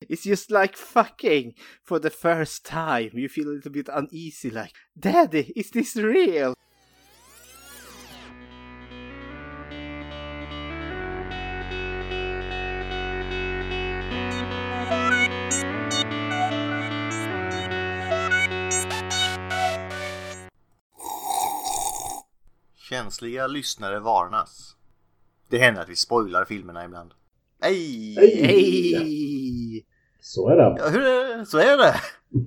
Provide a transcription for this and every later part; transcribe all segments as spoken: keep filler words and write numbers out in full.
It's just like fucking for the first time. You feel a little bit uneasy like, Daddy, is this real? Känsliga lyssnare varnas. Det händer att vi spoilar filmerna ibland. Hej! Hej! Hey! Så är det. Ja, hur är det? Så är det.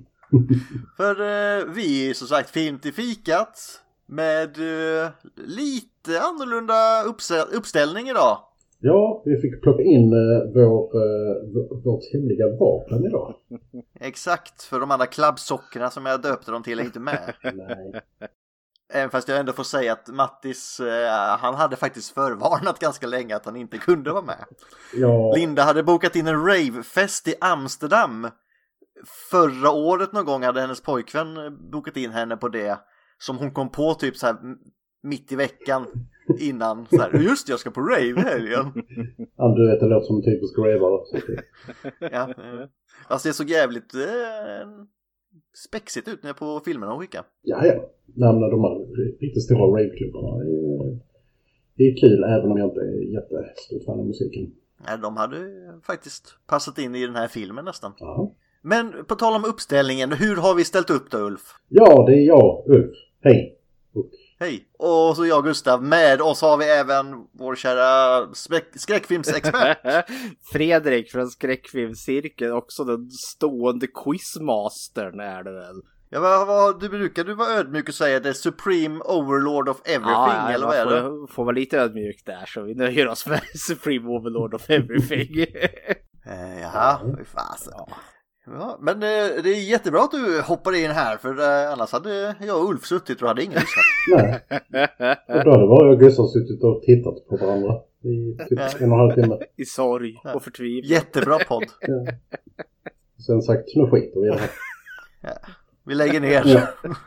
För eh, vi är som sagt film till fikat med eh, lite annorlunda uppsä- uppställning idag. Ja, vi fick plocka in uh, vår, uh, vårt hemliga vapen idag. Exakt, för de andra klabbsockorna som jag döpte dem till är inte med. Nej. Även fast jag ändå får säga att Mattis, eh, han hade faktiskt förvarnat ganska länge att han inte kunde vara med. Ja. Linda hade bokat in en ravefest i Amsterdam. Förra året någon gång hade hennes pojkvän bokat in henne på det. Som hon kom på typ så här mitt i veckan innan. Så här, just jag ska på rave helgen. Ja, du vet, det låter som en typisk ravare. Ja, eh. Alltså det såg jävligt eh, spexigt ut när jag på filmerna och skicka. Ja, ja. Namna de här riktigt stora raveklubbarna. Det är, det är kul, även om jag inte är jättestort fan av musiken. Nej, de hade faktiskt passat in i den här filmen nästan. Ja. Men på tal om uppställningen, hur har vi ställt upp då, Ulf? Ja, det är jag, Ulf. Hej. Och... Hej. Och så jag, Gustav. Med oss har vi även vår kära spe- skräckfilmsexpert. Fredrik från Skräckfilmscirkeln, också den stående quizmastern är det väl? Ja, vad, vad, du brukar du vara ödmjuk och säga the supreme overlord of everything, ja, eller vad är det? Får, får vara lite ödmjuk där, så vi nöjer oss med supreme overlord of everything. eh, jaha, fy fasen. Ja. Ja, men eh, det är jättebra att du hoppar in här, för eh, annars hade jag och Ulf suttit och hade ingen lyssnat. Nej. Och då hade bara jag och Gustav suttit och tittat på varandra i typ en och en halv timme. I sorg och förtvivlan. Jättebra podd. Ja. Sen sagt, nu skiter vi i det här. Ja. Vi lägger ner. Ja.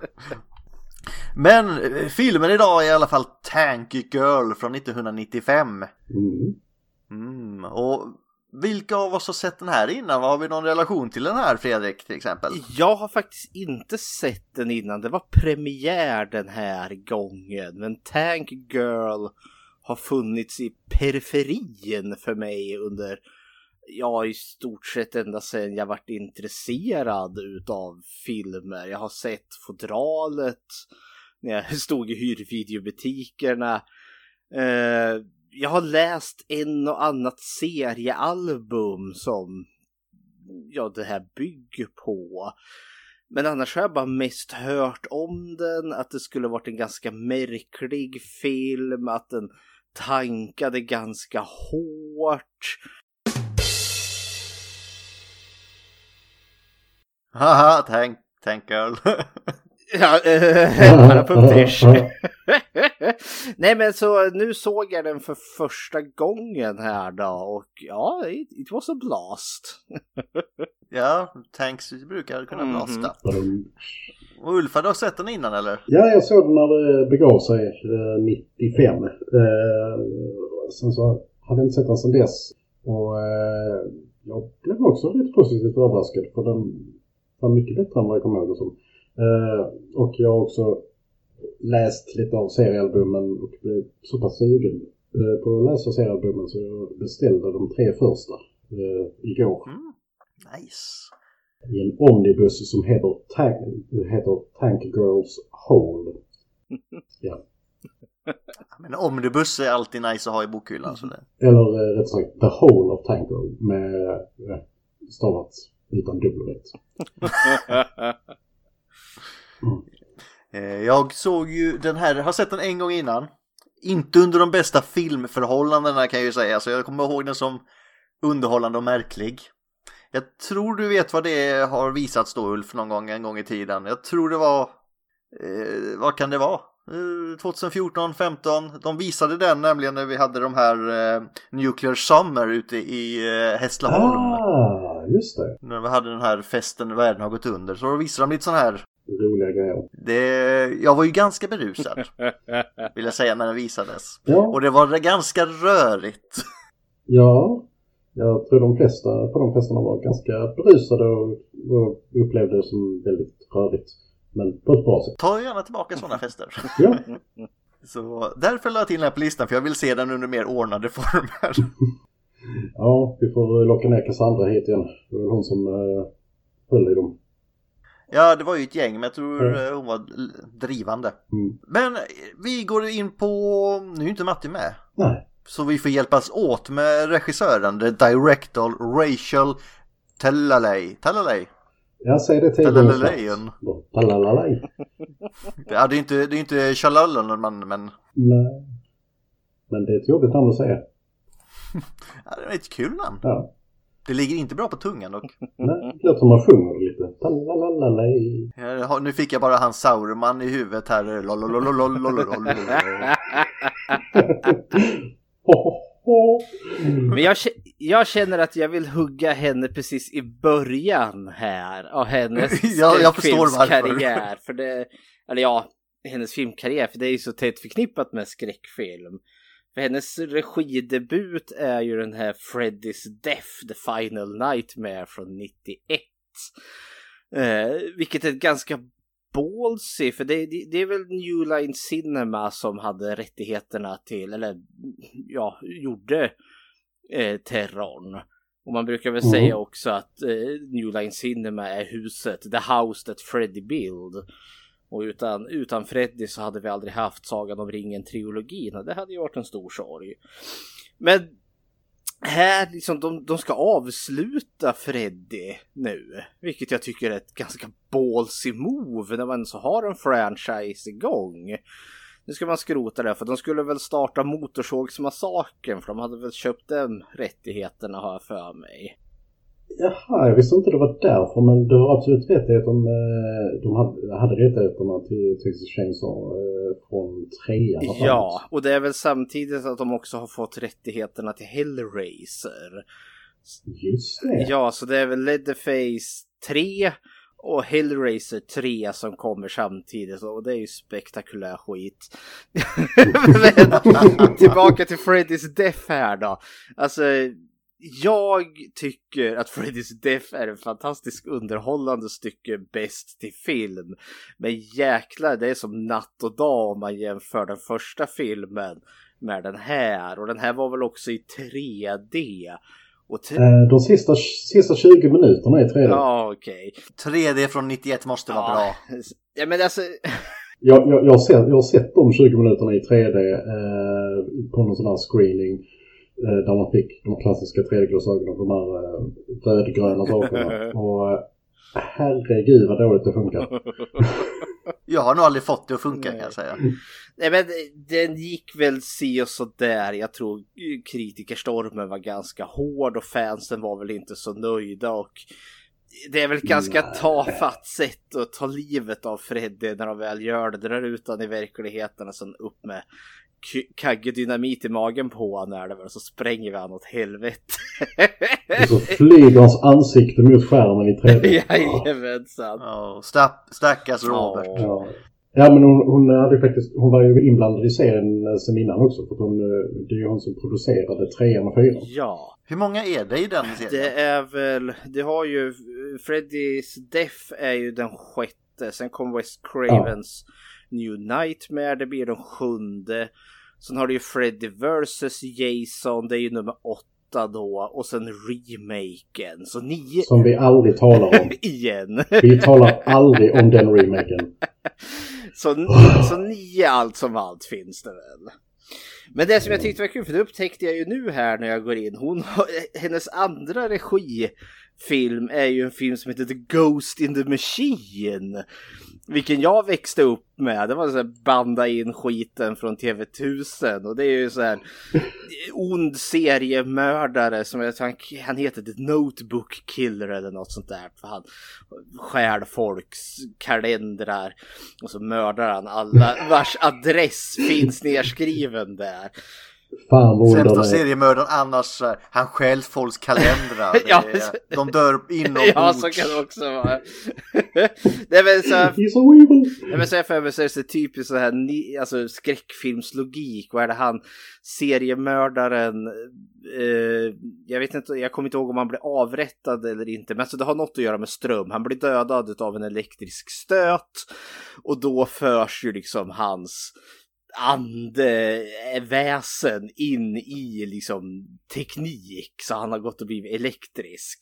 Men eh, filmen idag är i alla fall Tank Girl från nittonhundranittiofem. Mm. Mm, och vilka av oss har sett den här innan? Har vi någon relation till den här, Fredrik, till exempel? Jag har faktiskt inte sett den innan. Det var premiär den här gången. Men Tank Girl har funnits i periferin för mig under, ja, i stort sett ända sedan jag varit intresserad utav filmer. Jag har sett fodralet när jag stod i hyrvideobutikerna. Eh, jag har läst en och annat seriealbum som, ja, det här bygger på. Men annars har jag bara mest hört om den, att det skulle varit en ganska märklig film, att den tankade ganska hårt. Haha, tank, tank girl. Ja, äh, parapunktisch. Nej, men så nu såg jag den för första gången här då, och ja, it, it was a blast. Ja, tanks brukar kunna blasta. Mm. Och Ulf, har du sett den innan, eller? Ja, jag såg den när det begav sig eh, nittiofem. Eh, sen så hade jag inte sett den sedan dess. Och eh, jag blev också lite positivt överraskad, för den var mycket bättre än vad jag kommer ihåg. Och, så. Eh, och jag har också läst lite av seriealbumen och blev så pass sugen eh, på att läsa seriealbumen, så jag beställde de tre första eh, igår. Mm. Nice. I en omnibus som heter Tank, heter Tank Girls Hole. Ja. Men omnibus är alltid nice att ha i bokhyllan. Så det. Eller eh, rätt sagt The Hole of Tank Girl med eh, stavat utan dubbelrätt. Mm. Jag såg ju den här, har sett den en gång innan. Inte under de bästa filmförhållandena, kan jag ju säga. Så jag kommer ihåg den som underhållande och märklig. Jag tror du vet vad det har visats då, Ulf, någon gång en gång i tiden. Jag tror det var, eh, vad kan det vara? Eh, tjugohundrafjorton femton. De visade den nämligen när vi hade de här eh, Nuclear Summer ute i eh, Hässleholm. Ah, just det. När vi hade den här festen världen har gått under. Så då visade de lite sån här roliga grejer. Det, jag var ju ganska berusad, vill jag säga, när den visades. Ja. Och det var ganska rörigt. Ja. Jag tror de flesta på de festerna var ganska berusade och, och upplevde det som väldigt rörigt. Men på ett bra sätt. Ta gärna tillbaka sådana fester. Ja. Så därför la jag till den här på listan, för jag vill se den under mer ordnade former. Ja, vi får locka ner Cassandra hit igen. Det var hon som uh, höll i dem. Ja, det var ju ett gäng, men jag tror mm. hon var drivande. Mm. Men vi går in på... Nu är inte Matti med. Nej. Så vi får hjälpas åt med regissören, the director Rachel Talalay. Talalay? Jag säger det till Talalayan. Talalay. Ja, det är inte, det är inte Shalalan, men... men... Nej. Men det är ett jobbigt namn att säga. Ja, det är ett kul namn. Ja. Det ligger inte bra på tungan dock. Nej, det låter som man sjunger lite. Talalay. Ja, nu fick jag bara hans Sauron i huvudet här. Men jag, jag känner att jag vill hugga henne precis i början här av hennes ja, jag förstår karriär. För det, eller ja, hennes filmkarriär, för det är ju så tätt förknippat med skräckfilm. För hennes regidebut är ju den här Freddy's Death, The Final Nightmare från nittioett. Eh, vilket är ganska ballsy, för det, det, det är väl New Line Cinema som hade rättigheterna till, eller ja, gjorde eh, terrorn. Och man brukar väl mm. säga också att eh, New Line Cinema är huset, the house that Freddy build. Och utan, utan Freddy så hade vi aldrig haft Sagan om ringen-trilogin, och det hade ju varit en stor sorg. Men här liksom, de, de ska avsluta Freddy nu, vilket jag tycker är ett ganska ballsy move när man så har en franchise igång. Nu ska man skrota det, för de skulle väl starta Motorsågsmassakern, för de hade väl köpt den rättigheterna, har jag för mig. Jaha, jag visste inte det var därför, men du har absolut rätt i att de, de hade, hade rättigheterna till Texas Chainsaw från trean. Ja, och det är väl samtidigt att de också har fått rättigheterna till Hellraiser. Just det. Ja, så det är väl Leatherface tre och Hellraiser tre som kommer samtidigt, och det är ju spektakulär skit. Men tillbaka till Freddy's Death här då. Alltså, jag tycker att Freddy's Death är en fantastisk underhållande stycke bäst till film. Men jäklar, det är som natt och dag om man jämför den första filmen med den här. Och den här var väl också i tre D. Och t- De sista, sista tjugo minuterna är tre D. Ja, okej. Okay. tre D från nittioett måste vara ja. bra. Ja, men alltså... jag, jag, jag, har sett, jag har sett de tjugo minuterna i tre D eh, på någon sån här screening. Där man fick de klassiska tre D-glasögonen, de här eh, rödgröna sakerna. Och eh, herregud vad dåligt det funkar. Jag har nog aldrig fått det att funka, kan jag säga. Nej, men den gick väl si och så där. Jag tror kritikerstormen var ganska hård och fansen var väl inte så nöjda. Och det är väl ganska tafatt sätt att ta livet av Freddy när de väl gör det. Drar utan i verkligheten och sen upp med kagge dynamit i magen på han är det väl, så spränger vi han åt helvete. Och så flyger hans ansikte mot skärmen i tre D. Jajamensan. Ja, stack, stackars Robert. Ja, ja men hon, hon hade faktiskt, hon var ju inblandad i serien sen innan också, för hon, det är ju hon som producerade trean och fyran. Ja. Hur många är det i den serien? Det är väl, det har ju Freddy's Death är ju den sjätte, sen kom Wes Cravens ja. New Nightmare, det blir den sjunde. Sen har du ju Freddy versus. Jason, det är ju nummer åtta då. Och sen remaken. Så nio... Som vi aldrig talar om. Igen. Vi talar aldrig om den remaken. så, så nio allt som allt finns det väl. Men det som jag tyckte var kul, för det upptäckte jag ju nu här när jag går in. Hon har, hennes andra regifilm är ju en film som heter The Ghost in the Machine. Vilken jag växte upp med. Det var så här, banda in skiten från T V tusen. Och det är ju så här ond seriemördare som jag han, han heter The Notebook Killer eller något sånt där. För han stjäl folks kalendrar. Och så mördar han alla vars adress finns nedskriven där. Fan, sämsta seriemördaren annars, han stjäl folks kalendrar. Ja. Är, de dör inombords. Ja, så kan det också vara. Det är väl så här, He's so evil. jag vill säga för mig så är det typiskt så här ni, alltså skräckfilmslogik. Vad är det han, seriemördaren, eh, jag vet inte, jag kommer inte ihåg om han blir avrättad eller inte, men så det har något att göra med ström. Han blir dödad av en elektrisk stöt och då förs ju liksom hans andeväsen in i liksom teknik, så han har gått och blivit elektrisk.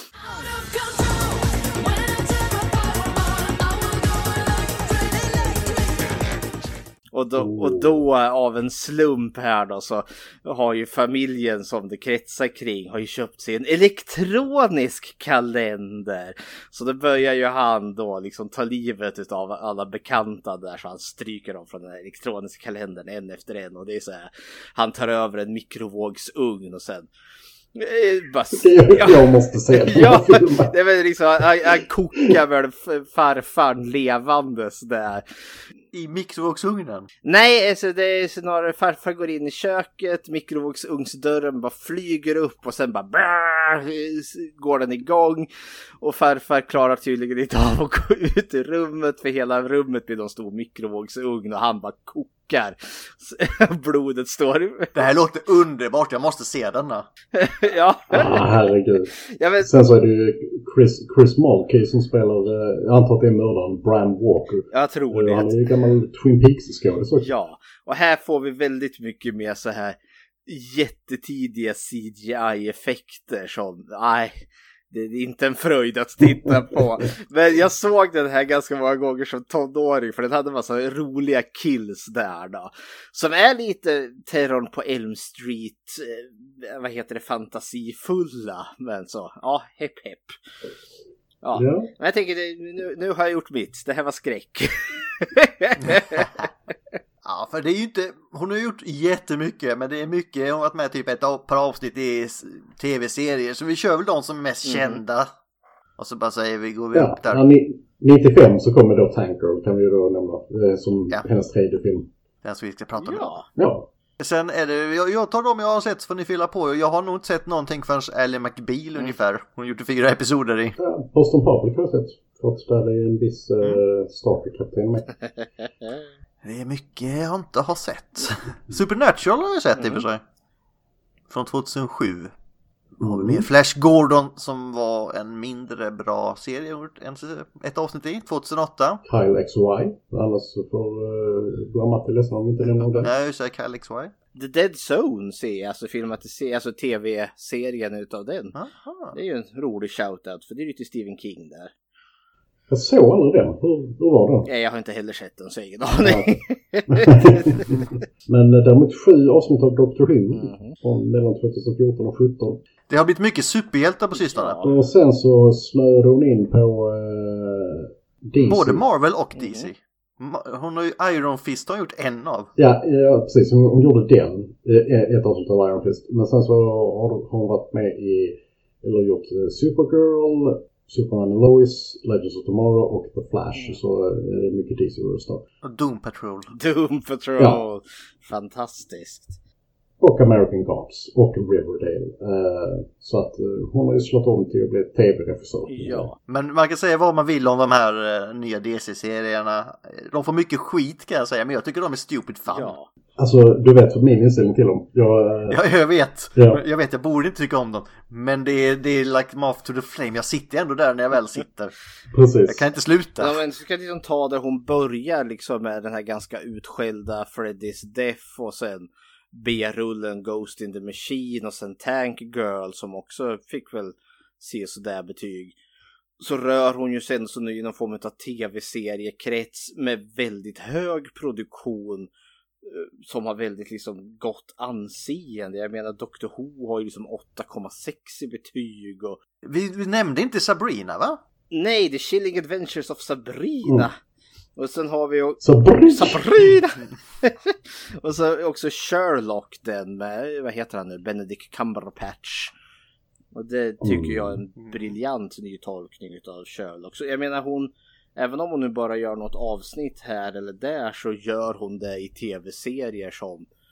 Och då, och då av en slump här då så har ju familjen som det kretsar kring har ju köpt sig en elektronisk kalender. Så då börjar ju han då liksom ta livet av alla bekanta där, så han stryker dem från den här elektroniska kalendern en efter en. Och det är så här, han tar över en mikrovågsugn och sen Bara, jag, jag måste säga det. Ja, det är väl liksom, han, han kokar väl farfar levandes där. I mikrovågsugnen? Nej, alltså det är snarare farfar går in i köket, mikrovågsugnsdörren bara flyger upp och sen bara brrr, går den igång och farfar klarar tydligen inte av att gå ut i rummet, för hela rummet blir en stor mikrovågsugn och han bara kokar. Blodet står. Det här låter underbart, jag måste se denna. Ja. Ah, herregud. Ja, men... Sen så är det ju Chris, Chris Mulkey som spelar, jag antar att det är mördaren Bram Walker. Jag tror det. Han är ju gammal Twin Peaks-skådis också. Ja, och här får vi väldigt mycket mer så här jättetidiga C G I-effekter som, nej, det är inte en fröjd att titta på. Men jag såg den här ganska många gånger som tonåring, för den hade massa roliga kills där då. Som är lite Terrorn på Elm Street, eh, vad heter det, fantasifulla. Men så, ja, hepp hepp. Ja, ja. Men jag tänker, nu, nu har jag gjort mitt. Det här var skräck. Ja, för det är ju inte, hon har gjort jättemycket, men det är mycket, hon har varit med typ ett par avsnitt i tv-serier, så vi kör väl de som är mest mm. kända. Och så bara säger vi, går vi ja, upp där. Ja, nittiofem så kommer då Tank Girl, kan vi ju då nämna, som ja. hennes tredje film. Den som vi ska prata om ja. idag. Ja. Sen är det, jag, jag tar dem jag har sett så får ni fylla på. Jag har nog inte sett någonting förrän Ally McBeal mm. ungefär. Hon gjorde fyra episoder i. Ja, Boston Public har jag sett. Trots där det är en viss mm. uh, Starter-kapten med. Det är mycket jag inte har sett. Supernatural har jag sett mm. i och för sig. Från tvåtusensju. Mm. Har vi med Flash Gordon som var en mindre bra serie. Ett avsnitt i, tvåtusenåtta. Kyle X Y. Annars får uh, du har Matti ledsen om vi inte nämner det. Nej, jag säger Kyle X Y. The Dead Zone ser alltså filmat, alltså tv-serien utav den. Aha. Det är ju en rolig shoutout, för det är lite Stephen King där. Jag såg aldrig den. Hur, hur var den? Ja, jag har inte heller sett den, så ingen aning. Men däremot sju avsnitt av Doctor Who mm. från mellan tjugohundrafjorton och sjutton. Det har blivit mycket superhjältar på sistone. Ja. Och sen så snöade hon in på uh, D C. Både Marvel och D C. Mm. Hon har ju Iron Fist har gjort en av. Ja, ja precis. Hon, hon gjorde den. Ett avsnitt av Iron Fist. Men sen så har hon varit med i, eller gjort Supergirl, Superman and Lois, Legends of Tomorrow och The Flash. Mm. Så är det mycket D C-röster. Och Doom Patrol. Doom Patrol. Ja. Fantastiskt. Och American Gods och Riverdale. Uh, så att uh, hon har ju slått om till att bli tv-regissör. Ja. Men man kan säga vad man vill om de här uh, nya D C-serierna. De får mycket skit kan jag säga, men jag tycker de är stupid fun. Ja. Alltså, du vet vad min inställning till dem. Jag, uh... ja, jag vet. Ja. Jag vet, jag borde inte tycka om dem. Men det är, det är like moth to the flame. Jag sitter ändå där när jag väl sitter. Precis. Jag kan inte sluta. Ja, men så ska liksom ta där hon börjar liksom med den här ganska utskällda Freddy's Death och sen B-rullen Ghost in the Machine och sen Tank Girl som också fick väl se sådär betyg. Så rör hon ju sen så nu i någon form av tv-seriekrets med väldigt hög produktion som har väldigt liksom gott anseende. Jag menar Doctor Who har ju liksom åtta komma sex i betyg och... Vi, vi nämnde inte Sabrina, va? Nej, The Chilling Adventures of Sabrina. Mm. Och sen har vi också Sabrina. Sabrina. Och så också Sherlock, den med, vad heter han nu? Benedict Cumberbatch. Och det tycker jag är en briljant ny tolkning av Sherlock. Så jag menar hon, även om hon nu bara gör något avsnitt här eller där, så gör hon det i tv-serier som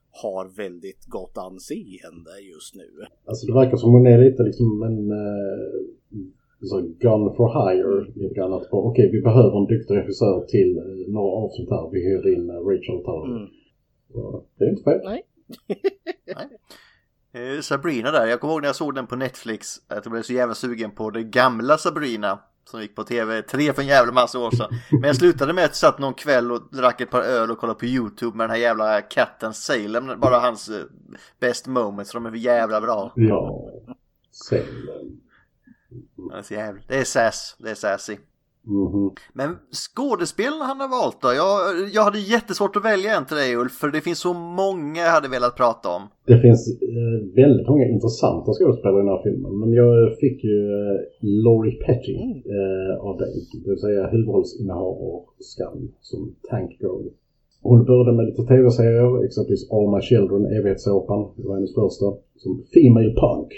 har väldigt gott anseende just nu. Alltså det verkar som hon är lite liksom en uh, så gun for hire. Mm. Att okej, okay, vi behöver en duktig regissör till uh, några avsnitt här. Vi hyr in uh, Rachel Taylor. Mm. Så, det är inte fel. Nej. Nej. Eh, Sabrina där, jag kommer ihåg när jag såg den på Netflix att jag blev så jävla sugen på det gamla Sabrina som gick på T V tre för en jävla massa år sedan. Men jag slutade med att jag satt någon kväll och drack ett par öl och kollade på YouTube med den här jävla katten Salem. Bara hans uh, best moments, de är för jävla bra. Ja, Salem. Det är, jävla, det är sass, det är sassy. Mm-hmm. Men skådespelarna han har valt då? Jag, jag hade jättesvårt att välja en till dig, Ulf, för det finns så många jag hade velat prata om. Det finns eh, väldigt många intressanta skådespelare i den här filmen. Men jag fick ju eh, Laurie Petty eh, av dig. Det vill säga huvudrollsinnehaverskan som Tank Girl. Hon började med lite tv-serier, exempelvis All My Children, evighetssåpan. Det var hennes första. Som Female Punk.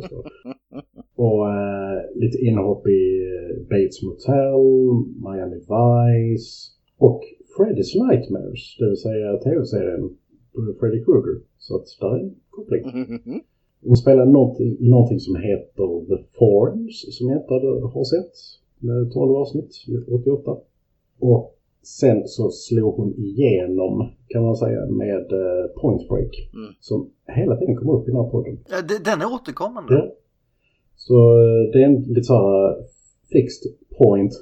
Och eh, lite inhopp i Bates Motel, Miami Vice och Freddy's Nightmares. Det vill säga tv-serien Freddy Krueger. Så att där är en koppling. Hon spelar någonting, i någonting som heter The Forms, som jag inte har sett. Med tolv avsnitt, åttioåtta. Och sen så slog hon igenom, kan man säga, med uh, Point Break. Mm. Som hela tiden kommer upp i den här podden. Ja, den är återkommande. Ja. Så uh, det är en lite så här uh, fixed point.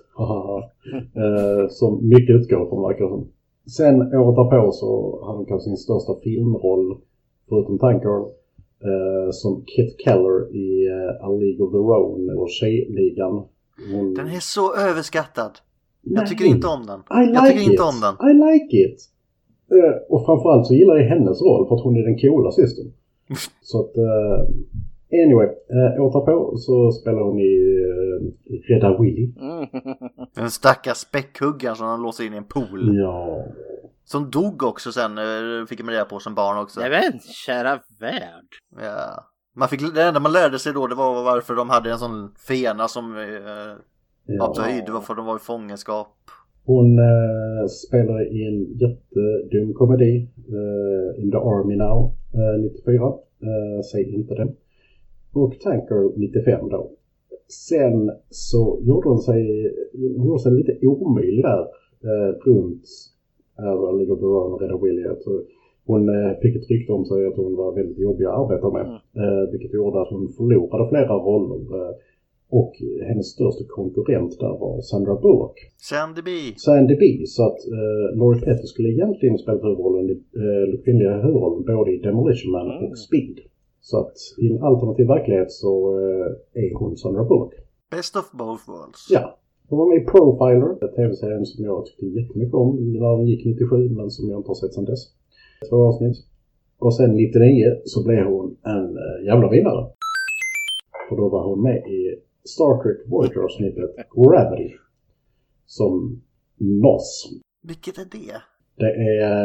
uh, som mycket utgår från, verkar som. Sen året därpå så hade hon kanske sin största filmroll, förutom Tank Girl, uh, som Kit Keller i uh, A League of Their Own, eller Tjejligan. Hon... Den är så överskattad. Jag tycker inte om den. I like jag tycker it. inte om den. I like it. Uh, och framförallt så gillar jag hennes roll för att hon är den coola systern. Så att, uh, anyway, uh, återpå så spelar hon i uh, Rädda Willy. Den stackars späckhuggaren som han låser in i en pool. Ja. Som dog också sen, uh, fick man reda på som barn också. Nej men, kära värld. Ja. Man fick, det enda man lärde sig då, det var varför de hade en sån fena som... Uh, Ja. Det var för de var i fångenskap. Hon äh, spelar i en jättedum komedi, äh, In the Army Now, äh, nittiofyra. Äh, säg inte den. Och Tanker nittiofem då. Sen så gjorde hon sig, hon gjorde sig lite omöjlig där äh, runt äh, League of Their Own och Rädda Willy. Hon äh, fick ett rykte om sig att hon var väldigt jobbig att arbeta med. Mm. Äh, vilket gjorde att hon förlorade flera roller. Äh, Och hennes största konkurrent där var Sandra Bullock. Sandy B. Sandy B. Så att uh, Laurie Petty skulle egentligen spela huvudrollen, uh, kvinnliga huvudrollen både i Demolition Man mm. och Speed. Så att i en alternativ verklighet så uh, är hon Sandra Bullock. Best of both worlds. Ja. Hon var med i Profiler, en tv-serien som jag tyckte jättemycket om när den gick nittiosju, men som jag inte har sett sedan dess. Två avsnitt. Och sen nittionio så blev hon en uh, jävla vinnare. För då var hon med i Star Trek Voyager-avsnittet Gravity som N O S. Vilket är det? Det är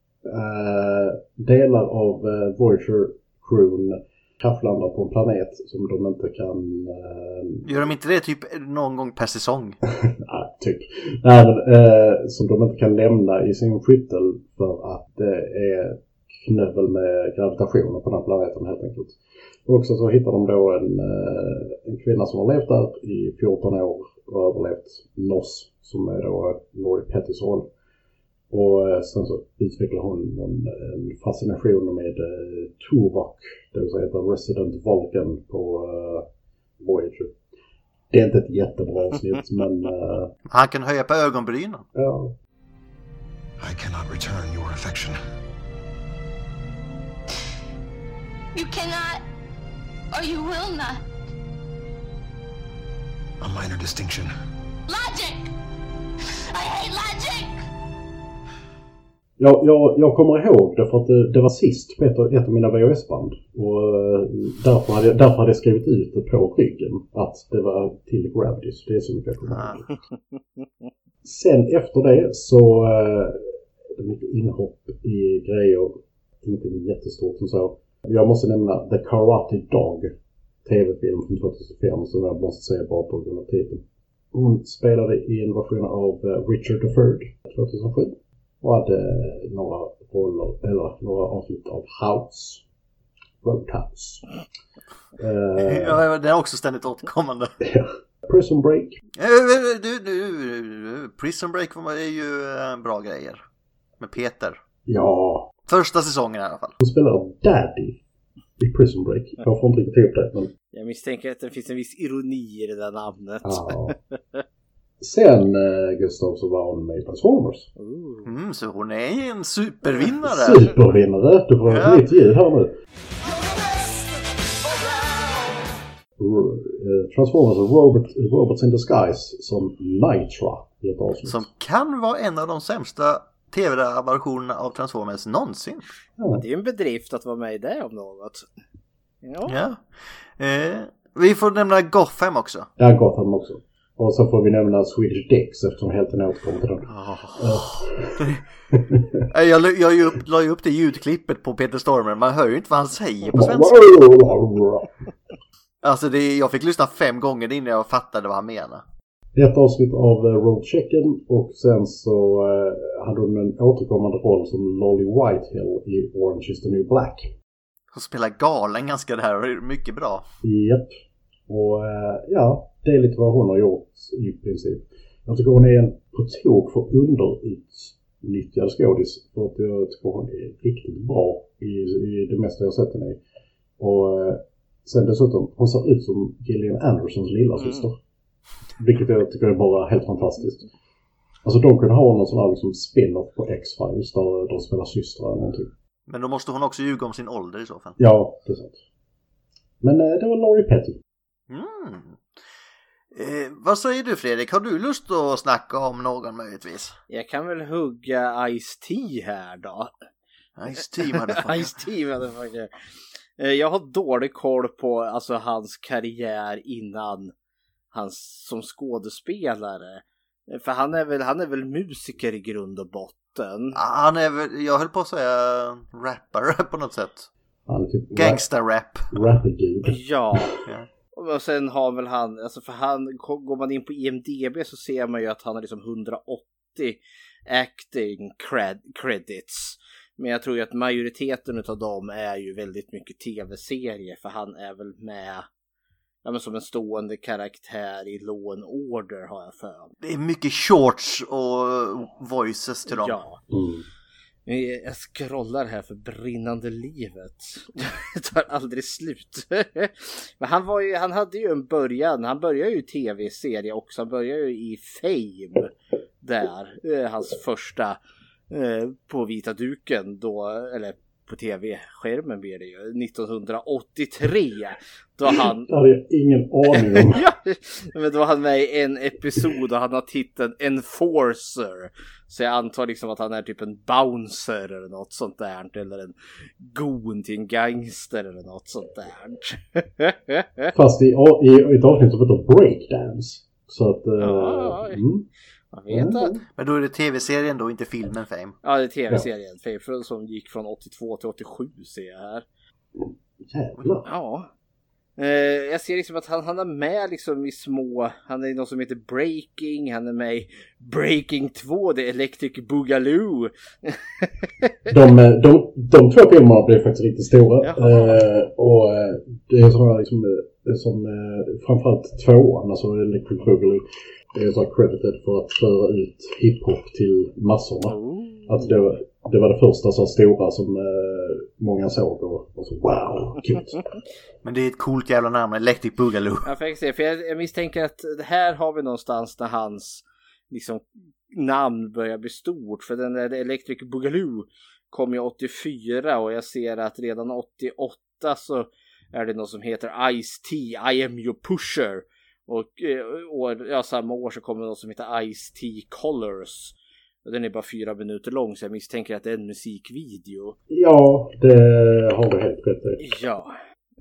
äh, delar av äh, Voyager-crewn kraftlandar på en planet som de inte kan... Äh... Gör de inte det typ någon gång per säsong? Nej, typ. Nej, men, äh, som de inte kan lämna i sin skyttel för att det är knövel med gravitationen på den här planeten helt enkelt. Och också så hittar de då en, en kvinna som har levt där i fjorton år och överlevt N O S, som är då Laurie Pettys roll. Och sen så utvecklar hon en, en fascination med uh, Tuvok, det vill säga ett Resident Vulcan på uh, Voyager. Det är inte ett jättebra avsnitt, men... Uh, Han kan höja på ögonbrynen. Ja. I cannot return your affection. You cannot, or you will not. A minor distinction. Logic! I hate logic! Jag, jag, jag kommer ihåg det för att det, det var sist på ett, ett av mina V H S-band. Och därför hade, därför hade jag skrivit ut det på ryggen att det var till Gravity. Så det är så mycket jag kommer ihåg. Sen efter det så är det mycket inhopp i grejer. Ingenting jättestort som så. Jag måste nämna The Karate Dog, tv-film från tjugohundrafem som jag måste säga bara på grund av titeln. Hon spelade i en version av Richard the Third tjugohundrasju. Och hade några roller, eller några avsnitt av House. Roadhouse. Uh, ja, det är också ständigt återkommande. Ja. Prison Break. Du, du, du, Prison Break är ju bra grejer. Med Peter. Ja. Första säsongen i alla fall. Hon spelar Daddy i Prison Break. Jag får inte riktigt ihop det. Men... Jag misstänker att det finns en viss ironi i det där namnet. Ja. Sen, eh, Gustav, så var hon med i Transformers. Mm, så hon är en supervinnare. Supervinnare. Du får ja. Ett nytt ljud här nu. Transformers och Robot, Robots in Disguise som Nitra i ett avsnitt. Som kan vara en av de sämsta tv-versionerna av Transformers någonsin. Ja. Det är en bedrift att vara med i det om något. Ja. ja. Eh, vi får nämna Gotham också. Ja, Gotham också. Och så får vi nämna Swedish Dicks eftersom helt en återkommer till den. Oh. jag la, jag upp, la ju upp det ljudklippet på Peter Stormer. Man hör ju inte vad han säger på svenska. Alltså det, jag fick lyssna fem gånger innan jag fattade vad han menade. Ett avsnitt av uh, Roadchecken och sen så uh, hade hon en återkommande roll som Lolly Whitehill i Orange is the New Black. Hon spelar galen ganska det här och det är mycket bra. Japp. Och uh, ja, det är lite vad hon har gjort i princip. Jag tycker hon är en på tok för underutnyttjad skådis. För att jag tycker hon är riktigt bra i, i det mesta jag sett henne i. Och uh, sen dessutom, hon ser ut som Gillian Andersons lilla syster. Mm. Vilket jag tycker är bara helt fantastiskt. Alltså de kunde ha någon sån här liksom spin-off på X-Files där de spelar systrar eller någonting. Men då måste hon också ljuga om sin ålder i så fall. Ja, det är sant. Men eh, det var Laurie Petty. Mm. Eh, vad säger du Fredrik? Har du lust att snacka om någon möjligtvis? Jag kan väl hugga Ice-T här då. Ice-T motherfucker. Ice-T motherfucker. Jag har dålig koll på alltså, hans karriär innan hans som skådespelare. För han är väl, han är väl musiker i grund och botten. Han är väl, jag höll på att säga rappare på något sätt. Han är typ gangsta-rap. Rappergud. Ja. ja. Och sen har väl han, alltså för han, går man in på I M D B så ser man ju att han har liksom hundraåttio acting cred, credits. Men jag tror ju att majoriteten av dem är ju väldigt mycket tv-serier. För han är väl med ja, men som en stående karaktär i Law and Order har jag för. Det är mycket shorts och voices till dem. Ja. Mm. Jag scrollar här för brinnande livet. Det tar aldrig slut. Men han var ju, han hade ju en början. Han började ju i tv-serie också. Han började ju i Fame. Där. Hans första på vita duken då, eller på tv-skärmen blir det ju nittonhundraåttiotre då han det hade jag ingen aning om. ja, men då var han med i en episod och han har titeln Enforcer, så jag antar liksom att han är typ en bouncer eller något sånt där, eller en gon till en gangster eller något sånt där. Fast i, i, i ett avsnitt som heter Breakdance så att ja, uh, mm. Man vet att... Men då är det tv-serien då, inte filmen Fame. Ja, det är tv-serien ja. Fame som gick från åttiotvå till åttiosju ser jag här. Jävlar. Ja. Eh, jag ser liksom att han, han är med liksom i små... Han är i något som heter Breaking. Han är med i Breaking två, The Electric Boogaloo. de, de, de två filmerna blev faktiskt riktigt stora. Eh, och det är sådana liksom... Det är som eh, framförallt tvåan, alltså Electric Boogaloo. Det är så credited för att föra ut hiphop till massorna. Oh. Att det var, det var det första så stora som eh, många såg och, och så wow, coolt. Men det är ett coolt jävla namn, Electric Boogaloo. Ja, för jag, för jag, jag misstänker att här har vi någonstans där hans liksom, namn börjar bli stort. För den där Electric Boogaloo kom ju åttiofyra och jag ser att redan åttioåtta så är det något som heter Ice-T, I am your pusher. Och år, ja, samma år så kommer det något som heter Ice-T Colors. Den är bara fyra minuter lång så jag misstänker att det är en musikvideo. Ja, det har du helt rätt i. Ja.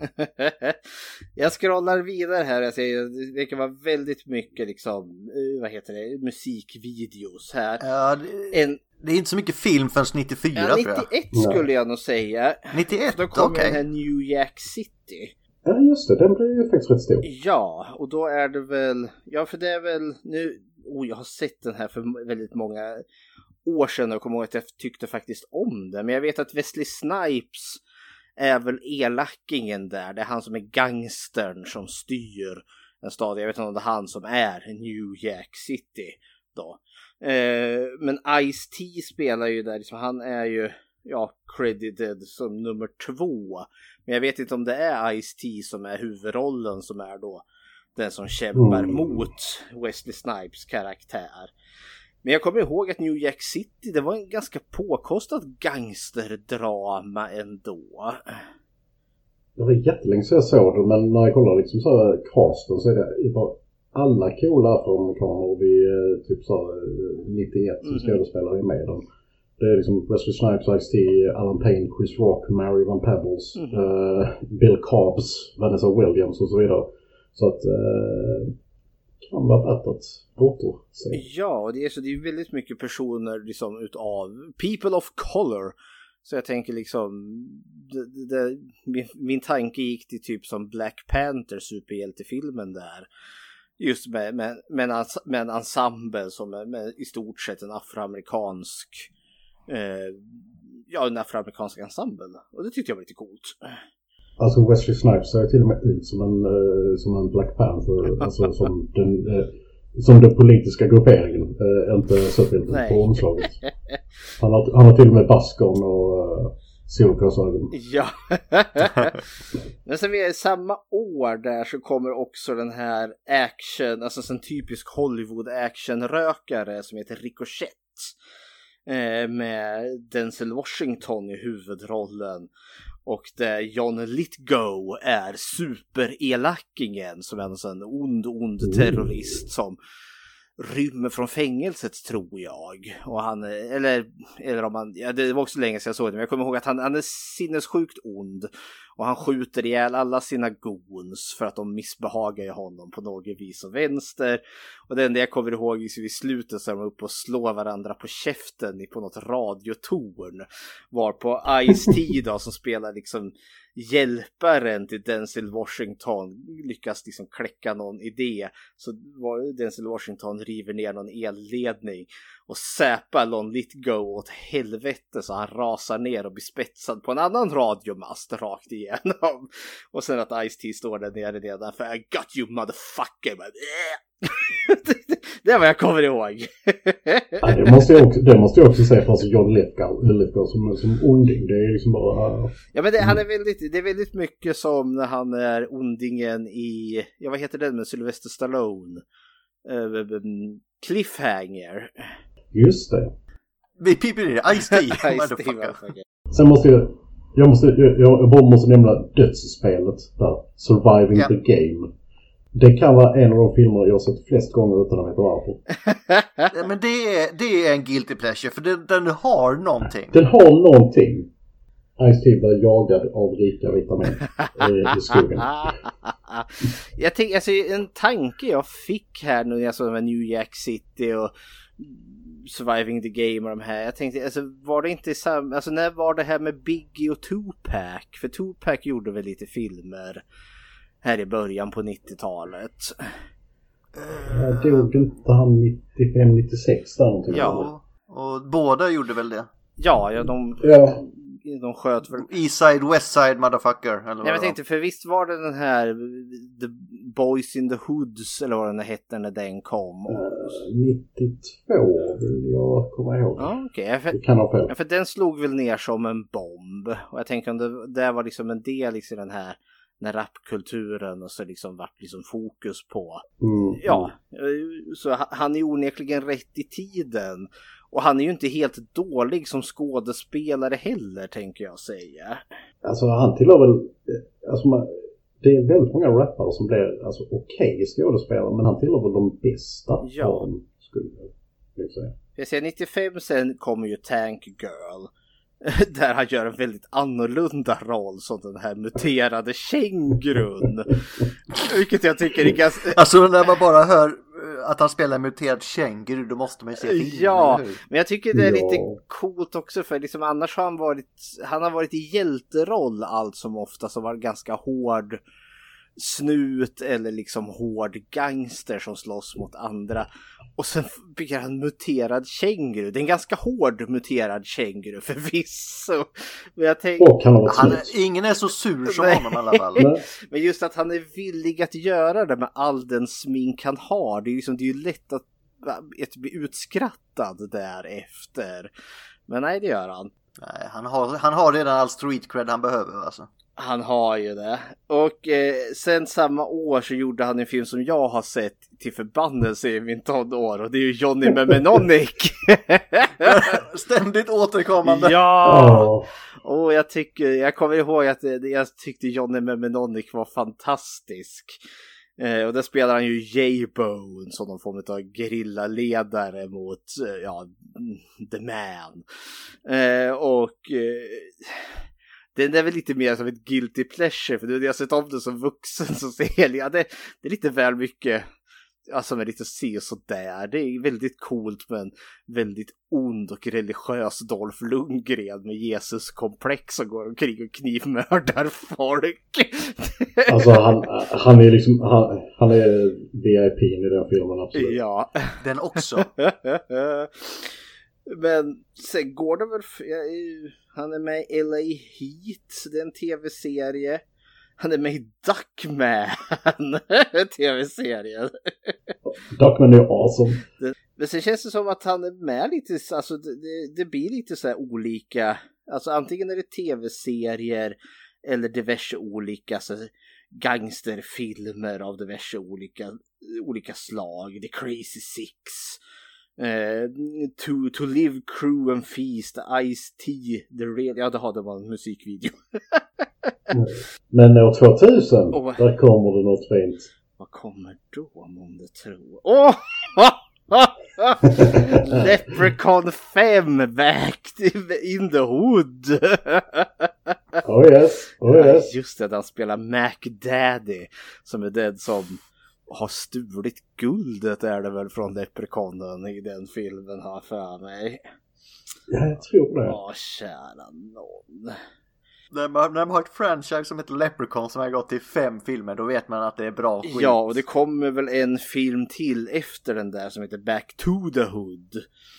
Jag scrollar vidare här. Jag säger, det kan vara väldigt mycket liksom, vad heter det, musikvideos här. Ja, det, en, det är inte så mycket film förrän nittiofyra ja, nittioett tror jag. skulle jag nog säga. nittioett, då kommer okay. den här New York City. Ja just det, den blir ju faktiskt rätt stor. Ja, och då är det väl, ja för det är väl nu, oh jag har sett den här för väldigt många år sedan och jag kommer ihåg att jag tyckte faktiskt om det. Men jag vet att Wesley Snipes är väl elakingen där. Det är han som är gangstern som styr en stad. Jag vet inte om det är han som är New Jack City då. Eh, men Ice-T spelar ju där. Liksom, han är ju ja, credited som nummer två. Men jag vet inte om det är Ice-T som är huvudrollen som är då den som kämpar mm. mot Wesley Snipes karaktär. Men jag kommer ihåg att New Jack City, det var en ganska påkostad gangsterdrama ändå. Det var jättelänge så jag såg det, men när jag kollar liksom så här casten så är det bara alla coola afroamerikaner vid typ så nittioett som mm. skådespelare är med dem. Det är liksom Wesley Snipes, Ice-T, Alan Payne, Chris Rock, Mary Van Peebles, mm. uh, Bill Cobbs, Vanessa Williams och så vidare. Så att uh, kan vara värt att återse. Ja, det är så det är väldigt mycket personer liksom utav people of color. Så jag tänker liksom det, det, min, min tanke gick till typ som Black Panther superhjältefilmen där. Just med, med, med, en, med en ensemble som är med i stort sett en afroamerikansk eh, ja en afroamerikansk ensemble. Och det tyckte jag var lite coolt. Alltså Wesley Snipes ser till och med ut som en, uh, som en Black Panther. Alltså som den, uh, som den politiska grupperingen. Uh, inte superhjälten på omslaget. Han har, han har till och med baskon och uh, solglasögon. Ja. Men sen är samma år där så kommer också den här action, alltså en typisk Hollywood actionrökare som heter Ricochet. Eh, med Denzel Washington i huvudrollen. Och där John Lithgow är superelakingen som är en sån ond, ond terrorist som rymmer från fängelset tror jag. Och han, eller, eller om han, ja, det var också länge sedan jag såg det, men jag kommer ihåg att han, han är sinnessjukt ond. Och han skjuter ihjäl alla sina goons för att de missbehagar i honom på något vis och vänster. Och det enda jag kommer ihåg är vid slutet så är de uppe och slår varandra på käften på något radiotorn. Var på Ice-T då som spelar liksom hjälparen till Denzel Washington lyckas liksom kläcka någon idé. Så var Denzel Washington river ner någon elledning och säpar Lon Lithgow åt helvete så han rasar ner och blir spetsad på en annan radiomast rakt igenom. Och sen att Ice-T står där nere redan för I got you motherfucker. Det är vad jag kommer ihåg. Ja, det måste jag också, det måste jag också säga för alltså John Lithgow, Lithgow som, som onding. Det är liksom bara... Ja men det, han är väldigt, det är väldigt mycket som när han är ondingen i, ja vad heter den med Sylvester Stallone? Uh, Cliffhanger. Just det. Vi piper i det, Ice-T. Sen måste jag, jag måste, jag, jag bara måste nämna dödsspelet där. Surviving yeah. the Game. Det kan vara en av de filmer jag har sett flest gånger utan att veta varför. Ja, men det är, det är en guilty pleasure för den, den har någonting. Den har någonting. Ice-T var jagad av rika vita män i skogen. Jag tänkte, alltså, en tanke jag fick här nu när jag såg med New Jack City och Surviving the Game och de här. Jag tänkte, alltså, var det inte samma, alltså när var det här med Biggie och Tupac? För Tupac gjorde väl lite filmer här i början på nittiotalet. Jag dog inte han nittiofem nittiosex där någonting. Ja, och båda gjorde väl det. Ja, ja de... Ja. De sköt för... Eastside, Westside, motherfucker. Eller vad jag tänkte, för visst var det den här The Boys in the Hoods, eller vad den hette när den kom? Uh, nittiotvå vill jag komma ihåg. Ja, okej. Okay. Det kan ha fel. Ja, för den slog väl ner som en bomb. Och jag tänker om det, det var liksom en del i den här när rapkulturen och så liksom vart liksom fokus på. Mm. Ja, så han är onekligen rätt i tiden. Och han är ju inte helt dålig som skådespelare heller, tänker jag säga. Alltså han tillhör väl, alltså man, det är väldigt många rappare som blir alltså okej okay skådespelare, men han tillhör väl de bästa. Ja. Dem, skulle jag säga. Jag säger nittiofem, sen kommer ju Tank Girl. Där han gör en väldigt annorlunda roll som den här muterade kängurun. Vilket jag tycker är ganska... Alltså när man bara hör att han spelar en muterad känguru, då måste man ju se filmen. Ja, men jag tycker det är ja. lite coolt också. För liksom annars har han varit... Han har varit i hjälteroll allt som ofta. Som var ganska hård snut eller liksom hård gangster som slåss mot andra. Och sen blir han muterad känguru. Det är en ganska hård muterad känguru förvisso. Men jag tänker... Och han har varit Han snut. är, ingen är så sur som Nej. honom i alla fall. Nej. Men just att han är villig att göra det med all den smink han har. Det är ju liksom, det är ju lätt att, att bli utskrattad därefter. Men nej, det gör han. Nej, han, har, han har redan all street cred han behöver alltså. Han har ju det. Och eh, sen samma år så gjorde han en film som jag har sett till förbannelse i min tonår. Och det är ju Johnny Mnemonic. Ständigt återkommande. Ja! Och jag tycker, jag kommer ihåg att det, jag tyckte Johnny Mnemonic var fantastisk. Eh, och där spelar han ju J-Bone som någon form av gerillaledare mot eh, ja, The Man. Eh, och eh, den är väl lite mer som ett guilty pleasure, för nu när jag har sett om det som vuxen så ser jag det, det är lite väl mycket, alltså med lite se så där. Det är väldigt coolt men väldigt ond och religiös Dolph Lundgren med Jesus-komplex som går omkring och knivmördar folk. Alltså han, han är liksom, han, han är V I P i den filmen, absolut. Ja. Den också. Men sen går det väl, han är med i L A Heat, det är en tv-serie. Han är med i Duckman, tv-serien. Duckman är awesome. Men sen känns det som att han är med lite, alltså det, det, det blir lite så här olika, alltså antingen är det tv-serier eller diverse olika alltså gangsterfilmer av diverse olika, olika slag. The Crazy Six, uh, to, to Live, Crew and Feast, Ice-T, The Real, ja det hade man en musikvideo. Men år tvåtusen, oh, där kommer det något fint. Vad kommer då, om du tror? Åh! Oh! Leprechaun fem back in the hood. Oh yes, oh yes. Just det, han spelar Mac Daddy som är den som har stulit guldet är det väl från Leprechaunen i den filmen har för mig. Ja, jag tror på det. Åh, kära någon. När man, när man har ett franchise som heter Leprechaun som har gått till fem filmer, då vet man att det är bra skit. Ja, och det kommer väl en film till efter den där som heter Back to the Hood.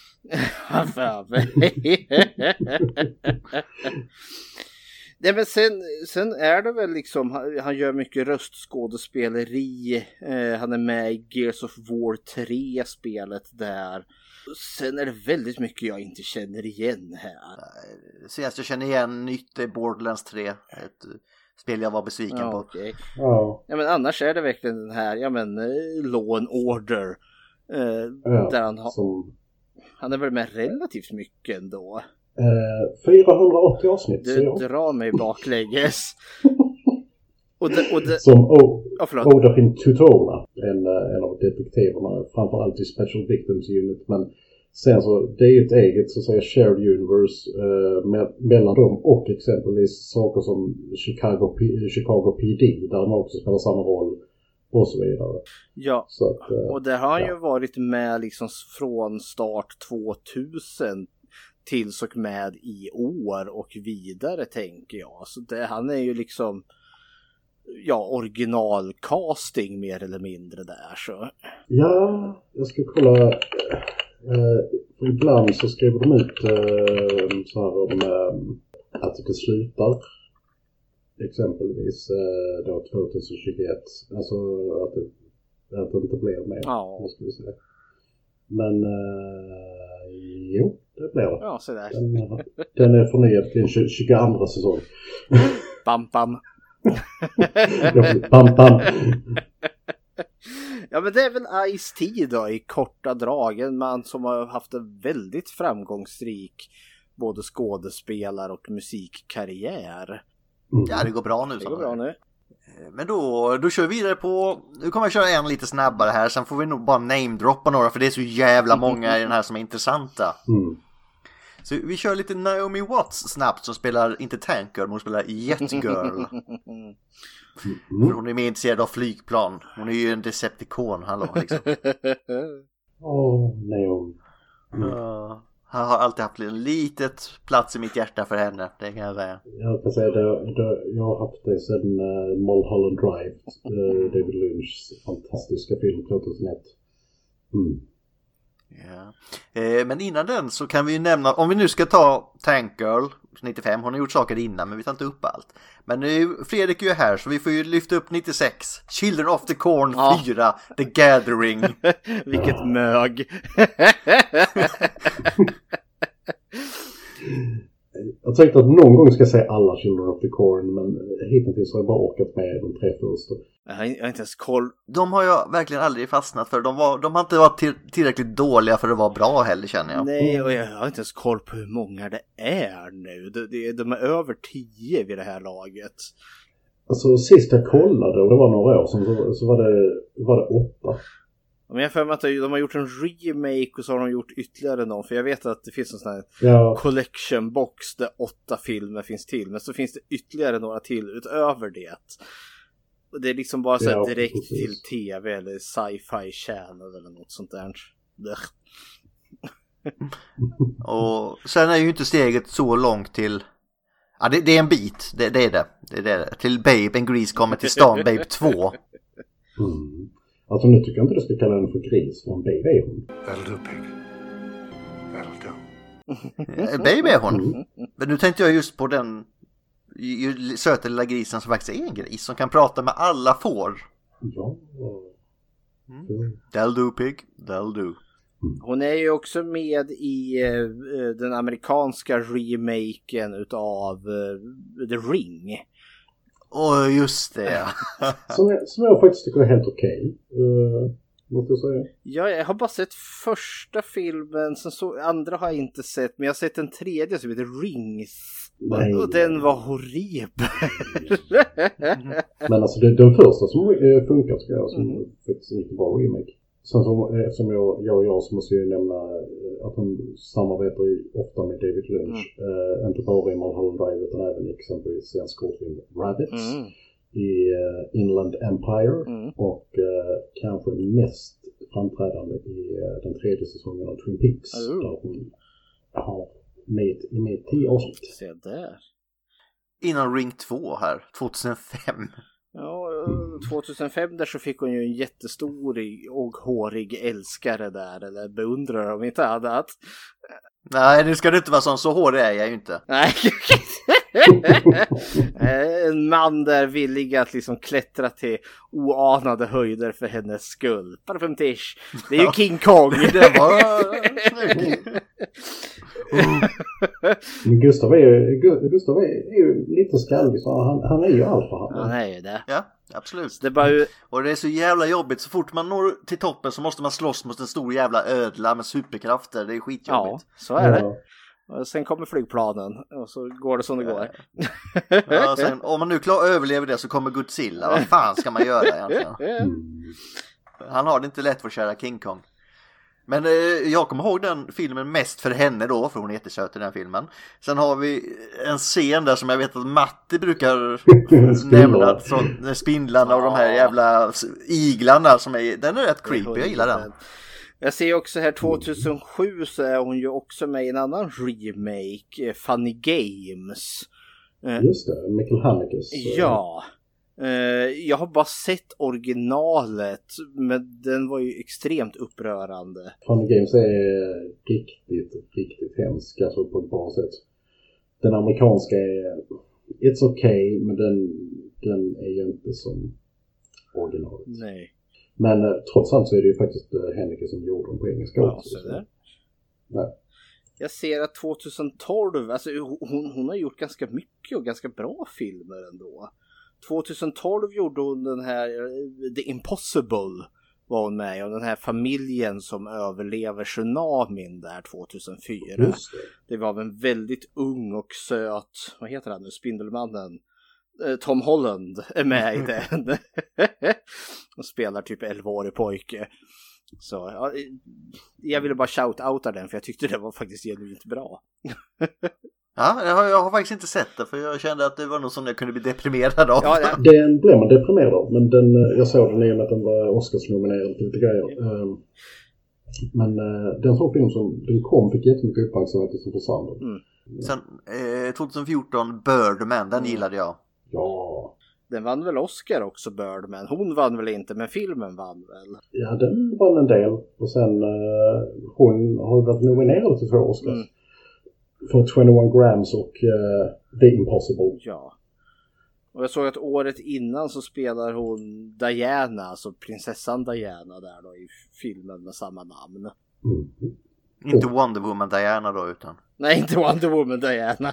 Nej, men sen, sen är det väl liksom, han, han gör mycket röstskådespeleri. Eh, han är med i Gears of War tre spelet där. Sen är det väldigt mycket jag inte känner igen här. Senast jag känner igen nytt är Borderlands tre. Ett spel jag var besviken ja, på. Okay. Ja. Ja, men annars är det verkligen den här, ja men, Law and Order. Eh, ja, där han har... Som... Han är väl med relativt mycket ändå. Eh, fyrahundraåttio avsnitt. Du drar mig baklänges. och det, och det... Som o- oh, Odafin Tutola, en, en av detektiverna, framförallt i Special Victims Unit. Men sen så, det är ett eget så att säga shared universe eh, med, mellan dem och exempelvis saker som Chicago, P- Chicago P D, där de också spelar samma roll. Och så vidare. Ja, så att, eh, och där har han ja. ju varit med liksom från start tvåtusen tills och med i år och vidare tänker jag. Så det, han är ju liksom ja, originalcasting mer eller mindre där så. Ja, jag ska kolla. Eh, för ibland så skriver de ut eh, så här om eh, att det slutar. Exempelvis eh, då tjugohundratjugoett. Alltså att det, att det inte blev mer. Ja. Ska vi säga. Men eh, jo, det blev det. Ja, så där. Den, den är förnyad till en tjugoandra säsong. Bam, bam. Bam, bam. Ja, men det är väl Ice-T då i korta drag. En man som har haft en väldigt framgångsrik både skådespelar och musikkarriär. Mm. Ja, det går bra nu. Det går bra nu. Men då, då kör vi vidare på, nu kommer jag köra en lite snabbare här, sen får vi nog bara namedroppa några för det är så jävla många i den här som är intressanta. Mm. Så vi kör lite Naomi Watts snabbt som spelar, inte Tank Girl, men hon spelar Jet Girl. Mm. Hon är mer intresserad av flygplan, hon är ju en Decepticon, hallå liksom. Åh, oh, nej. Mm. Uh, Jag har alltid haft en litet plats i mitt hjärta för henne, det kan jag säga. Jag kan säga det, det jag har haft det sedan uh, Mulholland Drive, uh, David Lynchs fantastiska film tjugohundraett. Mm. Ja. Eh, men innan den så kan vi ju nämna, om vi nu ska ta Tank Girl nittiofem, hon har gjort saker innan men vi tar inte upp allt. Men nu, Fredrik är ju här så vi får ju lyfta upp nittiosex, Children of the Corn ja. fyra, The Gathering. Vilket mög. Jag tänkte att någon gång ska jag säga alla Children of the Corn, men hittills har jag bara orkat med de tre första. Jag har inte ens koll. De har jag verkligen aldrig fastnat för. De, var, de har inte varit till, tillräckligt dåliga för att vara bra heller, känner jag. Nej, och jag har inte ens koll på hur många det är nu. De, de, de är över tio vid det här laget. Alltså sist jag kollade, och det var några år sedan, så, så var, det, var det åtta. Men jag för mig att de har gjort en remake och så har de gjort ytterligare någon. För jag vet att det finns en sån här ja. collection box där åtta filmer finns till. Men så finns det ytterligare några till utöver det. Det är liksom bara så här ja, direkt precis. till tv eller sci-fi channel eller något sånt där. Och sen är ju inte steget så långt till... Ja, det, det är en bit. Det, det är det. det, är det. Till Babe, en gris kommer till stan, Babe två. Mm. Alltså nu tycker jag inte du ska kalla den för gris, för en baby är hon. That'll do, pig. That'll do. Babe är hon. Men nu tänkte jag just på den ju söta lilla grisen som faktiskt är en gris som kan prata med alla får. Ja. Mm. That'll do, pig. That'll do. Hon är ju också med i uh, den amerikanska remaken utav uh, The Ring. Åh, just det. som, jag, som jag faktiskt tycker är helt okej. Okay. Uh, måste jag säga. Ja, jag har bara sett första filmen. Sen så, andra har jag inte sett. Men jag har sett den tredje som heter Rings. Nej. Och den var horribel. Men alltså det, den första som äh, funkar ska jag som mm. faktiskt inte var remake. Sen så, eftersom jag, jag och jag så måste jag nämna att hon samarbetar ju ofta med David Lynch. Mm. Uh, inte bara i Mulholland Drive utan även i exempelvis svensk kortfilm Rabbits. Mm. I uh, Inland Empire. Mm. Och uh, kanske mest framträdande i uh, den tredje säsongen av Twin Peaks. Mm. Där hon har med, med tio avsnitt. Se där. Innan Ring två här, tjugohundrafem. Ja, tjugohundrafem där så fick hon ju en jättestor och hårig älskare där, eller beundrare om inte annat. Nej, nu ska det inte vara sån, så hårig är jag ju inte. Nej. En man där villig att liksom klättra till oanade höjder för hennes skull. Parfumtish. Det är ju King Kong. Det var snygg. Men Gustav är ju, Gustav är, är ju lite skallig, så han, han är ju alfa. Han är ju det. Ja, absolut. Det bara ju... Och det är så jävla jobbigt. Så fort man når till toppen så måste man slåss mot en stor jävla ödla med superkrafter. Det är skitjobbigt. Ja, så är det. Och sen kommer flygplanen och så går det som det går. Ja, sen, om man nu klar överlever det så kommer Godzilla. Vad fan ska man göra egentligen? Han har det inte lätt för att köra King Kong. Men eh, jag kommer ihåg den filmen mest för henne då, för hon är jättesöt i den filmen. Sen har vi en scen där som jag vet att Matti brukar nämna, så, spindlarna och de här jävla iglarna som är, den är rätt creepy, jag gillar den. Jag ser också här tjugohundrasju så är hon ju också med i en annan remake, Funny Games. Just det, Michael Hanekes. Ja. Jag har bara sett originalet, men den var ju extremt upprörande. Funny Games är riktigt, riktigt hemsk, alltså på ett bra sätt. Den amerikanska är it's okay, men den, den är ju inte som originalet. Nej. Men eh, trots allt så är det ju faktiskt eh, Haneke som gjorde den på engelska ja, också. Så det. Ja. Jag ser att tjugotolv, alltså hon, hon har gjort ganska mycket och ganska bra filmer ändå. tjugotolv gjorde hon den här The Impossible var hon med, och den här familjen som överlever tsunamin där tjugohundrafyra. Just det. Det var en väldigt ung och söt, vad heter han nu, Spindelmannen, Tom Holland är med i den. Och spelar typ elva-årig pojke. Så ja, jag ville bara shout-outa den för jag tyckte det var faktiskt genuint bra. Ja, jag har, jag har faktiskt inte sett det, för jag kände att det var något som jag kunde bli deprimerad av. Ja, ja. Den blev man deprimerad av, men den, jag såg den i och med att den var Oscars-nominerad till lite grejer. Um, Men uh, den sån film som den kom fick jättemycket uppmärksamhet och så försvann den. Mm. Sen eh, tjugohundrafjorton Birdman, den Mm. gillade jag. Ja, Den vann väl Oscar också, Birdman. Hon vann väl inte, men filmen vann väl. ja den vann en del. Och sen uh, hon har varit nominerad till två Oscars. Mm. För tjugoett grams och uh, The Impossible. Ja. Och jag såg att året innan så spelar hon Diana, alltså prinsessan Diana där då i filmen med samma namn. Mm. Inte Wonder Woman Diana då, utan Nej, inte Wonder Woman Diana.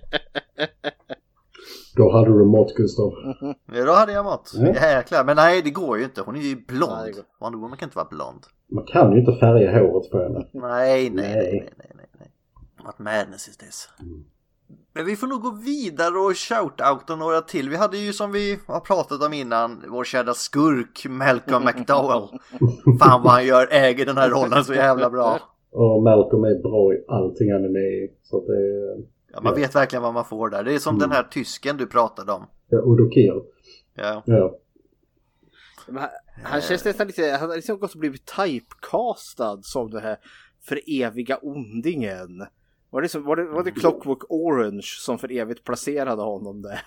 Då hade du mått, Gustav. ja, då hade jag mått. Mm. Jäklar, men nej, det går ju inte. Hon är ju blond. Nej, det går. Wonder Woman kan inte vara blond. Man kan ju inte färga håret på henne. Nej, nej, nej, Nej. nej, nej, nej, nej. What madness is this? Mm. Men vi får nog gå vidare och shout-outa några till. Vi hade ju, som vi har pratat om innan, vår kära skurk Malcolm McDowell. Fan vad han gör, äger den här rollen så jävla bra. Och Malcolm är bra i allting han är med i. Så att det är... Ja, man vet verkligen vad man får där. Det är som Mm. den här tysken du pratade om. Ja, Udo Kier. Ja. Ja. Men han, han känns nästan lite, han har liksom gått och blivit typecastad som det här för eviga ondingen. Var det, som, var, det, var det Clockwork Orange som för evigt placerade honom där?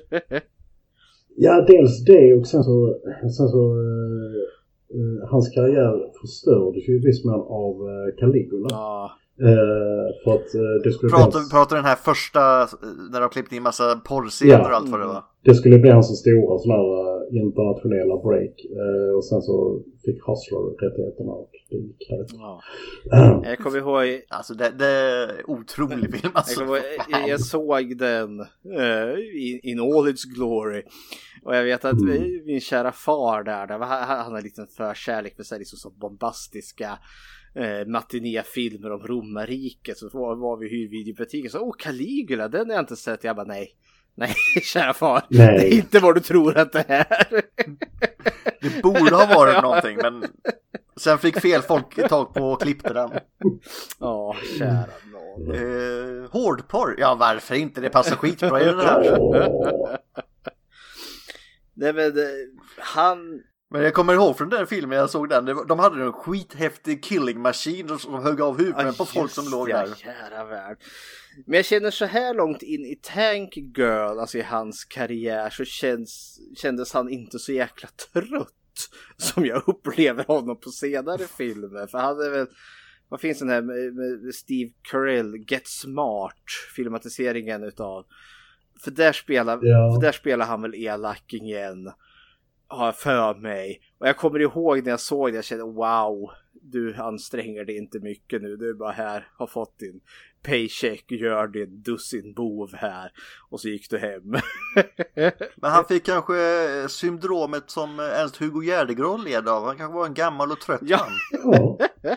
Ja, dels det och sen så, sen så uh, uh, hans karriär förstördes ju i viss mån av uh, Caligula. Ja. Uh, för att uh, det skulle Pratar, bli, pratar den här första, när de klippt in massa porrscener Ja. och allt vad det var. det skulle bli hans stora sån här uh, internationella break. Uh, och sen så fick Hustler rättigheterna och det gick här. Ja. Uh, Jag kommer ihåg, Alltså det, det är otrolig film jag, alltså. kommer ihåg jag, jag såg den uh, in, in all its glory. Och jag vet att Mm. min kära far där, där han, han har en liten förkärlek för så, här, liksom, så bombastiska eh, matinéfilmer om romarriket. Så var, var vi i hyrvideobutiken så, åh Caligula, den har jag inte sett. Jag bara, nej, nej kära far, Nej. det är inte vad du tror att det är. Det borde ha varit någonting, men sen fick fel folk tag på och klippte den. Ja, kära nån. Eh, hårdporr, ja varför inte? Det passar skitbra i den här. åh. Nej men eh, han... Men jag kommer ihåg från den filmen jag såg den, det var- de hade en skithäftig killing machine som högg av huvuden Ja, på folk som just låg det, där. Kära värld. Men jag känner så här långt in i Tank Girl, alltså i hans karriär, så känns, kändes han inte så jäkla trött som jag upplever honom på senare filmer. För han är väl, vad finns den här med, med Steve Carell, Get Smart, filmatiseringen utav, för där spelar, Ja. för där spelar han väl elakingen, har jag för mig. Och jag kommer ihåg när jag såg det, jag kände wow, du anstränger dig inte mycket nu, du är bara här, har fått din paycheck, gör din dussin bov här, och så gick du hem. Men han fick kanske syndromet som Ernst Hugo Järdegård led av. Han kanske var en gammal och trött Ja. man. Ja.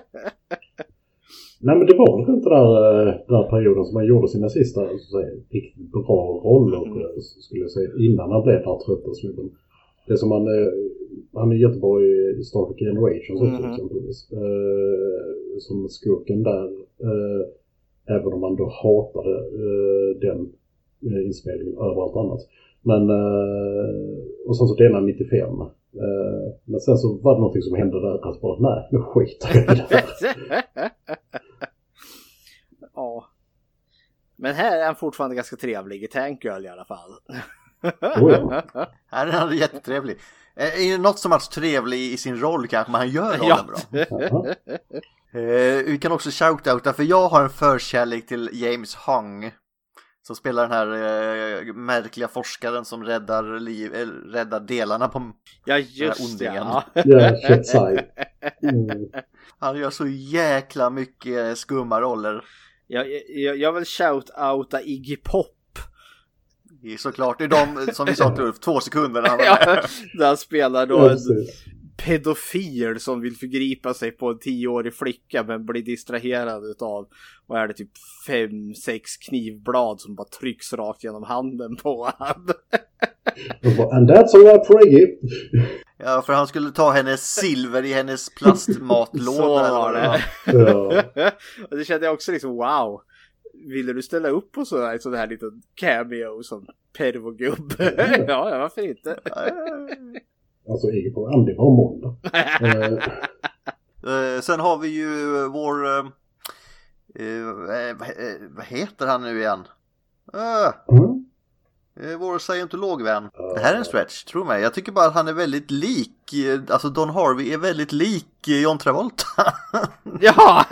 Nej men det var väl inte där, eh, den där perioden som han gjorde sina sista så att säga, riktigt bra roller Mm. skulle jag säga, innan han blev den här trötta snubben. Det som han, eh, han är jättebra i Star Trek Generations också Mhm. exempelvis. Eh, som skurken där, eh, även om man då hatade eh, den eh, inspelningen över allt annat. Men, eh, och sen så delade han nittiofem. Eh, men sen så var det någonting som hände där att bara, nej, nu skiter jag i det här. Ja. Men här är han fortfarande ganska trevlig i Tank Girl i alla fall. Oh ja. Han är jättetrevlig. Eh, Är något som är trevlig i sin roll kanske, men han gör rollen Ja. bra. Jaha. Eh, vi kan också shoutouta, för jag har en förkärlek till James Hong. Som spelar den här eh, märkliga forskaren som räddar, liv, eh, räddar delarna på... Ja, här just det. ondingen. Ja. Ja, Shetsai. Mm. Han gör så jäkla mycket skumma roller. Jag, jag, jag vill shout-outa Iggy Pop. Det är såklart, det är de som vi sa till Ulf, två sekunder när han var Ja, med. där han spelar då Ja, en precis. pedofil som vill förgripa sig på en tioårig flicka men blir distraherad utav, vad är det, typ fem, sex knivblad som bara trycks rakt genom handen på han. Och bara, and that's a wrap for Iggy. Ja, för han skulle ta hennes silver i hennes plastmatlåda. Så eller var vad det. Ja. Och det kände jag också liksom, wow. Ville du ställa upp på sådär, sån här liten cameo som pervogubbe? Ja, ja, varför inte? Alltså Iggy på Andy var måndag. Eh, Uh, sen har vi ju vår... Uh, uh, vad, uh, vad heter han nu igen? Uh, Mm. uh, vår scientologvän. Det här är en stretch, tror mig. Jag tycker bara att han är väldigt lik... Uh, alltså Don Harvey är väldigt lik uh, John Travolta. Ja!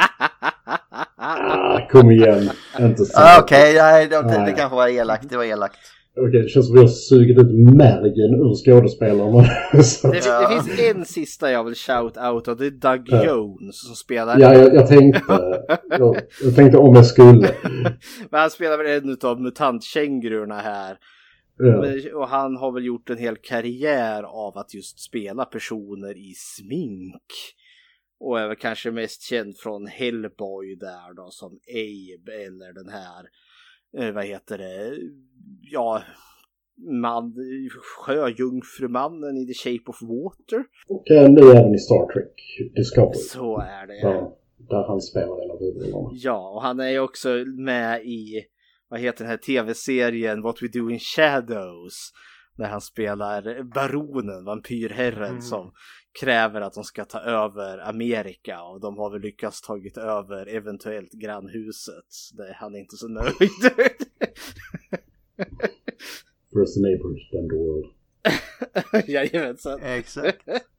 Ah, kom igen. Inte så. Ah, Okej, okay, det, det, det kanske var elakt. Det var elakt. Okej, okay, det känns som vi har sugit ut märgen ur skådespelarna. det, det finns en sista jag vill shout out och det är Doug ja. Jones som spelar. Ja, jag, jag tänkte jag, jag tänkte om jag skulle. Men han spelar väl en av mutantkängurorna här. Ja. Men, och han har väl gjort en hel karriär av att just spela personer i smink. Och är väl kanske mest känd från Hellboy där då, som Abe eller den här, eh, vad heter det, ja, man, sjöjungfrumannen i The Shape of Water. Och nu även i Star Trek Discovery. Så är det. Ja, där han spelar en av huvudrollerna. Ja, och han är ju också med i, vad heter den här tv-serien What We Do in Shadows. Där han spelar baronen, vampyrherren mm. som kräver att de ska ta över Amerika. Och de har väl lyckats tagit över eventuellt grannhuset. Där han är inte så nöjd. First the neighbors, then the world. Jajamensan. Exakt.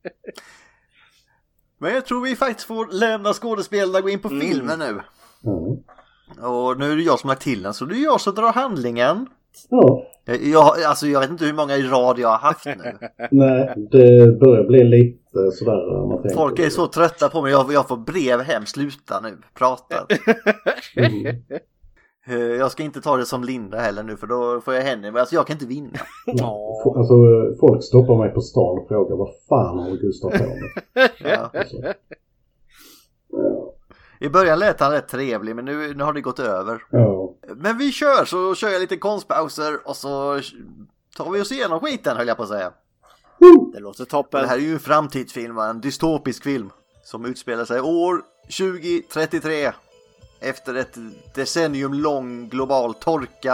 Men jag tror vi faktiskt får lämna skådespelarna och gå in på mm. filmen nu. Mm. Och nu är det jag som lagt till den, så det är jag som drar handlingen. Ja. Jag, alltså jag vet inte hur många i rad jag har haft nu. Nej, det börjar bli lite sådär. Man Folk är så trötta på mig. Jag, jag får brev hem. Sluta nu. Prata. Mm. Jag ska inte ta det som Linda heller nu, för då får jag henne. Alltså jag kan inte vinna. Ja. Alltså folk stoppar mig på stan och frågar vad fan har Gustav på mig? Ja. Alltså. Ja. I början lät han rätt trevlig, men nu, nu har det gått över. Ja. Men vi kör, så kör jag lite konstpauser och så tar vi oss igenom skiten, höll jag på att säga. Det låter toppen. Det här är ju en framtidsfilm, en dystopisk film som utspelar sig år tjugo trettiotre efter ett decennium lång global torka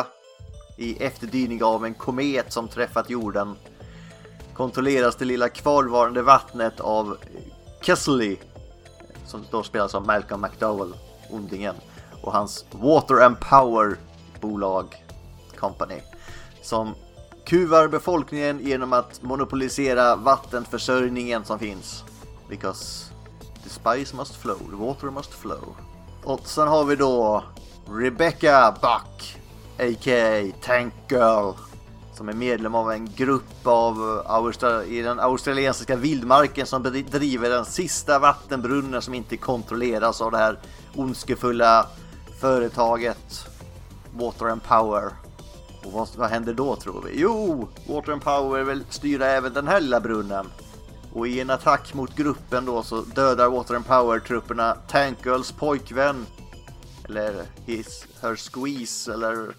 i efterdyning av en komet som träffat jorden. Kontrolleras det lilla kvarvarande vattnet av Kessler, som då spelas av Malcolm McDowell, ondingen, och hans Water and Power bolag Company, som kuvar befolkningen genom att monopolisera vattenförsörjningen som finns. Because the spice must flow, the water must flow. Och sen har vi då Rebecca Buck, a k a. Tank Girl, som är medlem av en grupp av Austra- i den australiensiska vildmarken som driver den sista vattenbrunnen som inte kontrolleras av det här ondskefulla företaget Water and Power. Och vad, vad händer då, tror vi? Jo, Water and Power vill styra även den här lilla brunnen. Och i en attack mot gruppen då så dödar Water and Power-trupperna Tank Girls pojkvän, eller his, her squeeze, eller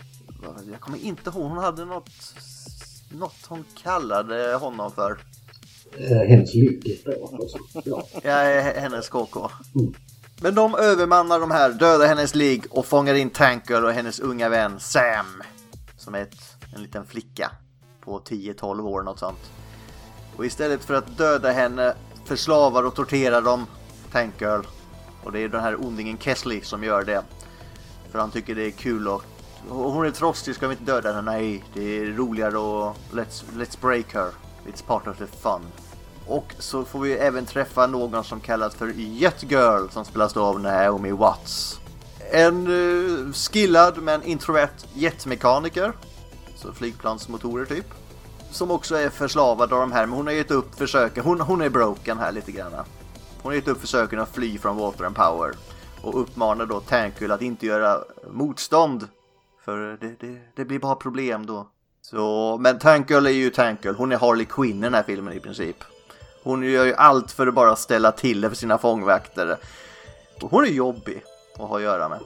jag kommer inte ihåg, hon hade något något hon kallade honom för. Eh, hennes ligg alltså. Ja. Ja, hennes K K. Mm. Men de övermannar de här, dödar hennes ligg och fångar in Tank Girl och hennes unga vän Sam, som är ett, en liten flicka på tio tolv år, något sånt. Och istället för att döda henne förslavar och torterar de Tank Girl. Och det är den här ondingen Kessler som gör det. För han tycker det är kul och, och hon är trotsig, ska vi inte döda henne? Nej, det är roligare och let's, let's break her. It's part of the fun. Och så får vi även träffa någon som kallas för Jet Girl, som spelas då av Naomi Watts. En uh, skillad men introvert jetmekaniker. Så flygplansmotorer typ. Som också är förslavad av de här, men hon har gett upp försöken. Hon, hon är broken här lite grann. Hon har gett upp försöken att fly från Water and Power. Och uppmanar då Tank Girl att inte göra motstånd. För det, det, det blir bara problem då. Så, men Tank Girl är ju Tank Girl. Hon är Harley Quinn i den här filmen i princip. Hon gör ju allt för att bara ställa till det för sina fångvakter. Hon är jobbig att ha att göra med.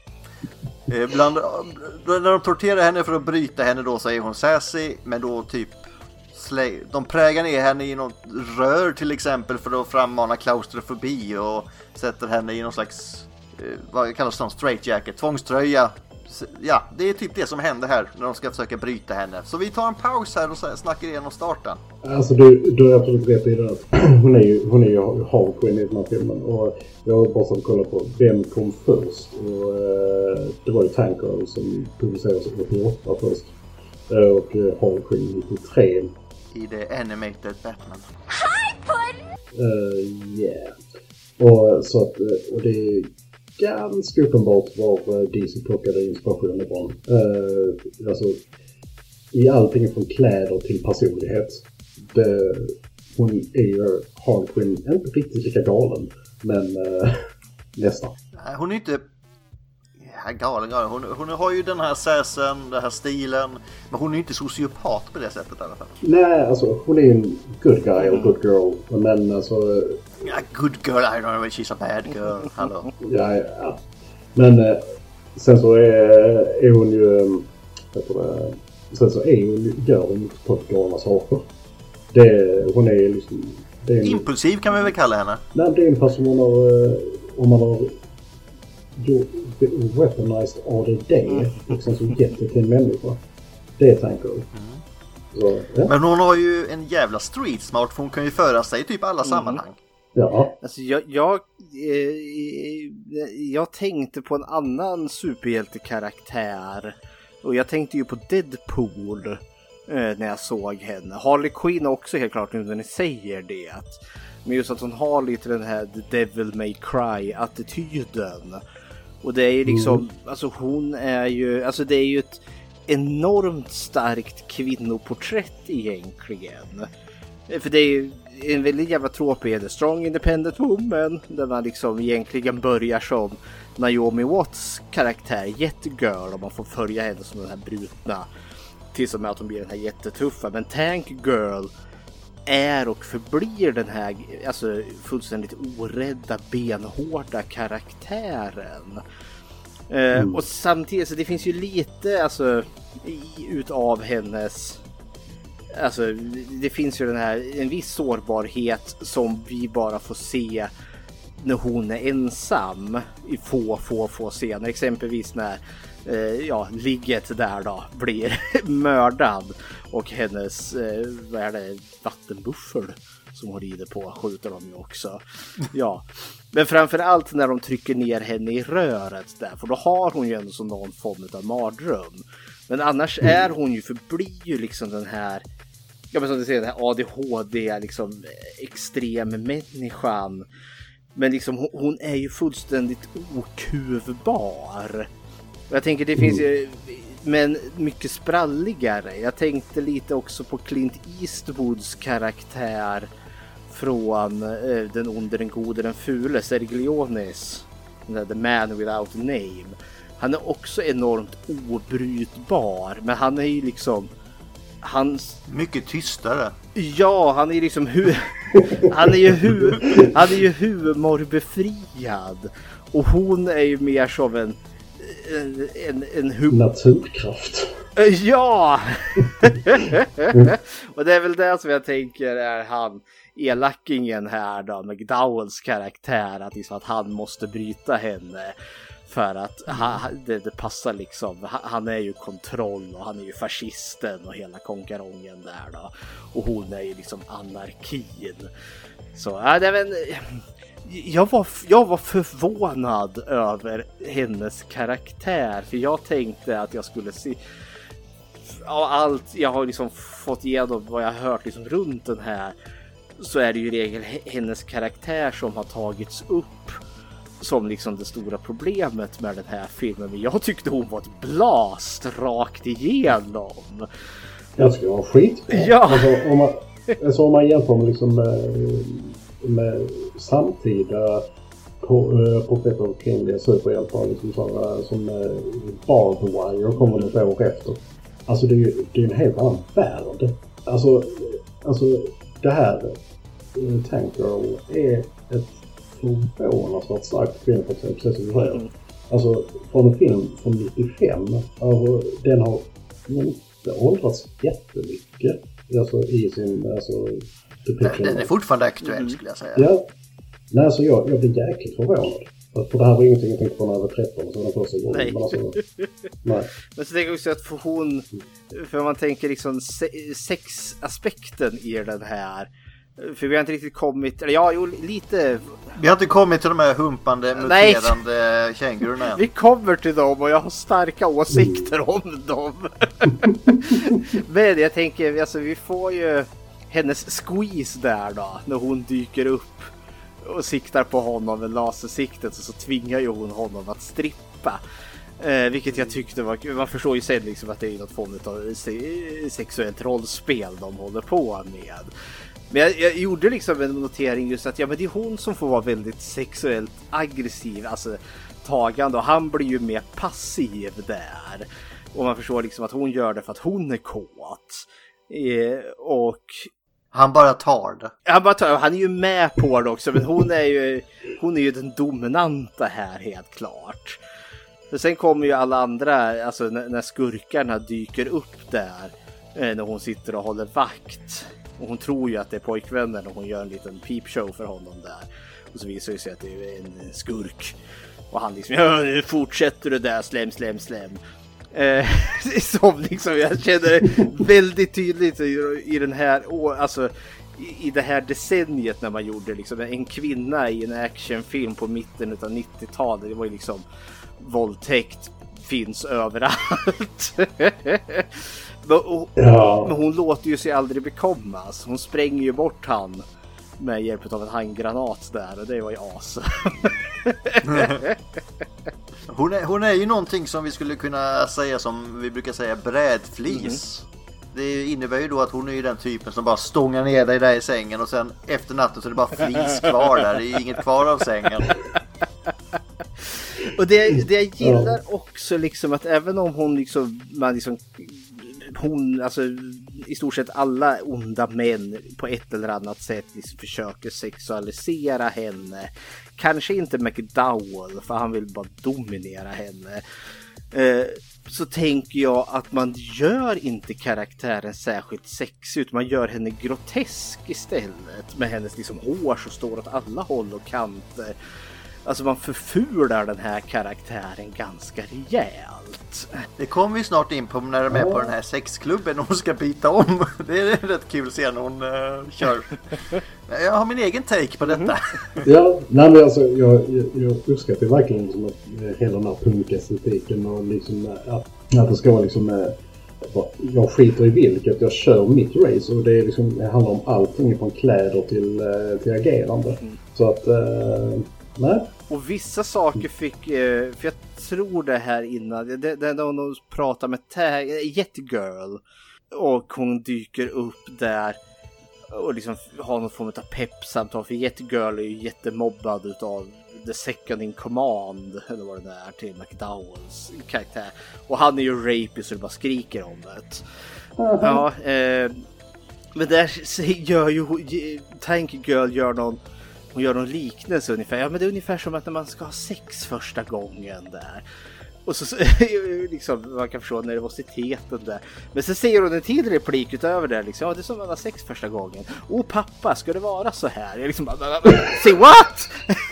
Bland, när de torterar henne för att bryta henne då så är hon sassy, men då typ slay, de prägar ner henne i något rör till exempel för att frammana klaustrofobi och sätter henne i någon slags eh, vad kallas det, straight jacket, tvångströja ja, det är typ det som händer här när de ska försöka bryta henne. Så vi tar en paus här och snackar igenom starten. Alltså du, du är absolut rätt i det att hon är ju, hon är ju Harley Quinn i den här filmen. Och jag har bara att kolla på vem kom först. Och eh, det var ju Tank Girl som publicerades åttioåtta först. Eh, och eh, Harley Quinn nittiotre. I det animated Batman. Hi, Puddin'! Uh, yeah. Och, så att, och det är ganska uppenbart var D C plockade inspirationen ifrån. Uh, alltså, i allting från kläder till personlighet. Det, hon är ju Harley Quinn, inte riktigt lika galen, men uh, nästan. Hon är inte ja, galen, galen. Hon, hon har ju den här säsen, den här stilen, men hon är ju inte sociopat på det sättet i alla fall. Nej, alltså hon är en good guy och good girl, men alltså... Ja, good girl, I don't know, she's a bad girl, hallå. Ja, ja. Men uh, sen så är, är hon ju... Um, det, sen så är hon, gör hon på galna saker. Det, hon är liksom... Det är en, impulsiv kan man väl kalla henne? Nej, det är en person man har... Om man har gjort weaponized A D D mm. liksom så gett till en människa. Det är Tank Girl. Mm. Så, ja. Men hon har ju en jävla street smart, för hon kan ju föra sig i typ alla mm. sammanhang. Ja. Alltså jag, jag, eh, jag tänkte på en annan superhjältekaraktär. Och jag tänkte ju på Deadpool eh, när jag såg henne. Harley Quinn också helt klart nu när ni säger det. Men just att hon har lite den här The Devil May Cry-attityden. Och det är ju liksom, mm. alltså hon är ju, alltså det är ju ett enormt starkt kvinnoporträtt egentligen. För det är ju en väldigt jävla tråkig, The Strong Independent Woman, där man liksom egentligen börjar som Naomi Watts karaktär, Jättegirl, om man får följa henne som den här brutna, tills och med att hon blir den här jättetuffa. Men Tank Girl är och förblir den här alltså fullständigt orädda, benhårda karaktären. Mm. Uh, och samtidigt så det finns ju lite alltså i, utav hennes, alltså det finns ju den här en viss sårbarhet som vi bara får se när hon är ensam i få få få scener, exempelvis när eh, ja, ligget där då blir mördad och hennes eh, vad är det, vattenbuffel som hon rider på skjuter de ju också. Ja. Men framförallt när de trycker ner henne i röret där, för då har hon ju ändå som någon form av mardröm. Men annars är hon ju, förblir ju liksom den här, ja men som du säger, den här A D H D liksom extrem människan. Men liksom hon, hon är ju fullständigt okuvbar. Jag tänker det finns ju, men mycket spralligare. Jag tänkte lite också på Clint Eastwoods karaktär från eh, Den onde, den gode, den fule, Sergio Leones, The Man Without a Name. Han är också enormt obrytbar, men han är ju liksom hans... mycket tystare. Ja, han är liksom hu... han är ju hu... han är ju humorbefriad. Och hon är ju mer som en en, en, en hum... naturkraft. Ja! Och det är väl det som jag tänker är han elakingen här då, McDowells karaktär, att, liksom att han måste bryta henne för att han, det, det passar liksom, han är ju kontroll och han är ju fascisten och hela konkarongen där då, och hon är ju liksom anarkin. Så ja, det men jag var, jag var förvånad över hennes karaktär, för jag tänkte att jag skulle se ja, allt jag har liksom fått igenom vad jag har hört liksom runt den här, så är det ju i regel hennes karaktär som har tagits upp som liksom det stora problemet med den här filmen. Men jag tyckte hon var ett blast rakt igenom. Jag skulle vara skitbra. Ja. Alltså, om man, alltså, om man jämför med, liksom, med, med samtida porträtt av kvinnliga superhjältar liksom, sådana, som Barbed Wire kommer något år efter. Alltså det är ju det är en helt annan värld. Alltså, alltså det här Tank Girl är ett förvånansvärt starkt kvinnoporträtt, precis som du säger. Mm. Alltså från en film från nittiofem, alltså, den har inte åldrats jättemycket alltså, i sin alltså, depiction. Den är fortfarande aktuell mm. skulle jag säga. Ja, Nej, alltså jag, jag blir jäkligt förvånad. För det här var ingenting jag tänkte på när jag var tretton. Så den första gången. Nej. Men, alltså, nej. Men så tänker jag också att för hon... För man tänker liksom se, sexaspekten i den här... För vi har inte riktigt kommit... Eller ja, jo, lite... Vi har inte kommit till de här humpande, muterande kängurorna än. Vi kommer till dem och jag har starka åsikter om dem. Men jag tänker, alltså vi får ju hennes squeeze där då. När hon dyker upp och siktar på honom med lasersiktet. Så tvingar ju hon honom att strippa. Eh, vilket jag tyckte var... Man förstår ju sen liksom att det är något form av sexuellt rollspel de håller på med. Men jag, jag gjorde liksom en notering just att ja, men det är hon som får vara väldigt sexuellt aggressiv, alltså tagande, och han blir ju mer passiv där. Och man förstår liksom att hon gör det för att hon är kåt. Eh, och han bara tar det. Han, bara tar, han är ju med på det också, men hon är ju, hon är ju den dominanta här helt klart. Och sen kommer ju alla andra, alltså när, när skurkarna dyker upp där, eh, när hon sitter och håller vakt. Och hon tror ju att det är pojkvännen och hon gör en liten peepshow för honom där. Och så visar det sig att det är en skurk. Och han liksom, ja, nu fortsätter du där, slem, slem, slem. Eh, som liksom, jag känner väldigt tydligt i, i den här, alltså i, i det här decenniet när man gjorde liksom en kvinna i en actionfilm på mitten av nittiotalet. Det var ju liksom, våldtäkt finns överallt. Men, och, ja. men hon låter ju sig aldrig bekommas. Hon spränger ju bort han med hjälp av en handgranat där, och det var ju as. hon, är, hon är ju någonting som vi skulle kunna säga, som vi brukar säga, brädflis. Mm. Det innebär ju då att hon är ju den typen som bara stångar ner dig där i sängen och sen efter natten så är det bara flis kvar där. Det är inget kvar av sängen. Och det, det jag gillar också liksom att även om hon liksom, man liksom hon, alltså i stort sett alla onda män på ett eller annat sätt liksom försöker sexualisera henne. Kanske inte McDowell, för han vill bara dominera henne. Eh, så tänker jag att man gör inte karaktären särskilt sexig, utan man gör henne grotesk istället. Med hennes liksom hår som står åt alla håll och kanter. Alltså man förfular den här karaktären ganska rejält. Det kommer vi snart in på när de är på den här sexklubben och hon ska byta om. Det är rätt kul att se när hon uh, kör. Jag har min egen take på detta. Mm. Ja, nej men alltså jag, jag, jag uppskattar verkligen liksom att hela den här punkestetiken och liksom att, att det ska vara liksom jag skiter i vilket, jag kör mitt race, och det, är liksom, det handlar om allting från kläder till, till agerande. Mm. Så att uh, nej. Och vissa saker fick, för jag tror det här innan, det, det är när hon pratar med tag, Jetgirl, och hon dyker upp där och liksom har någon form av peppsamtal, för Jetgirl är ju jättemobbad utav the second in command, eller vad det är, till McDowells karaktär. Och han är ju rapey så det bara skriker om det. Mm-hmm. Ja, eh, men där gör ju Tank Girl gör någon Hon gör någon liknelse ungefär. Ja, men det är ungefär som att när man ska ha sex första gången där. Och så liksom, man kan förstå nervositeten där. Men så säger hon en till replik utöver det liksom. Ja, det är som att man har sex första gången. Åh pappa, ska det vara så här? Jag liksom bara, say what?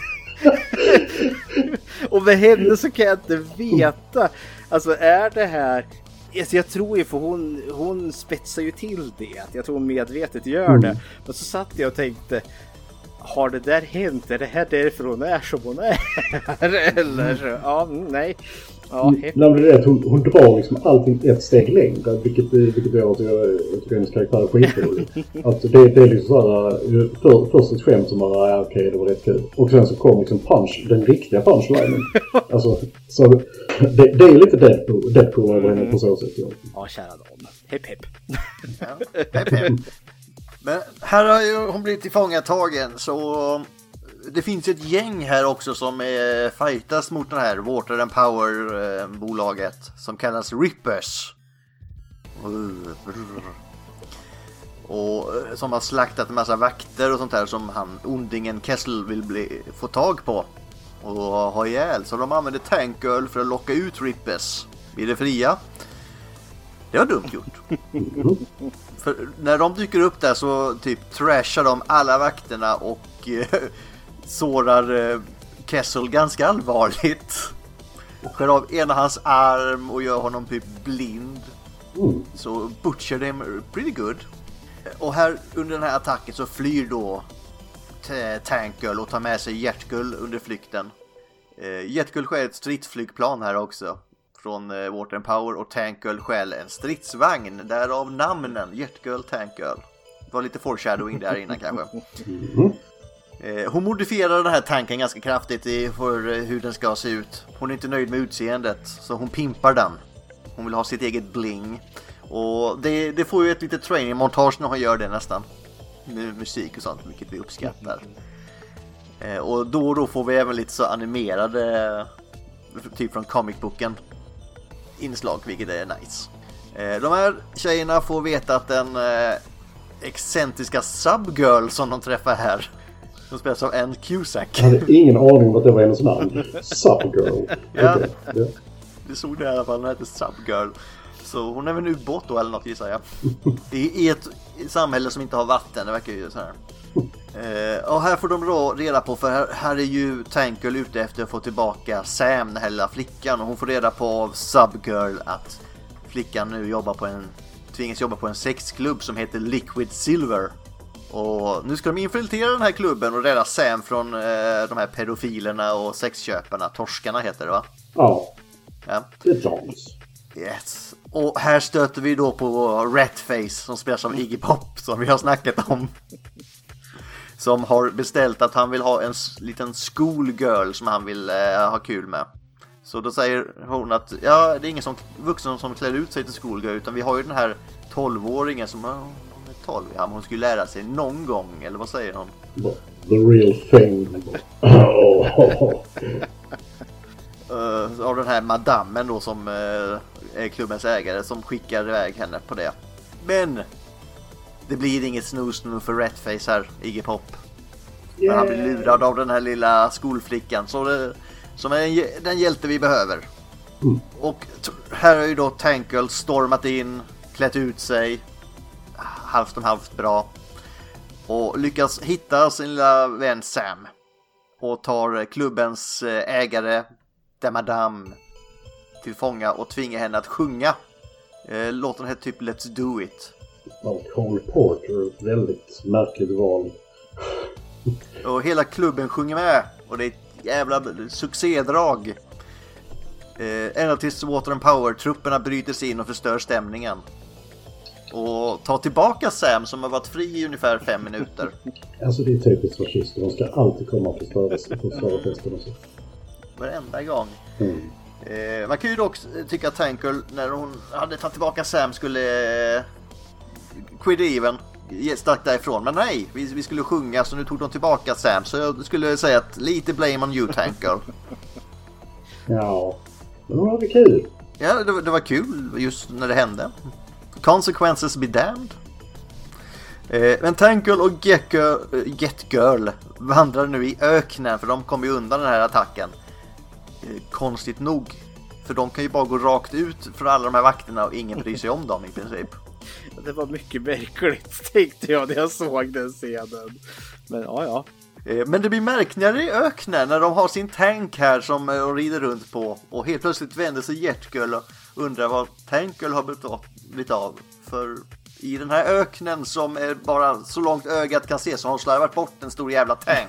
Och med henne så kan jag inte veta. Alltså är det här... Alltså jag tror ju, för hon, hon spetsar ju till det. Jag tror hon medvetet gör det. Men så satt jag och tänkte... Har det där hänt? Är det här därför hon är som hon är? Eller så? Ja, nej. Ja, nej, det är att hon, hon drar liksom allting ett steg längre. Vilket, vilket gör att jag, jag tycker hennes karaktär är skitrolig. Att det, det är liksom såhär... För, först ett skämt som bara, ja, okej, det var rätt kul. Och sen så kom liksom punch, den riktiga punchlinen. Alltså, så det, det är lite Deadpool, Deadpool över henne på så sätt. Ja, ja kära dam. Hepp, hepp. Ja, hepp, hepp. Men här har ju hon blivit tillfångatagen, så det finns ett gäng här också som är fightas mot den här Water and Power-bolaget som kallas Rippers. Och som har slaktat en massa vakter och sånt här som han, ondingen Kessel, vill bli, få tag på och ha ihjäl. Så de använder Tank Girl för att locka ut Rippers. Blir det fria? Det var dumt gjort. För när de dyker upp där så typ trashar de alla vakterna och eh, sårar eh, Kessel ganska allvarligt. Skär av ena hans arm och gör honom typ blind. Mm. Så butcher them pretty good. Och här under den här attacken så flyr då t- Tank Girl och tar med sig Jetgirl under flykten. Eh, Jetgirl stjäl ett stridsflygplan här också från eh, Water and Power, och Tank Girl stjäl en stridsvagn, därav namnen Jetgirl, Tank Girl. Det var lite foreshadowing där innan kanske. Mm. Eh, hon modifierar den här tanken ganska kraftigt i, för eh, hur den ska se ut. Hon är inte nöjd med utseendet, så hon pimpar den. Hon vill ha sitt eget bling. Och det, det får ju ett litet training-montage när hon gör det nästan. Med musik och sånt, vilket vi uppskattar. Eh, och då och då får vi även lite så animerade, typ från comicboken, inslag, vilket är nice. Eh, de här tjejerna får veta att den eh, excentriska Subgirl som de träffar här, som spelas av Ann Cusack. Jag hade ingen aning om att det var hennes namn. Subgirl. Ja. Okay. Ja. Det såg det i alla fall, hon heter Subgirl. Så hon är väl en ubåt då eller något, gissar jag. I ett samhälle som inte har vatten, det verkar ju så här. Eh, och här får de då reda på, för här, här är ju Tank Girl ute efter att få tillbaka Sam, den här lilla flickan. Och hon får reda på av Subgirl att flickan nu jobbar på en, tvingas jobba på en sexklubb som heter Liquid Silver. Och nu ska de infiltrera den här klubben och rädda Sam från eh, de här pedofilerna och sexköparna. Torskarna heter det, va? Ja. Ja. Det är Jones. Yes. Och här stöter vi då på Ratface som spelas av Iggy Pop, som vi har snackat om. Som har beställt att han vill ha en s- liten schoolgirl som han vill eh, ha kul med. Så då säger hon att ja, det är ingen som, vuxen som klär ut sig till schoolgirl, utan vi har ju den här tolvåringen som ja, hon är tolv, ja, men hon skulle lära sig någon gång, eller vad säger hon? The real thing. Oh. Uh, av den här madammen då som uh, är klubbens ägare, som skickar iväg henne på det. Men det blir inget snus nu för Ratface här, Iggy Pop. Men han blir lurad av den här lilla skolflickan, så det, som är en, den hjälte vi behöver. Mm. Och t- här har ju då Tank Girl stormat in, klätt ut sig halvt om halvt bra, och lyckas hitta sin lilla vän Sam och tar klubbens ägare The Madame till fånga och tvingar henne att sjunga. Eh, låten heter typ Let's Do It. Ja, Cole Porter, ett väldigt märkligt val. Och hela klubben sjunger med. Och det är ett jävla succédrag. Eh, ända tills Water and Power-trupperna bryter sig in och förstör stämningen. Och tar tillbaka Sam som har varit fri i ungefär fem minuter. Alltså det är typiskt fascister. De ska alltid komma och förstöra, förstöra festen och så. Varenda gång. Mm. Eh, man kan ju dock tycka att Tank Girl, när hon hade tagit tillbaka Sam, skulle eh, quit even, stack därifrån. Men nej, vi, vi skulle sjunga, så nu tog de tillbaka Sam. Så jag skulle säga att lite blame on you, Tank Girl. Ja, men det var det kul. Ja, det, det var kul just när det hände. Consequences be damned. Eh, men Tank Girl och Get Girl, Get Girl vandrar nu i öknen, för de kommer ju undan den här attacken. Eh, konstigt nog. För de kan ju bara gå rakt ut från alla de här vakterna och ingen bryr sig om dem i princip. Det var mycket märkligt, tänkte jag när jag såg den scenen. Men ja, ja. Eh, men det blir märkligare i öknen när de har sin tank här som eh, de rider runt på. Och helt plötsligt vänder sig Jetgirl och undrar vad Tank Girl har blivit av. För i den här öknen som är bara så långt ögat kan se så har hon slarvat bort en stor jävla tank.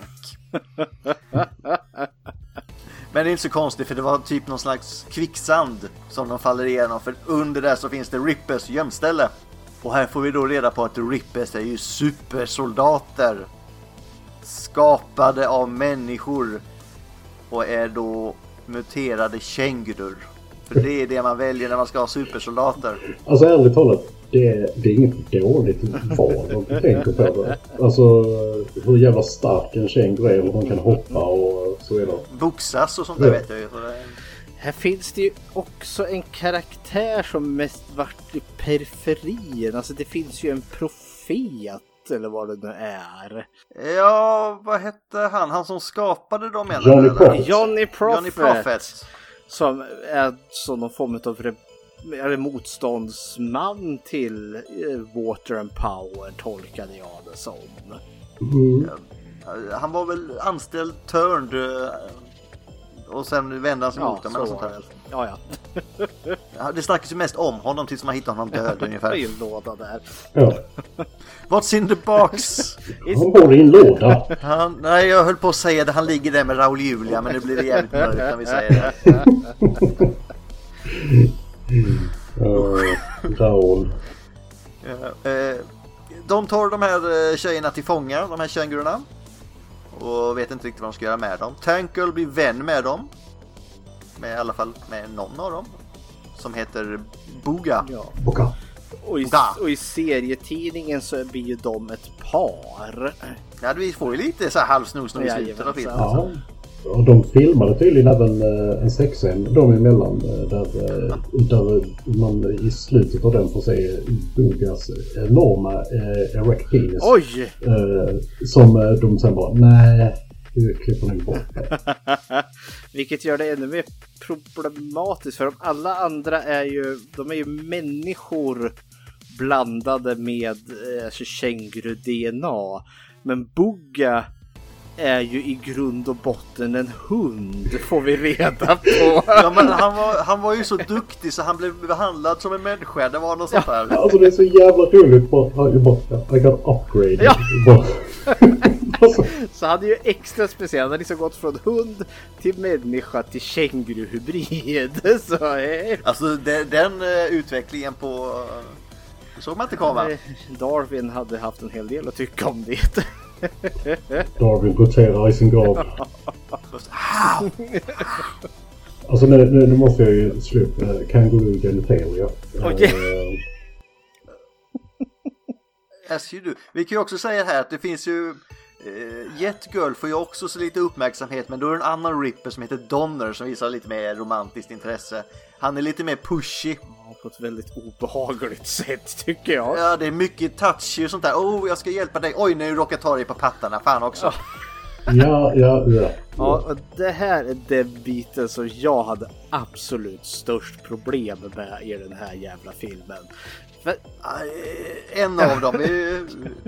Men det är inte så konstigt, för det var typ någon slags kvicksand som de faller igenom. För under där så finns det Rippers gömställe. Och här får vi då reda på att Rippers är ju supersoldater. Skapade av människor. Och är då muterade kängurur. För det är det man väljer när man ska ha supersoldater. Alltså ärligt talat, det, det är inget dåligt val om du tänker på det. Alltså hur jävla stark en känguru är och hon kan hoppa och så vidare. Boxas och sånt där, ja. Vet jag ju. Här finns det ju också en karaktär som mest varit i periferin. Alltså det finns ju en profet, eller vad det nu är. Ja, vad hette han? Han som skapade dem, menar Johnny Prophet. Johnny Prophet. Johnny Prophet. Som är som någon form av re- eller motståndsman till Water and Power, tolkade jag det som. Mm. Han var väl anställd turned och sen vände han sig mot dem eller sånt där. Ja, ja. Det snackas ju mest om honom tills man hittar honom död ungefär. Det är ju en låda där. Ja. What's in the box? Han bor i en låda. Han, nej, jag höll på att säga det. Han ligger där med Raul Julia, men nu blir det jävligt mörkt när vi säger det. uh, Raul. Ja, eh, de tar de här tjejerna till fånga, de här kängurorna. Och vet inte riktigt vad de ska göra med dem. Tank Girl blir vän med dem. Med i alla fall med någon av dem. Som heter Booga. Ja. Boka. Och i, och i serietidningen så blir ju de ett par. Ja, vi får ju lite så här halvsnosnor i slutet av filmen. Ja. Och de filmade tydligen även en sexscen de emellan där, där man i slutet av den får se Boogas enorma eh, erect penis. Oj! Eh, som de sen bara, nej, du klipper nog bort det. Vilket gör det ännu mer problematiskt för de alla andra är ju, de är ju människor blandade med alltså, känguru-D N A. Men Booga är ju i grund och botten en hund, får vi reda på. Ja, men han var, han var ju så duktig så han blev behandlad som en människa. Det var något sånt där. Ja, alltså det är så jävla roligt. Bara, I got upgraded. Ja. Bara. Så han är ju extra speciell. Han har liksom gått från hund till människa till känguru-hybrid. Så, eh. Alltså den, den uh, utvecklingen på... Uh, såg man inte komma. Darwin hade haft en hel del att tycka om det. Darwin roterar i sin grav. Alltså nu, nu, nu måste jag ju sluta uh, Kangaroo genitalia. Okej. Uh, As you do. Vi kan ju också säga här att det finns ju uh, Jet Girl får ju också så lite uppmärksamhet, men då är det en annan Ripper som heter Donner som visar lite mer romantiskt intresse. Han är lite mer pushy. På ett väldigt obehagligt sätt tycker jag. Ja, det är mycket touchy och sånt där. Oh, jag ska hjälpa dig. Oj, nu råkar jag ta dig på pattarna. Fan också. Ja, ja, ja. Ja, och det här är den biten som jag hade absolut störst problem med i den här jävla filmen. För... En av dem. Vi,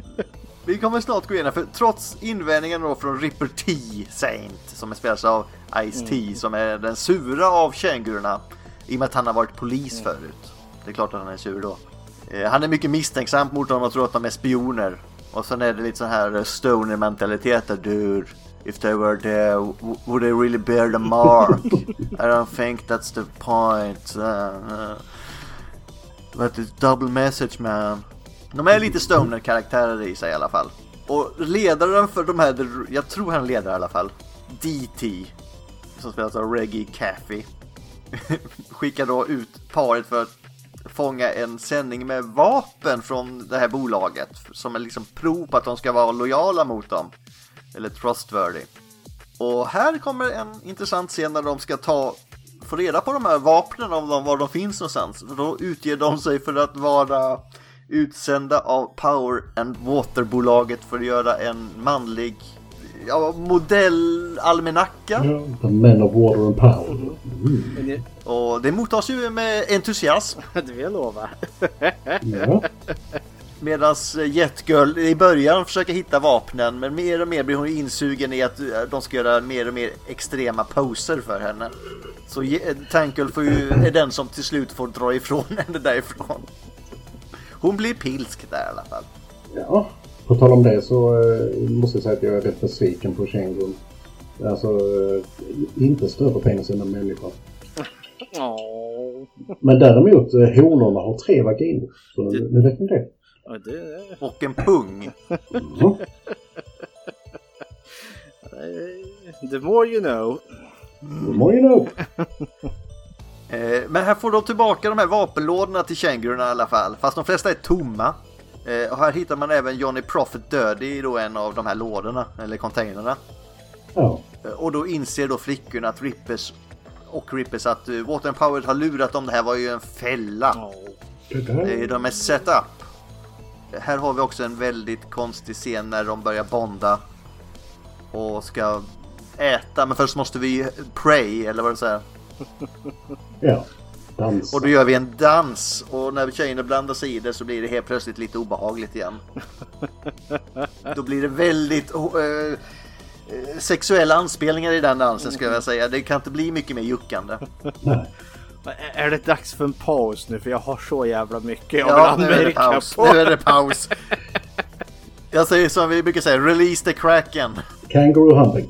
vi kommer snart gå igenom. För trots invändningen då från Ripper T. Saint, som är spelas av Ice-T, mm. som är den sura av kängurorna. I och med att han har varit polis mm. förut. Det är klart att han är sur då. Eh, han är mycket misstänksam mot dem och tror att de är spioner. Och sen är det lite så här stoner-mentaliteter. Dude, if they were there, would they really bear the mark? I don't think that's the point. Uh, uh. But it's double message, man. De är lite stoner-karaktärer i sig i alla fall. Och ledaren för de här, jag tror han leder i alla fall, D T, som spelas av Reggie Caffey, skickar då ut paret för att fånga en sändning med vapen från det här bolaget som är liksom prov på att de ska vara lojala mot dem, eller trustworthy. Och här kommer en intressant scen när de ska ta få reda på de här vapnen, om de, var de finns någonstans. Då utger de sig för att vara utsända av Power and Water-bolaget för att göra en manlig ja, modellalmanacka. Ja, the Men of Water and Power. Mm. Och det mottas ju med entusiasm. Det vill jag lova. Ja. Medan Jet Girl i början försöker hitta vapnen, men mer och mer blir hon insugen i att de ska göra mer och mer extrema poser för henne. Så Tank Girl får ju, är den som till slut får dra ifrån henne därifrån. Hon blir pilsk där i alla fall. Ja, på tal om det så äh, måste jag säga att jag är rätt besviken på Kängurun. Alltså, äh, inte större penis än en människa. Oh. Men däremot, äh, honorna har tre vaginer. Så det... nu vet ni det. Ja, det... Och en pung. Mm. The more you know. The more you know. Men här får de tillbaka de här vapenlådorna till kängurorna i alla fall. Fast de flesta är tomma. Och här hittar man även Johnny Prophet död i då en av de här lådorna, eller containerna. Ja. Och då inser då flickorna att Rippers och Rippers att Water and Power har lurat dem. Det här var ju en fälla. Oh. De är set up. Här har vi också en väldigt konstig scen när de börjar bonda och ska äta, men först måste vi pray, eller vad du säger. Ja. Dans. Och då gör vi en dans. Och när tjejerna blandar sig i det så blir det helt plötsligt lite obehagligt igen. Då blir det väldigt uh, sexuella anspelningar i den dansen, skulle jag säga. Det kan inte bli mycket mer juckande. Nej. Är det dags för en paus nu? För jag har så jävla mycket jag ja, vill nu är det paus. Nu är det paus. Jag säger som vi brukar säga, release the kraken. Kangaroo hunting.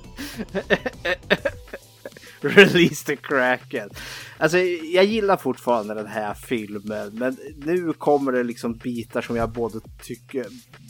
Release the kraken. Alltså jag gillar fortfarande den här filmen, men nu kommer det liksom bitar som jag både tycker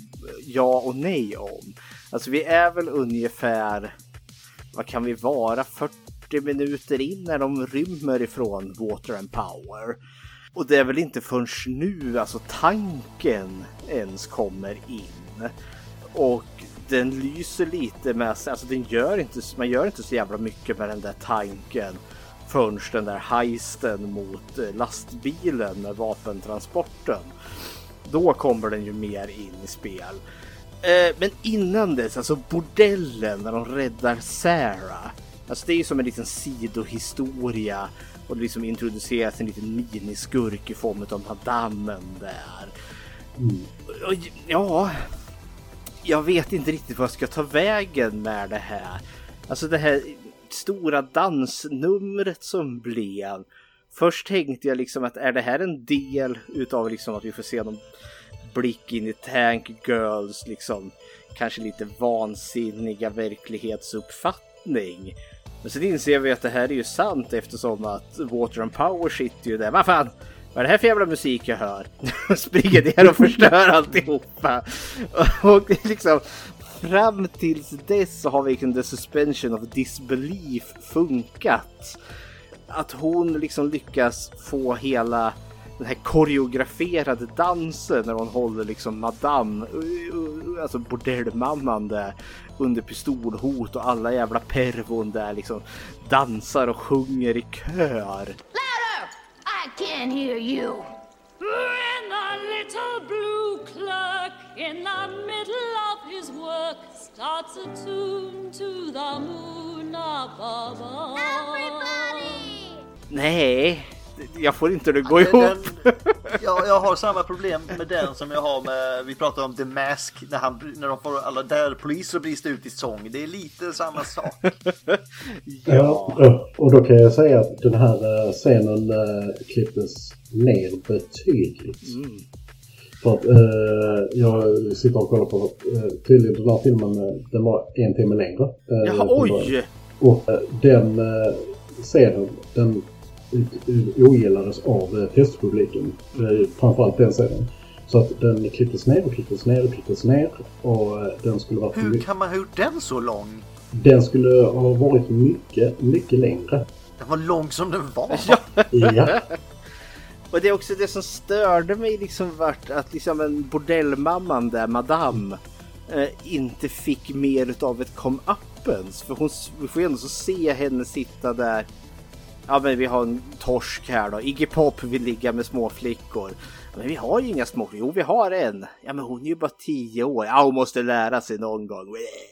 ja och nej om. Alltså vi är väl ungefär, vad kan vi vara, fyrtio minuter in när de rymmer ifrån Water and Power. Och det är väl inte förrän nu, alltså tanken ens kommer in. Och den lyser lite med sig, alltså den gör inte, man gör inte så jävla mycket med den där tanken förrän den där heisten mot lastbilen med vapentransporten. Då kommer den ju mer in i spel. Eh, men innan dess, alltså bordellen när de räddar Sarah. Alltså det är ju som en liten sidohistoria. Och det liksom introduceras en liten miniskurk i form av madammen där. Mm. Och, ja, jag vet inte riktigt vad jag ska ta vägen med det här. Alltså det här stora dansnumret som blev. Först tänkte jag liksom att är det här en del utav liksom att vi får se någon blick in i Tank Girls liksom kanske lite vansinniga verklighetsuppfattning. Men sen inser vi att det här är ju sant eftersom att Water and Power sitter ju där. Vad fan? Vad är det här för jävla musik jag hör? Springer ner och förstör alltihopa. Och liksom fram tills dess så har vi liksom the suspension of disbelief funkat. Att hon liksom lyckas få hela den här koreograferade dansen när hon håller liksom madame, alltså bordellmamman där under pistolhot och alla jävla pervon där liksom dansar och sjunger i kör. Louder! I can't hear you. When the little blue clerk in the middle of his work starts a tune to the moon above. Everybody! Nej, jag får inte det gå ihop. Den, jag, jag har samma problem med den som jag har med, vi pratar om The Mask, när, han, när de får alla där poliser brister ut i sång. Det är lite samma sak. Ja. Ja, och då kan jag säga att den här scenen äh, klipptes ner betydligt. Mm. För att äh, jag sitter och kollar på äh, tydligen den här filmen, den var en timme längre. Äh, Jaha, oj! Och äh, den äh, scenen, den ogillades av testpubliken, framförallt den scenen. Så att den klipptes ner och klipptes ner och klipptes ner och den skulle vara... Hur kan man ha gjort den så lång? Den skulle ha varit mycket, mycket längre. Den var lång som den var. Ja. Ja. Och det är också det som störde mig liksom vart att liksom en bordellmamman där, madame, eh, inte fick mer utav ett come-uppens. För hon, vi får ju ändå så se henne sitta där. Ja, men vi har en torsk här då. Iggy Pop vill ligga med små flickor. Men vi har ju inga små flickor. Jo, vi har en. Ja, men hon är ju bara tio år. Ja, hon måste lära sig någon gång.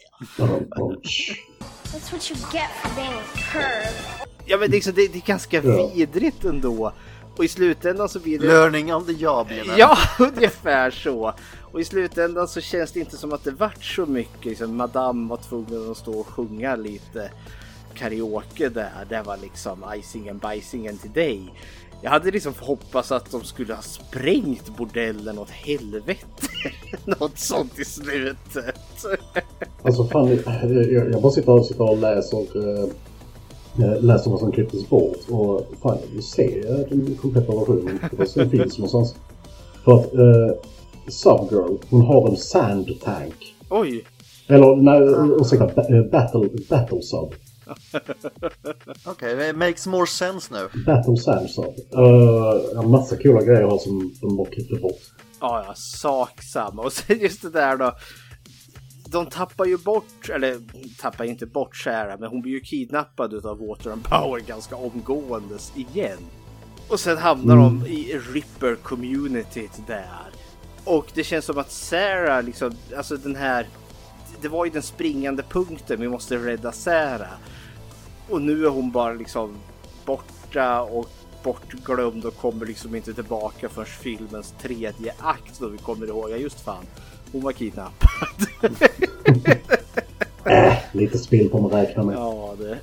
That's what you get for being a curve. Ja, men det är, liksom, det, det är ganska vidrigt ändå. Och i slutändan så blir det... Learning on the job, Lena. Ja, ungefär så. Och i slutändan så känns det inte som att det vart så mycket. Liksom, madame var tvungen att stå och sjunga lite karaoke där. Det var liksom icingen bajsingen till dig. Jag hade liksom hoppats att de skulle ha sprängt bordellen åt helvete. Något sånt i slutet. Alltså fan, jag, jag bara sitter och, sitter och läser, äh, läser vad som klipptes bort. Och fan, vi ser den kompletta versionen. Det finns någonstans. För att äh, Subgirl, hon har en sand tank. Oj. Eller, nej, ursäkta, battle, battle sub. Okej, okay, it makes more sense nu. Battle Sand sub. Uh, en massa coola grejer här som de bara klippte bort. Ja, ja, sak samma. Och sen just det där då. De tappar ju bort, eller tappar inte bort Sarah, men hon blir ju kidnappad utav Water and Power ganska omgående igen. Och sen hamnar mm. de i Ripper-communityt där. Och det känns som att Sarah liksom, alltså den här, det var ju den springande punkten, vi måste rädda Sarah. Och nu är hon bara liksom borta och bortglömd och kommer liksom inte tillbaka förrän filmens tredje akt då vi kommer ihåg. Ja just fan, hon var kidnappad. äh, lite spill på man räknar med. Ja, det.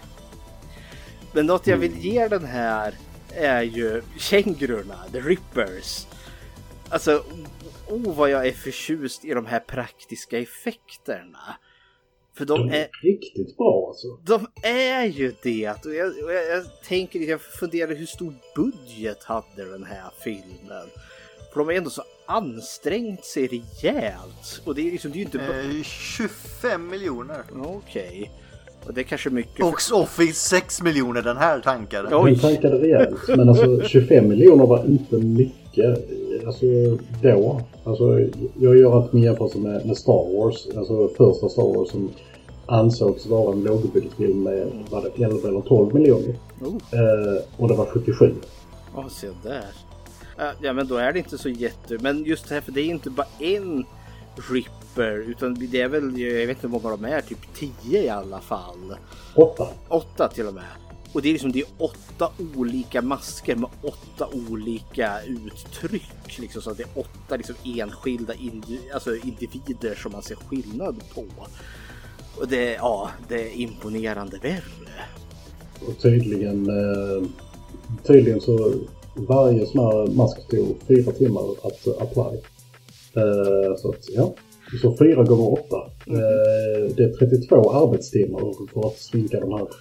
Men något jag vill ge den här är ju kängurorna, The Rippers. Alltså, oh vad jag är förtjust i de här praktiska effekterna. För de, de är, är riktigt bra alltså. De är ju det. Och jag, och jag, jag tänker, jag funderar hur stor budget hade den här filmen. För de har ändå så ansträngt sig rejält. Och det är liksom, det är ju inte... Eh, tjugofem miljoner. Okej. Okay. Och det är kanske mycket... Box Office sex miljoner den här tankade. Den tankade rejält. Men alltså tjugofem miljoner var inte mycket. Alltså då. Alltså jag gör att min jämförelse med, med Star Wars. Alltså första Star Wars som ansågs vara en lågbudgetfilm med var det elva eller tolv miljoner. Oh. Eh, och det var sjuttiosju. Ja, oh, se där. Ja, men då är det inte så jätte... Men just det här, för det är inte bara en Ripper, utan det är väl, jag vet inte hur många de är, typ tio i alla fall. Åtta. Åtta till och med. Och det är liksom, det är åtta olika masker med åtta olika uttryck. Liksom, så att det är åtta liksom enskilda indi- alltså individer som man ser skillnad på. Och det, ja, det är imponerande värre. Och tydligen, eh, tydligen så varje sån här mask tog fyra timmar att apply. Eh, så att, ja. Så fyra gånger åtta. Mm. Eh, det är trettiotvå arbetstimmar för att sminka de här.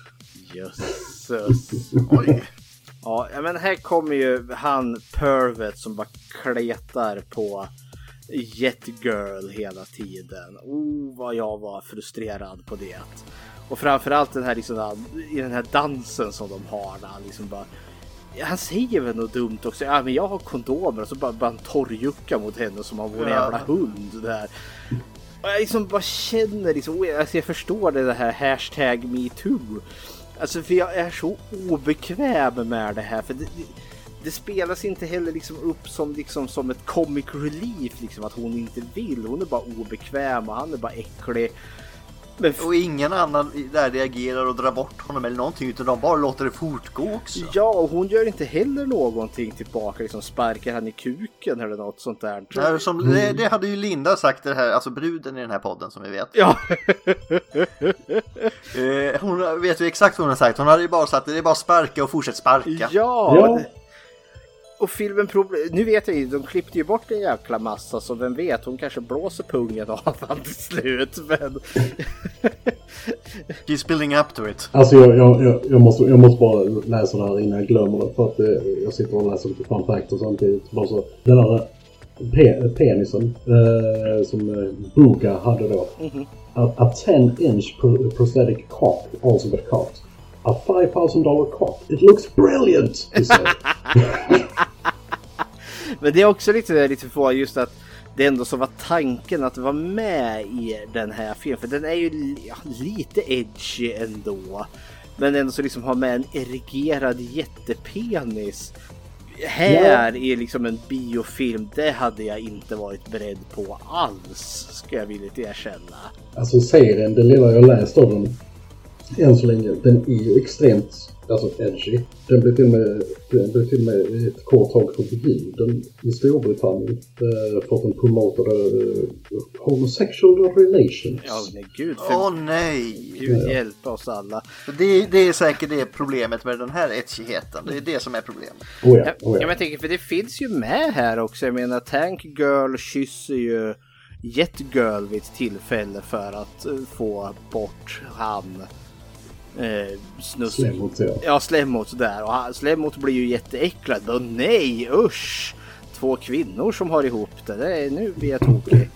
Jösses. Oj. Ja, men här kommer ju han Pervet som bara kletar på Jet Girl hela tiden. Oh, vad jag var frustrerad på det. Och framförallt den här, liksom, i den här dansen som de har där han liksom bara... Han säger väl något dumt också. Ja, men jag har kondomer. Och så bara, bara en torrjucka mot henne som har vår ja. jävla hund där. Och jag liksom bara känner liksom, alltså jag förstår det, det här hashtag MeToo. Alltså för jag är så obekväm med det här. För det, det, det spelas inte heller liksom upp som, liksom, som ett comic relief. Liksom, att hon inte vill. Hon är bara obekväm och han är bara äcklig. Men f- och ingen annan där reagerar och drar bort honom eller någonting, utan de bara låter det fortgå också. Ja, och hon gör inte heller någonting tillbaka, liksom sparkar han i kuken eller något sånt där. Nej, som, mm. det, det hade ju Linda sagt, det här, alltså bruden i den här podden som vi vet. Ja. eh, hon vet ju exakt vad hon har sagt. Hon hade ju bara sagt, det är bara sparka och fortsätt sparka. Ja, ja. Det... Och filmen problem... Nu vet jag ju, de klippte ju bort en jäkla massa, så vem vet, hon kanske blåser pungen av han till slut, men... She's building up to it. Alltså jag, jag, jag, måste, jag måste bara läsa det här innan jag glömmer det, för att eh, jag sitter och läser lite fun facts och samtidigt. Bara så, den här pe- penisen eh, som eh, Buga hade då. Mm-hmm. A, a ten inch pro- prosthetic cock also got caught. A five thousand dollar cock. It looks brilliant, he said. Men det är också lite, lite för just att det ändå så var tanken att vara med i den här filmen. För den är ju ja, lite edgy ändå. Men ändå så liksom ha med en erigerad jättepenis. Här ja. Är liksom en biofilm. Det hade jag inte varit beredd på alls, ska jag vilja erkänna. Alltså serien, den lilla jag läst av den än så länge, den är ju extremt alltså edgy. Den blev till och med, den blev till och med ett kort tag förbjuden i Storbritannien eh, för att den promotade eh, homosexual relations. Ja, nej gud. Åh oh, nej! Gud ja. Hjälpa oss alla. Det, det är säkert det problemet med den här edgigheten. Det är det som är problemet. Oh ja, oh ja. Ja, men jag tänker, för det finns ju med här också. Jag menar, Tank Girl kysser ju Jet Girl vid ett tillfälle för att uh, få bort han Eh, Slemmot, ja. Ja, Slemmot sådär. Och han, Slemmot blir ju jätteäcklad. Och nej, usch! Två kvinnor som har ihop det. det är, nu blir jag tokig.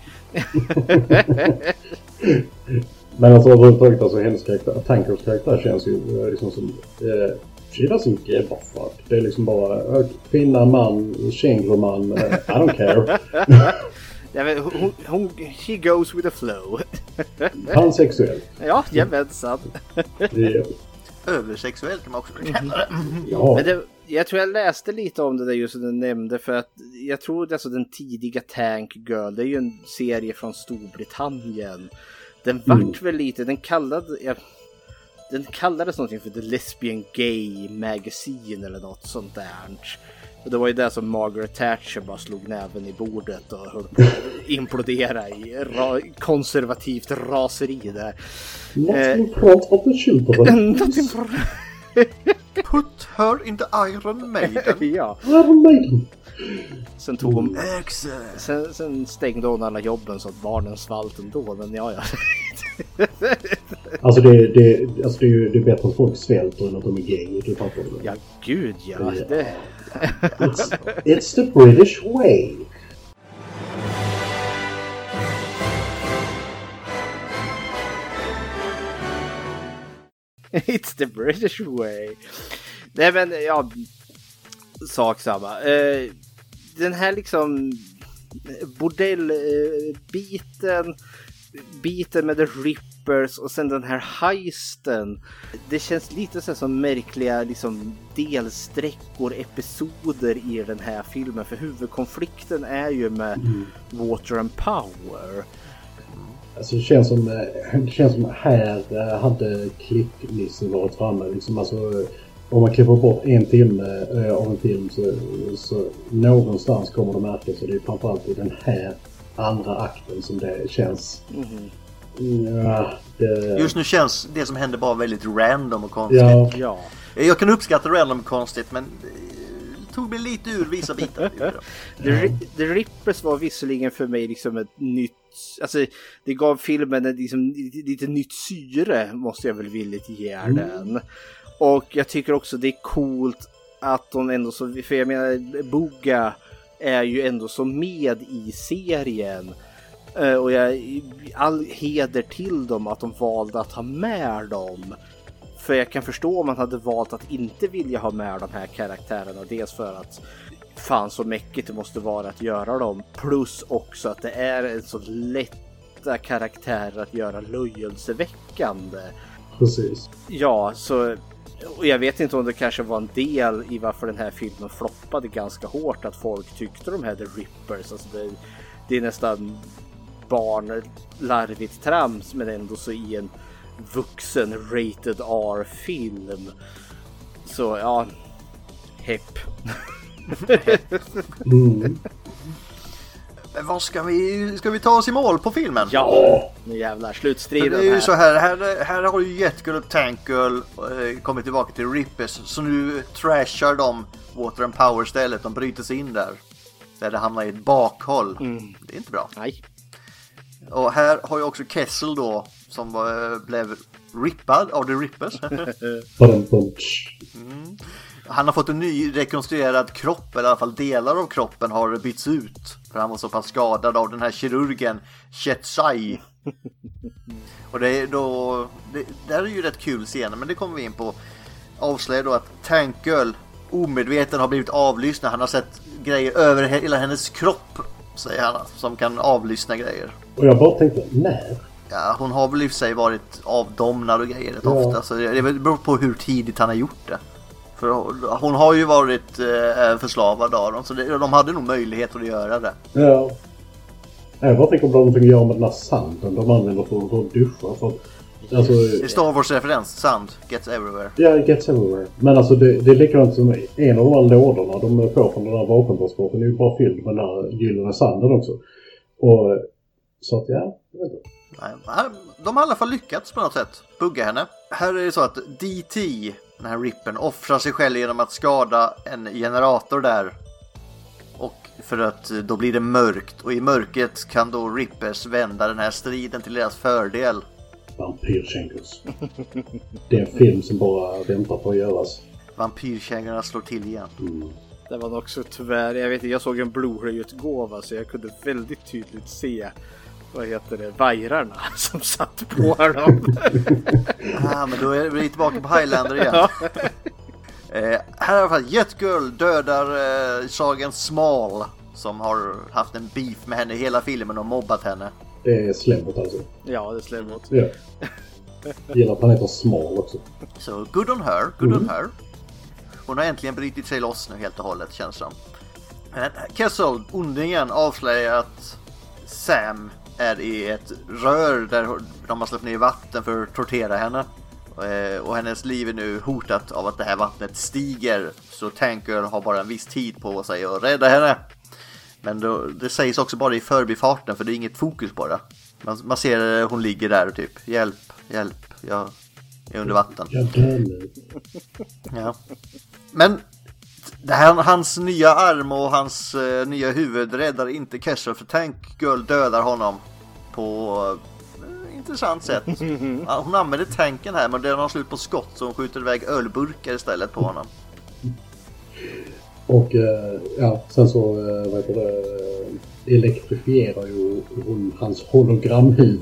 Men alltså överhuvudtaget, alltså hennes karaktär, Tankers karaktär känns ju liksom som eh, she doesn't give a fuck. Det är liksom bara kvinna, man, kängroman, uh, I don't care. Ja, men hon, hon, she goes with the flow. Pansexuell. Ja, jajamensan. Yeah. Översexuell kan man också kalla det. Ja. Men det, jag tror jag läste lite om det där just som du nämnde, för att jag tror alltså den tidiga Tank Girl, det är ju en serie från Storbritannien. Den vart mm. väl lite, den kallade, jag, den kallades någonting för The Lesbian Gay Magazine eller något sånt där. Och det var ju det som Margaret Thatcher bara slog näven i bordet och höll på att implodera i ra- konservativt raseri där. Nothing in front of the children. Nothing for... Put her in the Iron Maiden. Ja. Iron Maiden. Sen tog hon... Excellent. Sen, sen stängde hon alla jobben så att barnen svalt ändå, men ja, ja. Alltså det, det, alltså det är ju det är bättre att folk svälter än att de är gay. Du fattar det. Ja, gud ja. Det... It's, it's the British way. It's the British way. Nej men, ja, sak samma. Eh, den här liksom bordellbiten, eh, biten med The Rippers och sen den här heisten. Det känns lite så som märkliga liksom delsträckor, episoder i den här filmen. För huvudkonflikten är ju med mm. Water and Power. Alltså det känns som, det känns som här hade klippnissen varit framme. Liksom, alltså, om man klipper bort en timme av en film så, så någonstans kommer det märkas. Så det är framförallt i den här andra akten som det känns. Mm. Ja, det... Just nu känns det som händer bara väldigt random och konstigt. Ja. Ja. Jag kan uppskatta random och konstigt, men det tog mig lite ur vissa bitar. The, The Rippers var visserligen för mig liksom ett nytt, alltså det gav filmen ett liksom, lite, lite nytt syre, måste jag väl villigt ge den. Mm. Och jag tycker också det är coolt att de ändå så, för jag menar Booga är ju ändå så med i serien. Uh, och jag all heder till dem att de valde att ha med dem. För jag kan förstå om man hade valt att inte vilja ha med de här karaktärerna. Dels för att fan så mäckigt det måste vara att göra dem. Plus också att det är en så lätta karaktärer att göra löjelseväckande. Precis. Ja, så... Och jag vet inte om det kanske var en del i varför den här filmen floppade ganska hårt. Att folk tyckte de här The Rippers. Alltså det, det är nästan barn larvigt trams, men ändå så i en vuxen rated R-film. Så ja, hepp. Mm. Men vad ska vi, ska vi ta oss i mål på filmen? Ja, nu jävlar, slutstriden här. Det är ju så här, här, här har ju Jetgirl och Tankgirl eh, kommit tillbaka till Rippers. Så nu trashar de Water and Power stället. De bryter sig in där. Där det hamnar i ett bakhåll. Mm. Det är inte bra. Nej. Och här har ju också Kessel då, som var, blev rippad av The Rippers. mm. Han har fått en ny rekonstruerad kropp, eller i alla fall delar av kroppen har bytts ut. För han var så pass skadad av den här kirurgen Chetsai. Och det är då, det, det här är ju rätt kul scener, men det kommer vi in på. Avslöjar då att Tankgirl omedveten har blivit avlyssnad. Han har sett grejer över hela hennes kropp, säger han, som kan avlyssna grejer. Och jag bara tänkte, när? Ja, hon har väl i sig varit avdomnad och grejer rätt ja. ofta. Så det beror på hur tidigt han har gjort det. För hon har ju varit eh, förslavad av dem. Så det, de hade nog möjlighet att göra det. Ja. Jag bara tänker om de har någonting att göra med den här sanden de använder för att duscha. För, alltså, det är Star Wars-referens. Sand gets everywhere. Ja, it gets everywhere. Men alltså det, det är likadant som en av de här lådorna de får från den här vapentransporten är ju bara fylld med den här gyllene sanden också. Och så att ja, jag vet inte. Nej, de har i alla fall lyckats på något sätt bugga henne. Här är det så att D T, den här Rippen, offrar sig själv genom att skada en generator där. Och för att då blir det mörkt. Och i mörkret kan då Rippers vända den här striden till deras fördel. Vampyrkängors. Det är en film som bara väntar på att göras. Vampyrkängorna slår till igen. Mm. Det var också tyvärr, jag vet inte, jag såg en Blu-ray-utgåva så jag kunde väldigt tydligt se, vad heter det, vajrarna som satt på dem. Ja, men då är vi tillbaka på Highlander igen. Ja. eh, här i alla fall, Jetgirl dödar eh, Sergeant Small, som har haft en beef med henne hela filmen och mobbat henne. Det är slämmot alltså. Ja, det är slämmot. Ja. Gillar att han heter Small också. Så so, good on her, good mm. on her. Hon har äntligen brytit sig loss nu helt och hållet, känns som. Men Kessel, ondingen, avslöjar att Sam är i ett rör där de har släppt ner vatten för att tortera henne. Och hennes liv är nu hotat av att det här vattnet stiger. Så Tank Girl har bara en viss tid på sig att rädda henne. Men då, det sägs också bara i förbifarten, för det är inget fokus på det. Man, man ser hon ligger där och typ, hjälp, hjälp, jag är under vatten. Ja. Men det här, hans nya arm och hans uh, nya huvud räddar inte Kesher, för Tank Girl dödar honom på uh, intressant sätt. Hon använder tanken här, men den har slut på skott, så hon skjuter iväg ölburkar istället på honom. Och uh, ja, sen så uh, vad heter det, elektrifierar ju hon hans hologramhuvud.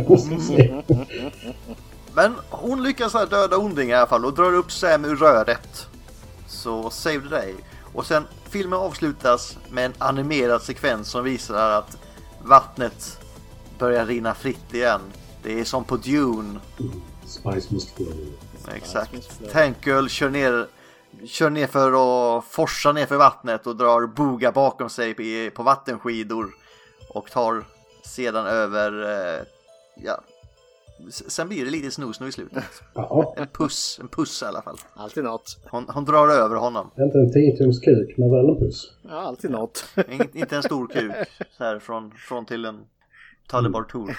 Men hon lyckas här döda ondingar i alla fall och drar upp Sam ur röret. Så save the day. Och sen filmen avslutas med en animerad sekvens som visar att vattnet börjar rinna fritt igen. Det är som på Dune. Mm. Spice must flow. Exakt. Tank Girl kör ner, kör ner för att forsa ner för vattnet och drar Booga bakom sig på, på vattenskidor. Och tar sedan över... Eh, ja... Sen blir det lite snus nu i slutet. Ja. En puss, en puss i alla fall. Alltid något. Hon, hon drar över honom. Inte en tio-tums kuk, men väl en puss. Ja, alltid något. In, inte en stor kuk. Så här från, från till en Talibar Tour.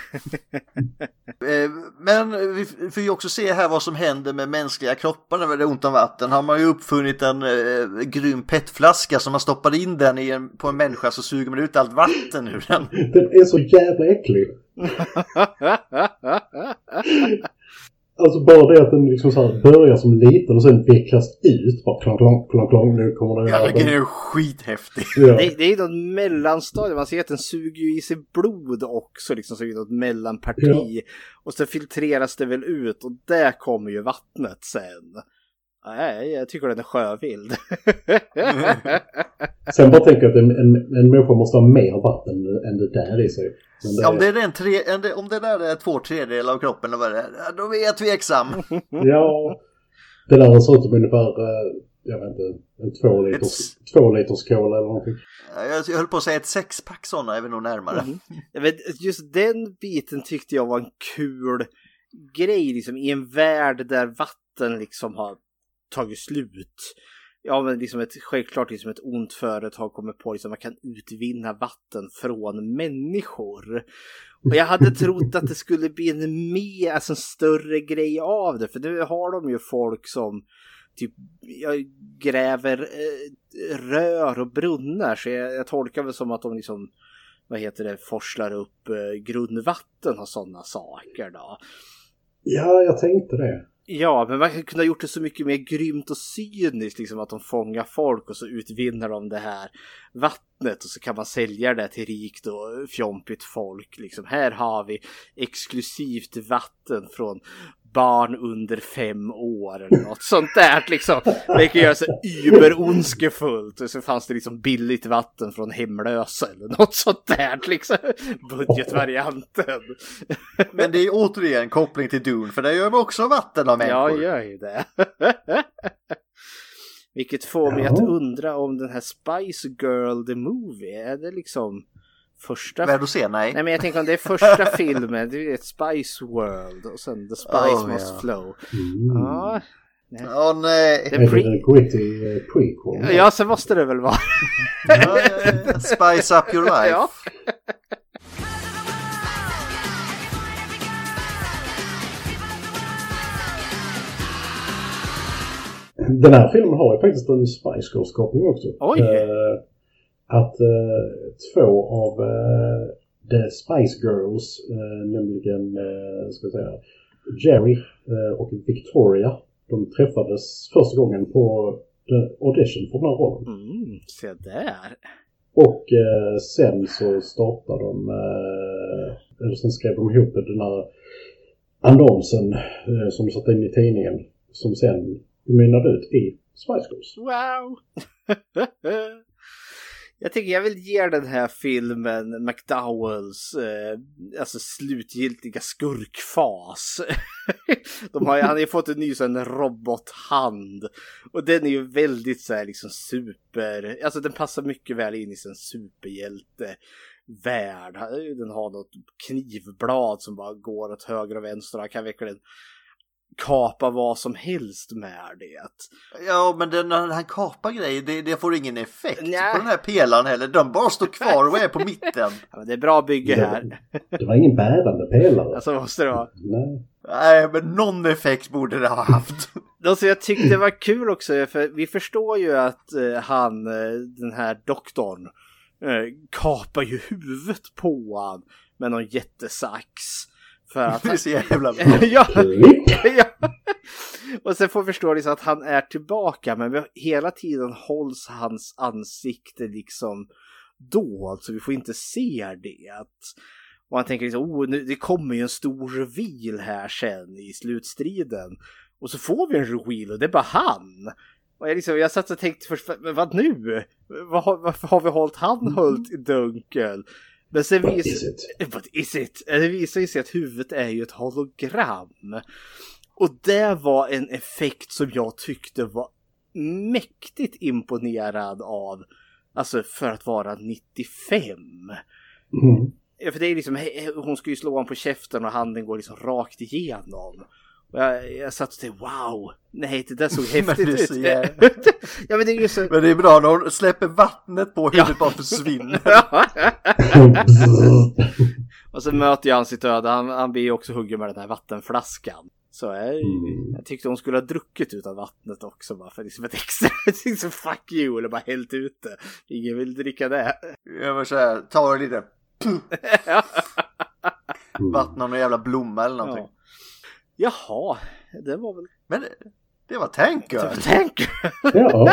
Men vi får ju också se här vad som händer med mänskliga kroppar när det är ont om vatten. Har man ju uppfunnit en äh, grym petflaska som man stoppar in den i en, på en människa, så suger man ut allt vatten ur den. Den är så jävla äcklig. Alltså bara det att den liksom så här börjar som liten och sen vecklas ut. Bara klang, klang, klang, klang. Nu kommer den. Ja, det är skithäftigt. Ja. Det, det är något mellanstadie. Man ser att den suger ju i sig blod också. Liksom, så är det något mellanparti. Ja. Och så filtreras det väl ut. Och där kommer ju vattnet sen. Nej, jag tycker den är sjövild. Sen bara tänker jag att en, en, en människa måste ha mer vatten än det där i sig. Det om, det är en tre, om det där är två tredjedelar av kroppen, då är jag tveksam. Ja, det där ser ut som ungefär, jag vet inte, en två liters, ett, två liters kola eller någonting. Jag, jag höll på att säga ett sexpack sådana är vi nog närmare. Mm. Jag vet, just den biten tyckte jag var en kul grej, liksom, i en värld där vatten liksom har tagit slut. Ja, men liksom ett, självklart liksom ett ont företag kommer på liksom man kan utvinna vatten från människor. Och jag hade trott att det skulle bli en mer, alltså en större grej av det. För nu har de ju folk som typ jag gräver eh, rör och brunnar. Så jag, jag tolkar väl som att de liksom, vad heter det, forslar upp eh, grundvatten och sådana saker då. Ja, jag tänkte det. Ja, men man kunde ha gjort det så mycket mer grymt och cyniskt, liksom att de fångar folk och så utvinner de det här vattnet och så kan man sälja det till rikt och fjompigt folk. Liksom, här har vi exklusivt vatten från barn under fem år eller något sånt där liksom. Det kan göra så überonskefullt. Och så fanns det liksom billigt vatten från hemlösa eller något sånt där liksom. Budgetvarianten. Men det är återigen koppling till Dune, för det gör man också vatten av människor. Ja, gör ju det. Vilket får mig att undra om den här Spice Girl the Movie, är det liksom första... Vad är det att se? Nej. Nej, men jag tänker om det är första filmen, det är ett Spice World och sen The Spice oh, Must yeah. Flow. Mm. Ja. Nej. Åh oh, nej. Det är pre- en gritty uh, prequel. Ja, så måste det väl vara. ja, ja, ja. Spice up your life. Ja. Den här filmen har ju faktiskt en Spice Girls-koppling också. Oj! Uh, att uh, två av uh, The Spice Girls, uh, nämligen uh, ska jag säga, Jerry uh, och Victoria, de träffades första gången på the audition för den här rollen. Mm, se där. Och uh, sen så startade de, uh, eller sen skrev de ihop den här annonsen uh, som de satte in i tidningen, som sen mynnade ut i Spice Girls. Wow! Jag tycker jag vill ge den här filmen McDowells eh, alltså slutgiltiga skurkfas. De har ju, han har ju fått en ny sån robothand. Och den är ju väldigt så här liksom super... Alltså den passar mycket väl in i sin superhjälte värld. Den har något knivblad som bara går åt höger och vänster. Han kan verkligen kapa vad som helst med det. Ja, men den, när han kapar grejer, det, det får ingen effekt Nä. på den här pelaren heller. De bara står kvar och är på mitten. Ja, men det är bra bygge här. Det, det var ingen bärande pelare. Alltså måste det vara. Nej. Nej, men någon effekt borde det ha haft. Alltså, jag tyckte det var kul också, för vi förstår ju att eh, han, eh, den här doktorn, eh, kapar ju huvudet på han med någon jättesax. För att Det är han... så jävla bra. ja, ja. Och sen får vi förstå liksom att han är tillbaka, men vi, hela tiden hålls hans ansikte liksom dolt, så vi får inte se det. Och man tänker liksom, oh, nu, det kommer ju en stor reveal här sen i slutstriden. Och så får vi en reveal och det är bara han. Och jag, liksom, jag satt och tänkte först, men vad nu? Vad, varför har vi hållit han höljt i dunkel? Men sen What vis- is it? What is it? Det visar ju sig att huvudet är ju ett hologram. Och det var en effekt som jag tyckte var mäktigt imponerad av. Alltså för att vara nittiofem. Mm. Ja, för det är liksom, hon ska ju slå honom på käften och handen går liksom rakt igenom. Och jag, jag satt och tänkte, wow, nej, det där såg häftigt Men det är ut. så jävla- Ja, men det är ju så... Men det är bra när hon släpper vattnet på huvudet, bara försvinner. Och så möter jag han sitt öde. Han, han blir ju också huggen med den här vattenflaskan. Så jag, Mm. jag tyckte hon skulle ha druckit ut av vattnet också. Bara för liksom ett extra, liksom fuck you, eller bara hällt ut det. Ingen vill dricka det. Jag var så här, ta det lite. Vattna någon jävla blomma eller någonting. Ja. Jaha, det var väl... Men det, det var Tanker. Tänk! Ja.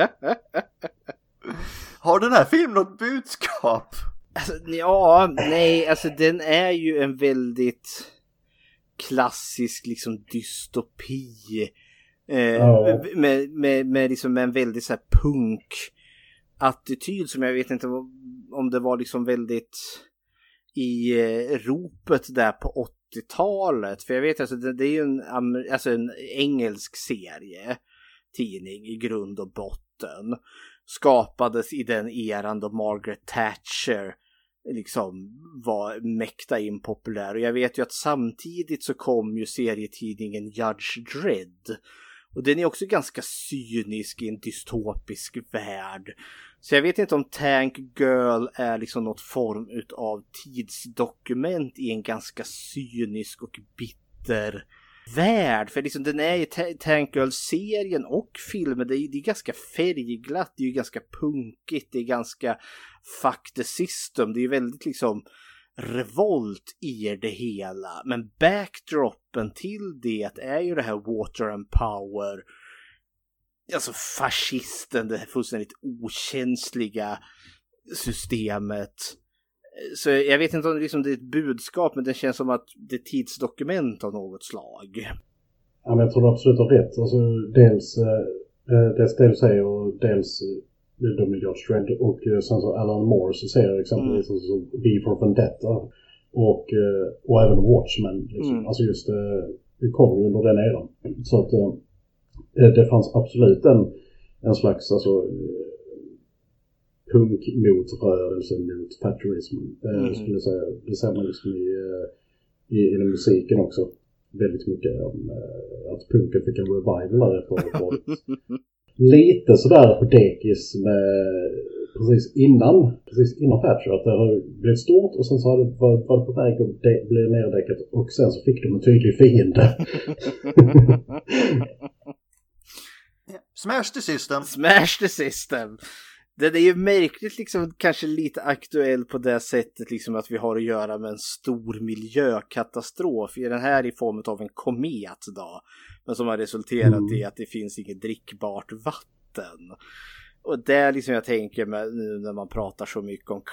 Har den här filmen något budskap? Alltså, ja, nej, alltså den är ju en väldigt klassisk liksom dystopi. Eh, Ja. med, med, med, liksom, med en väldigt så här punk-attityd som jag vet inte om det var liksom väldigt i eh, ropet där på åttiotalet. För jag vet alltså det, det är ju en, alltså en engelsk serie tidning i grund och botten. Skapades i den eran då Margaret Thatcher liksom var mäkta impopulär. Och jag vet ju att samtidigt så kom ju serietidningen Judge Dredd. Och den är också ganska cynisk i en dystopisk värld. Så jag vet inte om Tank Girl är liksom något form utav tidsdokument i en ganska cynisk och bitter värld. För liksom den är ju t- Tank Girl-serien och filmen, det är, det är ganska färgglatt, det är ju ganska punkigt, det är ganska fuck the system, det är väldigt liksom revolt i det hela. Men backdropen till det är ju det här water and power, alltså fascisten, det här fullständigt okänsliga systemet. Så jag vet inte om det, liksom, det är ett budskap, men det känns som att det är tidsdokument av något slag. Ja, men jag tror du absolut har rätt. Alltså, dels, eh, dels det du säger och dels eh, de med George Dredd och eh, sen så Alan Moores serier exempelvis, mm. som V for Vendetta och, eh, och även Watchmen. Liksom. Mm. Alltså just eh, det kom ju under den eran. Så att eh, det fanns absolut en, en slags alltså, punk mot rörelsen mot Thatcherismen. Mm. Eh, skulle säga. Det ser man liksom i, i, i den musiken också. Väldigt mycket om eh, att punken fick en revival där efteråt. Lite sådär på dekis med precis innan precis innan Thatcher, att det har blivit stort och sen så har det varit var på väg att de- bli neddäckat och sen så fick de en tydlig fiende. Smash the system. Smash the system. Det är ju märkligt liksom, kanske lite aktuell på det sättet liksom, att vi har att göra med en stor miljökatastrof. I den här i form av en komet då, men som har resulterat mm. i att det finns inget drickbart vatten. Och det är liksom jag tänker med, nu när man pratar så mycket om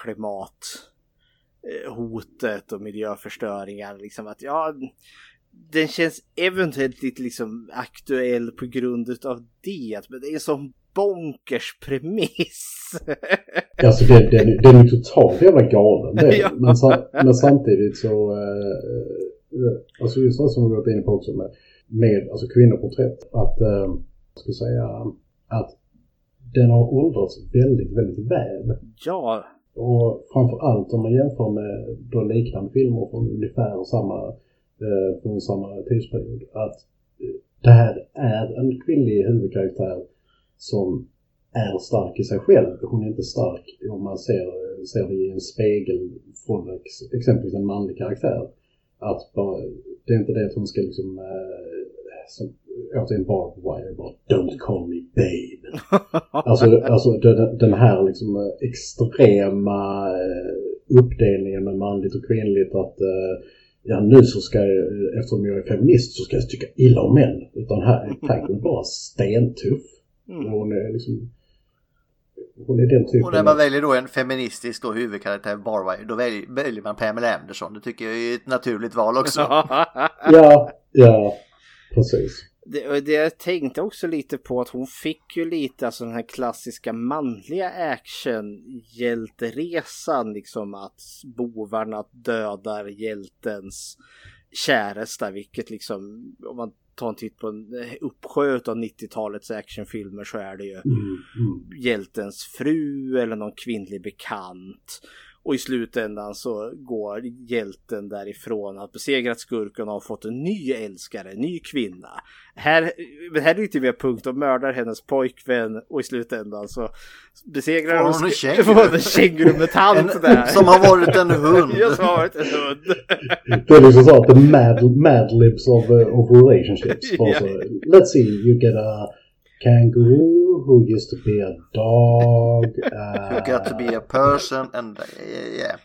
klimathotet och miljöförstöringar liksom, att ja, den känns eventuellt lite liksom aktuell på grund av det, men det är en sån bonkers premiss. Alltså det, det, det är ju totalt jävla galen. Det, ja. men, men samtidigt så eh, alltså just det som vi varit inne på också med, med alltså kvinnoporträtt, att eh, jag ska säga att den har åldrats väldigt, väldigt väl. Ja. Och framförallt om man jämför med då liknande filmer från ungefär samma, eh, från samma tidsperiod, att det här är en kvinnlig huvudkaraktär som är stark i sig själv. Hon är inte stark om man ser, ser det i en spegel från ex, exempelvis en manlig karaktär. Att bara, det är inte det att hon ska liksom äh, som, återigen Barbed Wire, bara don't call me babe. alltså alltså den, den här liksom extrema uppdelningen med manligt och kvinnligt att äh, ja, nu så ska jag, eftersom jag är feminist så ska jag tycka illa om män. Utan här är tanken bara stentuff. Mm. Hon är liksom hon är den typen. Och när man väljer då en feministisk då huvudkaraktär Barbed, då väljer, väljer man Pamela Anderson. Det tycker jag är ett naturligt val också. ja, ja, precis. Det, det jag tänkte också lite på att hon fick ju lite alltså den här klassiska manliga action-hjälteresan, liksom att bovarna dödar hjältens käresta, vilket liksom, om man tar en titt på en uppsjö av nittiotalets actionfilmer så är det ju mm, mm. hjältens fru eller någon kvinnlig bekant. Och i slutändan så går hjälten därifrån att besegrat skurken och har fått en ny älskare, en ny kvinna. Här, men här är lite mer punkt och mördar hennes pojkvän och i slutändan så besegrar hon en känguru-mutant där. Som har varit en hund. Ja, som har varit en hund. Det är liksom så att the mad, mad libs of, uh, of relationships. Yeah. So, let's see, you get a kangaroo who used to be a dog. Uh, who got to be a person and uh, yeah.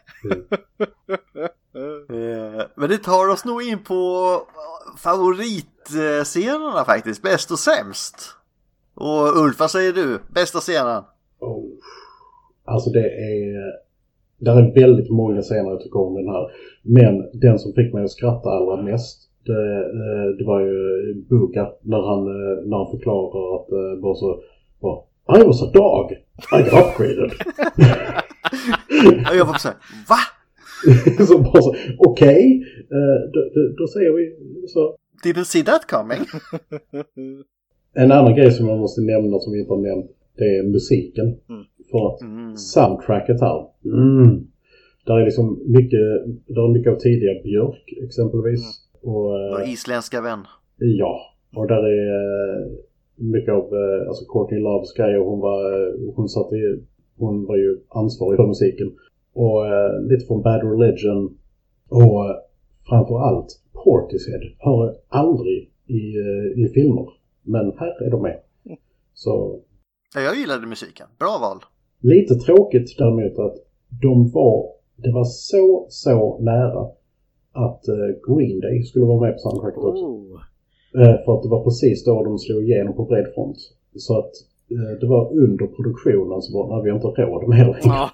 uh, men det tar oss nog in på favoritscenerna faktiskt. Bäst och sämst. Och Ulf, vad säger du? Bästa scenen? Oh. Alltså det är det är väldigt många scener jag tycker om den här. Men den som fick mig att skratta allra mest Det, det var ju Bugga när han, när han förklarar att uh, bara så bara, I was a dog, I got upgraded. Jag var så här, va? Så bara så, okej, okay, uh, då, då, då säger vi så. Didn't see that coming. En annan grej som jag måste nämna som vi inte har nämnt, det är musiken. Mm. För att mm. soundtracket här, mm, där är liksom mycket, där är mycket av tidiga Björk exempelvis. Mm. Och, vår isländska vän. Ja, och där är mycket av alltså Courtney Loves grejer. Hon var, hon satt i, hon var ju ansvarig för musiken. Och uh, lite från Bad Religion. Och uh, framförallt Portishead hör aldrig i, uh, i filmer. Men här är de med. Så ja, jag gillade musiken. Bra val. Lite tråkigt däremot att de var, det var så, så nära att uh, Green Day skulle vara med på soundtracket också. Oh. Uh, för att det var precis då de slog igenom på bred front. Så att uh, det var under produktionen så var när vi inte råd med det. Ja.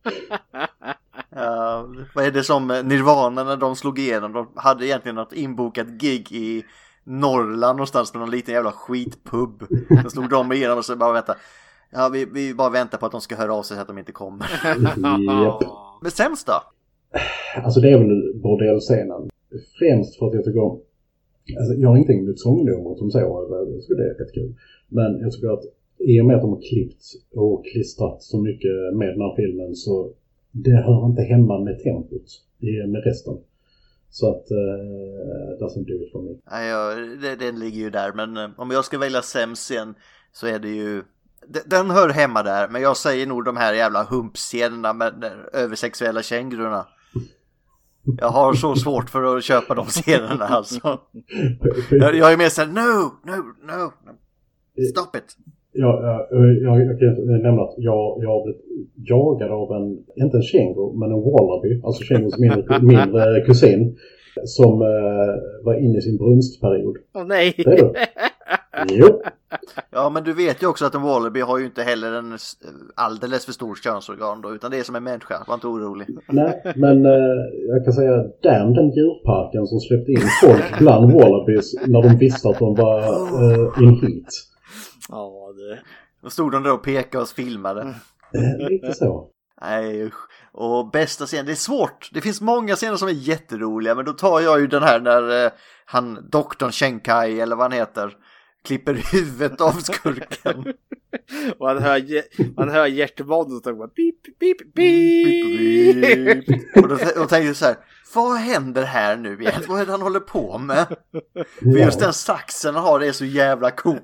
uh, vad är det som Nirvana när de slog igenom? De hade egentligen något inbokat gig i Norrland någonstans med någon liten jävla skitpub. Sen slog de igenom och så bara vänta. Ja, vi, vi bara väntar på att de ska höra av sig så att de inte kommer. Yep. Men sämst då? Alltså det är väl bordellscenen. Främst för att jag tycker om, alltså jag har ingenting emot sångnumret som så, jag tycker det är rätt kul. Men jag tycker att i och med att de har klippt och klistrat så mycket med den här filmen så det hör inte hemma med tempot med resten. Så att uh, doesn't do it for me. Nej, ja, det, den ligger ju där. Men uh, om jag ska välja sämst scen så är det ju den hör hemma där, men jag säger nog de här jävla humpscenerna med de översexuella kängurorna. Jag har så svårt för att köpa de scenerna alltså. Jag, jag är mer såhär, no, no, no, stop it. Ja, jag, jag, jag kan nämna att jag, jag har blivit jagad av en, inte en känguru, men en wallaby, alltså kängurus mindre, mindre kusin, som uh, var inne i sin brunstperiod. Åh oh, nej! Det är det. Jo. Ja, men du vet ju också att en wallaby har ju inte heller en alldeles för stor könsorgan då, utan det är som en människa, var inte orolig. Nej, men uh, jag kan säga damn den djurparken som släppte in folk bland wallabies när de visste att de var uh, in heat. Ja, det. Då stod de där och pekade och filmade. Uh, lite så. Nej, och bästa scenen, det är svårt. Det finns många scener som är jätteroliga, men då tar jag ju den här när uh, han, doktorn Shenkai, eller vad han heter, klipper huvudet av skurken. Och man hör, man hör hjärtebandet och bara beep, beep, beep. Och då, då tänker jag så här, vad händer här nu igen? Vad är det han håller på med? För just den saxen han har är så jävla cool.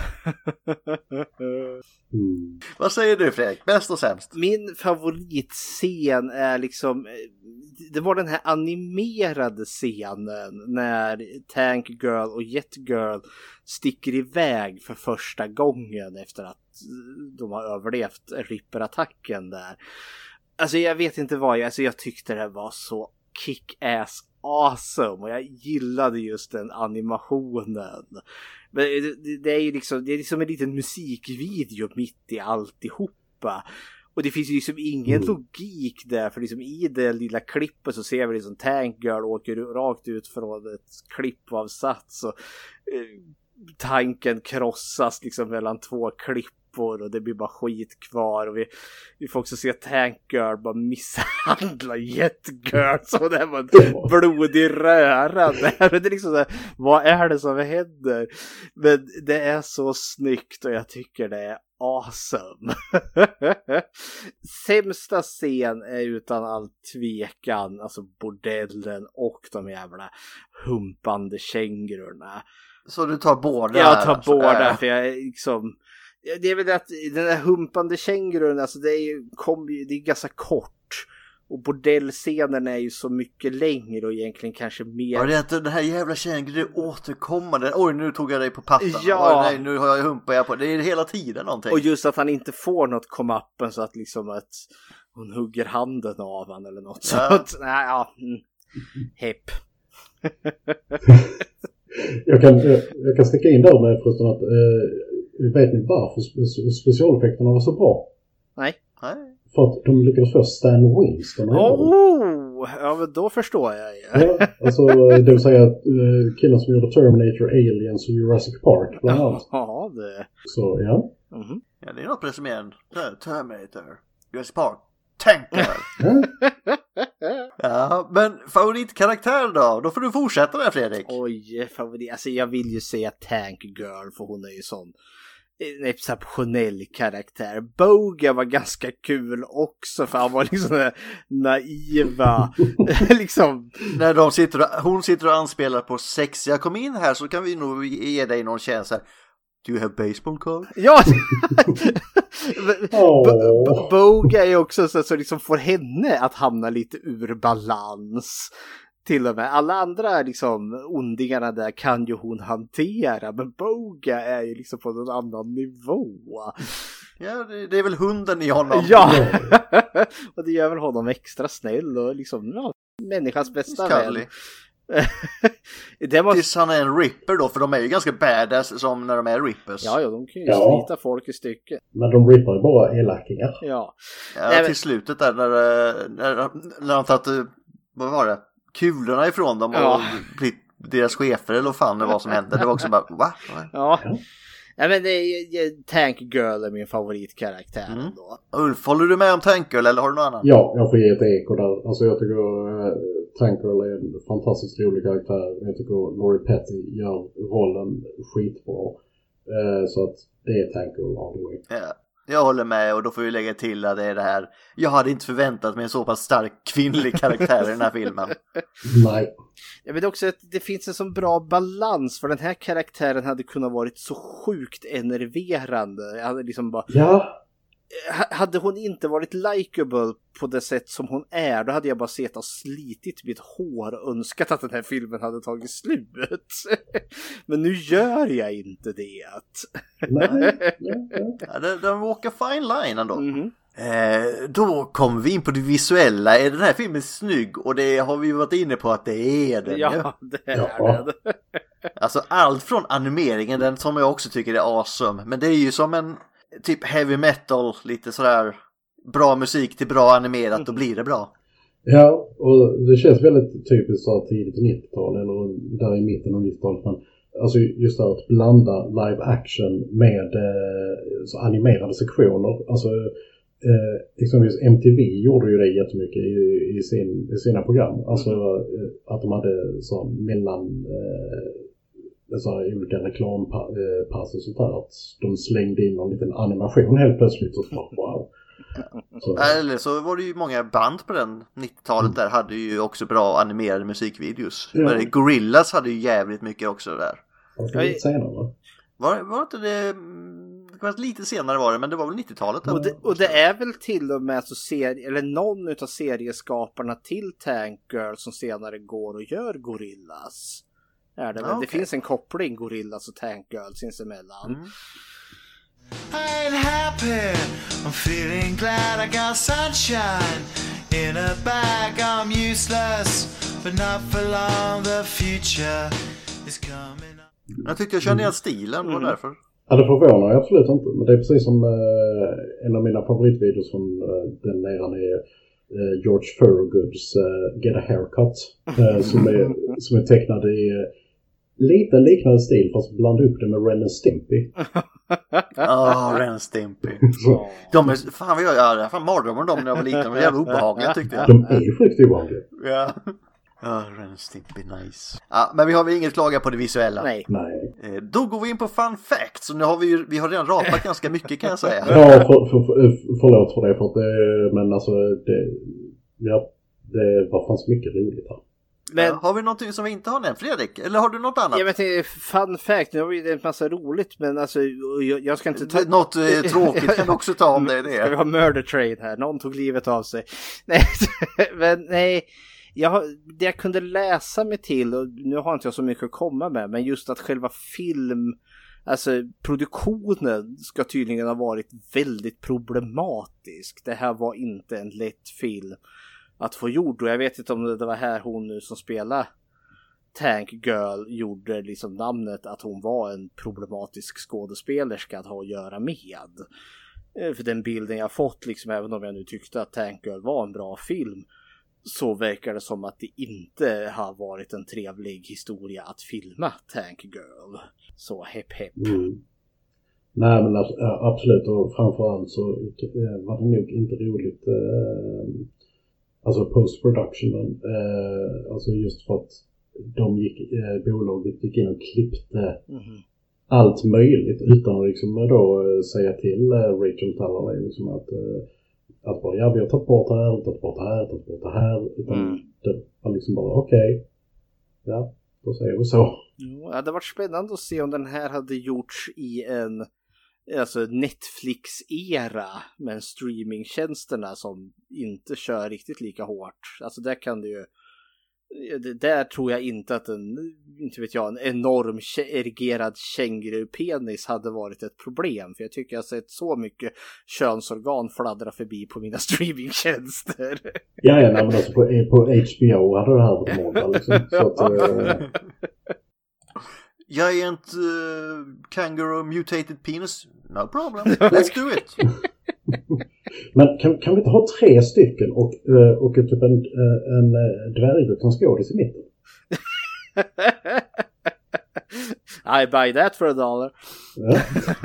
Mm. Vad säger du, Fredrik? Bäst och sämst? Min favoritscen är liksom, det var den här animerade scenen när Tank Girl och Jet Girl sticker iväg för första gången efter att de har överlevt Ripper-attacken där. Alltså jag vet inte vad jag, alltså jag tyckte det var så kick-ass awesome och jag gillade just den animationen. Men det, det är ju liksom, det är liksom en liten musikvideo mitt i alltihopa. Och det finns ju liksom ingen mm. logik där, för liksom i det lilla klippet så ser vi liksom Tank Girl åker rakt ut från ett klippavsats och eh, tanken krossas liksom mellan två klipp och det blir bara skit kvar och vi, vi får också se Tank Girl bara misshandla Jet Girl så det var en blodig röra där. Det är liksom så här, vad är det som händer? Men det är så snyggt och jag tycker det är awesome. Sämsta scen är utan all tvekan alltså bordellen och de jävla humpande kängurorna. Så du tar båda? Jag tar alltså, båda äh. för jag är liksom, det är väl att den där humpande kängurun, alltså det är ju, kom, det är ganska kort och bordellscenen är ju så mycket längre och egentligen kanske mer. Ja, det är att den här jävla kängurun återkommande. Oj, nu tog jag dig på pattan. Ja. Oj, nej, nu har jag humpat jag på. Det är hela tiden någonting. Och just att han inte får något komma upp så att liksom att hon hugger handen av han eller något ja. sånt. Nej, ja. Mm. Hepp. jag, kan, jag, jag kan sticka in där med förresten att eh, vet ni varför specialeffekterna var så bra? Nej. Nej. För att de lyckades få Stan Winston. Oh, ja men då förstår jag ju. Ja, alltså det vill säga att uh, killen som gjorde Terminator, Aliens och Jurassic Park bland annat. Ja, det. Så ja. Mm-hmm. Ja, det är något precis igen. Terminator, Jurassic Park, Tanker. Ja, men favoritkaraktär då? Då får du fortsätta där, Fredrik. Oj, favorit. Alltså jag vill ju säga Tank Girl för hon är ju sån en exceptionell karaktär. Boga var ganska kul också för han var liksom den naiva liksom. När de sitter och, hon sitter och anspelar på sex. Jag kom in här så kan vi nog ge dig någon chans här. Do you have baseball card? Ja! B- Boga är också så att liksom får henne att hamna lite ur balans. Till och med alla andra liksom ondingarna där kan ju hon hantera, men Boga är ju liksom på någon annan nivå. Ja, det, det är väl hunden i honom. Ja, och det gör väl honom extra snäll och liksom ja, människans bästa vän. Det måste... Tills han är en ripper då, för de är ju ganska badass som när de är rippers. Ja, ja, de kan ju ja. slita folk i stycken. Men de rippar ju bara elakingar. Ja. Ja, till men... slutet där när, när, när de tagit, vad var det? Kulorna ifrån dem och ja. blivit deras chefer eller vad fan det var som hände. Det var också bara, va? Ja. Ja, men det är, Tank Girl är min favoritkaraktär mm. då. Ulf, håller du med om Tank Girl eller har du någon annan? Ja, jag får ge ett eko där. Alltså jag tycker uh, Tank Girl är en fantastiskt rolig karaktär. Jag tycker Lori Petty gör rollen skitbra. Uh, så att det är Tank Girl all the way. Ja. Jag håller med och då får vi lägga till att det är det här. Jag hade inte förväntat mig en så pass stark kvinnlig karaktär i den här filmen. Nej. Jag vet också att det finns en så bra balans för den här karaktären hade kunnat varit så sjukt enerverande. Jag hade liksom bara... Ja. Hade hon inte varit likable på det sätt som hon är, då hade jag bara sett och slitit mitt hår och önskat att den här filmen hade tagit slut. Men nu gör jag inte det. Nej, nej, nej. Ja, den, den walkar fine line ändå. Mm-hmm. Eh, då kommer vi in på det visuella. Är den här filmen snygg? Och det har vi varit inne på att det är den. Ja, det är ja. den. Alltså allt från animeringen, den som jag också tycker är awesome. Men det är ju som en typ heavy metal, lite sådär bra musik till bra animerat, mm. då blir det bra. Ja, och det känns väldigt typiskt så tidigt nittiotal eller där i mitten av nittiotalet. Men alltså just det att blanda live action med eh, så animerade sektioner. Alltså eh, exempelvis M T V gjorde ju det jättemycket i, i, sin, i sina program. Alltså eh, att de hade så mellan eh, så olika reklampass och sånt där, att de slängde in någon liten animation helt plötsligt och så wow. Så. Eller så var det ju många band på den nittiotalet där hade ju också bra animerade musikvideos. Ja. Men Gorillaz hade ju jävligt mycket också där. Det var lite senare, va? Var, var inte det... Lite senare var det, men det var väl nittiotalet. Och det, och det är väl till och med så serie, eller någon av serieskaparna till Tank Girl som senare går och gör Gorillaz. Är det, väl? Okay. Det finns en koppling Gorillaz och Tank Girl sinsemellan. Mm. I ain't happy, I'm feeling glad I got sunshine in a bag. I'm useless, but not for long. The future is coming up. Jag tyckte jag kände igen stilen, var Mm. därför. Ja, det förvånar jag absolut inte. Men det är precis som eh, en av mina favoritvideos från eh, den eran är eh, George Thorogood's eh, Get a Haircut. Eh, som, är, som är tecknad i eh, lite liknande stil fast blanda upp det med Ren and Stimpy. Ja, oh, Ren Stimpy. De är, fan vad jag gör, fan mardrömmar om dem när jag var liten. De var jävla obehagliga tyckte jag. De är ju sjukt obehagliga. Ja. Ja, oh, Ren Stimpy, nice. Ja, men vi har väl inget klaga på det visuella. Nej. Nej. Eh, då går vi in på fun facts. Så nu har vi ju, vi har redan rapat ganska mycket kan jag säga. Ja, för, för, för, förlåt för det. För att det men alltså, det, ja, det var fanns mycket roligt här. Men, ja, har vi någonting som vi inte har nämnt, Fredrik? Eller har du något annat? jag vet inte, fun fact, nu har vi en massa roligt, men alltså, jag, jag ska inte ta... Det, något eh, tråkigt kan du också ta om det är det. Ska vi ha murder trade här? Någon tog livet av sig. Nej, men nej. Jag har, det jag kunde läsa mig till, och nu har inte jag så mycket att komma med, men just att själva film, alltså produktionen ska tydligen ha varit väldigt problematisk. Det här var inte en lätt film att få gjord, och jag vet inte om det var här hon nu som spelar Tank Girl gjorde liksom namnet att hon var en problematisk skådespelerska att ha att göra med. För den bilden jag fått, liksom, även om jag nu tyckte att Tank Girl var en bra film, så verkar det som att det inte har varit en trevlig historia att filma Tank Girl. Så hepp hepp. Mm. Nej men alltså, absolut, och framförallt så var det nog inte roligt eh, alltså post-productionen eh, alltså just för att de gick, eh, bolaget gick in och klippte mm-hmm. allt möjligt utan att liksom då säga till eh, Rachel Talalay liksom att eh, att bara, ja vi har tagit bort det här, tagit bort det här, tagit bort det här. Utan mm. det var liksom bara, okej. Okay. Ja, då säger vi så. Jo, det hade varit spännande att se om den här hade gjorts i en alltså Netflix-era. Men streamingtjänsterna som inte kör riktigt lika hårt. Alltså där kan det ju... Där tror jag inte att en, inte vet jag, en enorm erigerad kängurupenis hade varit ett problem. För jag tycker jag har sett så mycket könsorgan fladdra förbi på mina streamingtjänster. Ja, ja, nej, men alltså på, på H B O hade det här varit många liksom. Så att, uh... Giant uh, kangaroo mutated penis. No problem. Let's do it. Men kan, kan vi inte ha tre stycken och, och typ en, en dvärg skådis i mitten? I buy that for a dollar. Ja.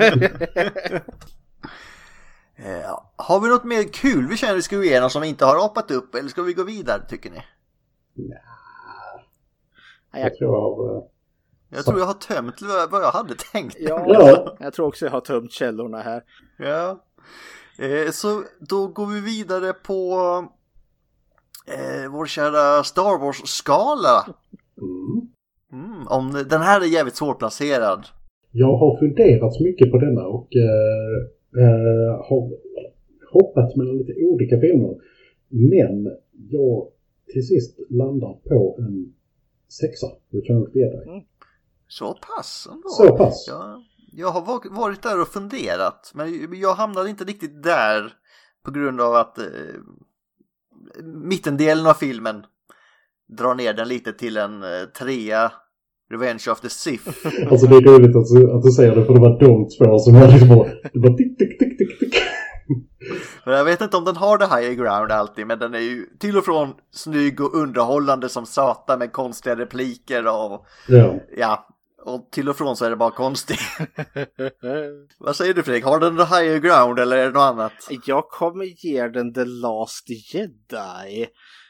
Ja. Har vi något mer kul vi känner vi ska gå igenom som vi inte har rapat upp, eller ska vi gå vidare tycker ni? Ja. Jag tror jag har... Jag tror jag har tömt vad jag hade tänkt. Ja, ja, jag tror också jag har tömt källorna här. Ja. Eh, så då går vi vidare på eh, vår kära Star Wars-skala. Mm. Mm, om den här är jävligt svårplacerad. Jag har funderat mycket på denna och eh, eh, har hoppat mellan lite olika filmer. Men jag till sist landar på en sexa. Return of the Jedi. Mm. Så pass ändå. Så pass. Ja. Jag har varit där och funderat, men jag hamnade inte riktigt där på grund av att eh, mittendelen av filmen drar ner den lite till en eh, trea, Revenge of the Sith. Alltså det är roligt att du, att du säger det, för det var de två som var liksom bara, det var tick, tick, tick, tick, tick. Men jag vet inte om den har det higher ground alltid, men den är ju till och från snygg och underhållande som satan med konstiga repliker och ja. ja. Och till och från så är det bara konstigt. Vad säger du Fredrik? Har den the higher ground eller är det något annat? Jag kommer ge den The Last Jedi.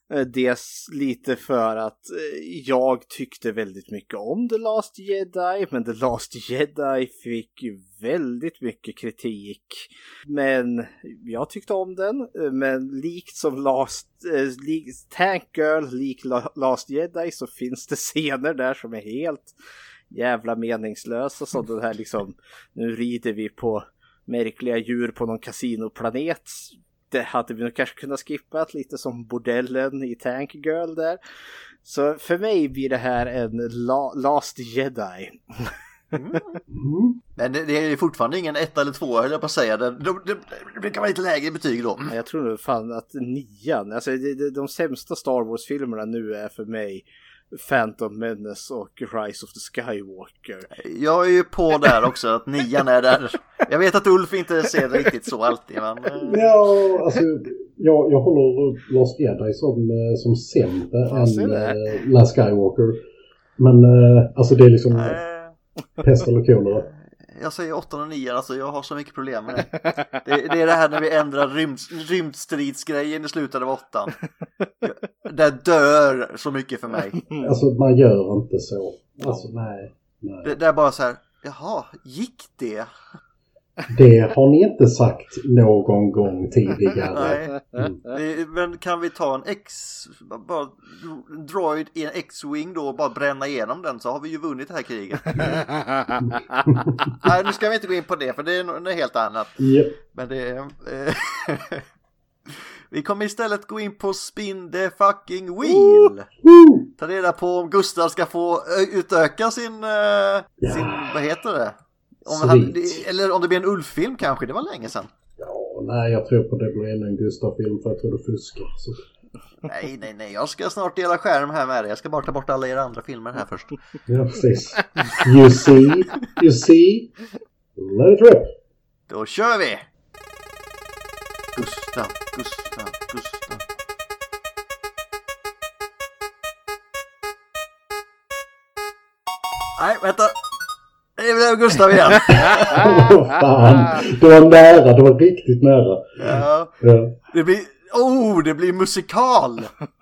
Dels lite för att jag tyckte väldigt mycket om The Last Jedi, men The Last Jedi fick väldigt mycket kritik. Men jag tyckte om den, men likt som Last äh, likt Tank Girl, lik Last Jedi, så finns det scener där som är helt jävla meningslösa, som den här liksom, nu rider vi på märkliga djur på någon kasinoplanet. Det hade vi nog kanske kunnat skippa lite som bordellen i Tank Girl där. Så för mig blir det här en la- Last Jedi. Mm. Mm. Men det, det är fortfarande ingen ett eller två, höll jag på att säga. Det, det, det, det kan vara lite lägre betyg då. Jag tror nog fan att nian, alltså de, de, de sämsta Star Wars-filmerna nu är för mig Phantom Menace och Rise of the Skywalker. Jag är ju på där också att nian är där. Jag vet att Ulf inte ser riktigt så alltid, men... Ja, alltså jag, jag håller Last Jedi som, som sämre än äh, Last Skywalker. Men äh, alltså det är liksom äh, pest eller kolera. Jag säger åtta och nio, alltså jag har så mycket problem med det. Det, det är det här när vi ändrar rymd, rymdstridsgrejen i slutet av åttan. Det dör så mycket för mig. Alltså man gör inte så. Alltså nej. nej. Det, det är bara så här, jaha, gick det? Det har ni inte sagt någon gång tidigare. Nej. Mm. Det, men kan vi ta en X, bara droid i en X-wing då och bara bränna igenom den, så har vi ju vunnit det här kriget. Nej, nu ska vi inte gå in på det, för det är något helt annat. Yep. Men det är... Eh, vi kommer istället gå in på Spin the fucking wheel. Ta reda på om Gustav ska få utöka sin, uh, ja. sin vad heter det? Om han, eller om det blir en Ulf-film kanske, det var länge sedan. Ja, nej, jag tror på det blir en Gustav-film, för jag tror du fuskar. Så. Nej, nej, nej, jag ska snart dela skärm här med dig. Jag ska bara ta bort alla era andra filmer här först. Ja, precis. You see, you see, let it rip. Då kör vi! Gustav, Gustav, Gustav. Nej, vänta. Det blev Gustav igen. Fan, det var nära, det var riktigt nära. Ja, ja. Det blir, oh, det blir musikal.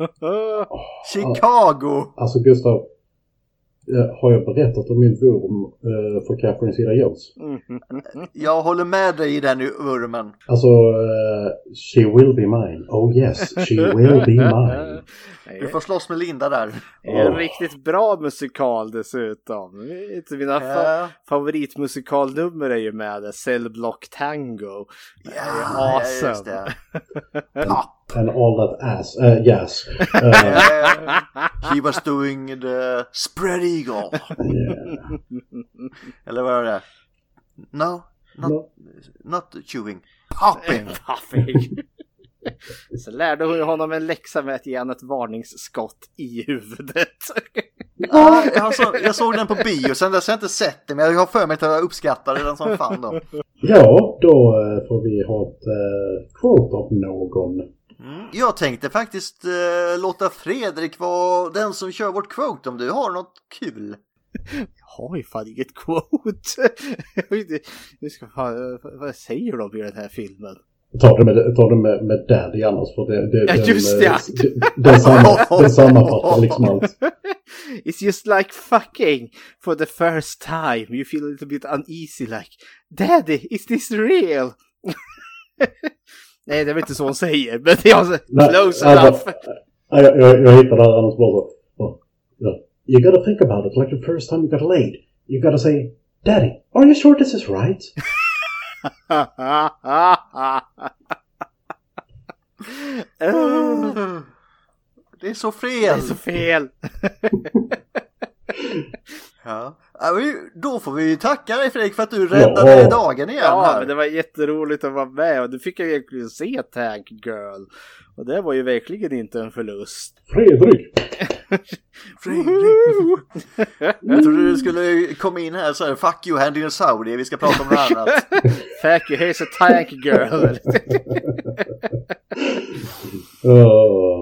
Chicago. Alltså Gustav, har jag berättat om min vurm för Catherine Zeta-Jones? Jag håller med dig i den vurmen. Alltså, uh, she will be mine. Oh yes, she will be mine. Du får slåss med Linda där. Det är en oh. riktigt bra musikal dessutom. Inte mina ja. fa- favoritmusikalnummer är ju med det. Cell Block Tango. Ja, awesome. Just det. Pop. And all that ass. Uh, yes. Uh, She was doing the spread eagle. Yeah. Eller vad är det? No, not, no. not chewing. Popping. Popping. Så lärde hon honom en läxa med att ge han ett varningsskott i huvudet. Ja, jag, så, jag såg den på bio, sen dess har jag inte sett den, men jag har för mig att jag uppskattade den som fan då. Ja, då får vi ha ett uh, quote av någon. Mm, jag tänkte faktiskt uh, låta Fredrik vara den som kör vårt quote, om du har något kul. Jag har ju fan inget quote. Nu ska fan, vad säger de i den här filmen? Ta det med, ta det med, med Daddy annars, för det, det, ja, just det. Det, det, det, samma, det sammanfattar liksom allt. It's just like fucking for the first time. You feel a little bit uneasy like, Daddy, is this real? Nej, det är väl inte så hon säger, men det är alltså close enough. Jag, jag, jag hittar det här annars bara så. Oh, yeah. You gotta think about it like the first time you got laid. You gotta say, Daddy, are you sure this is right? Det är så fel. Det är så fel. Ja. Då får vi tacka dig, Fredrik, för att du räddade ja. dagen igen. Ja, här. Men det var jätteroligt att vara med, och du fick jag verkligen se Tank Girl. Och det var ju verkligen inte en förlust. Fredrik! Fredrik! Jag trodde du skulle komma in här så här, fuck you, hand in a Saudi, vi ska prata om något annat. Fuck you, here's a Tank Girl. Oh.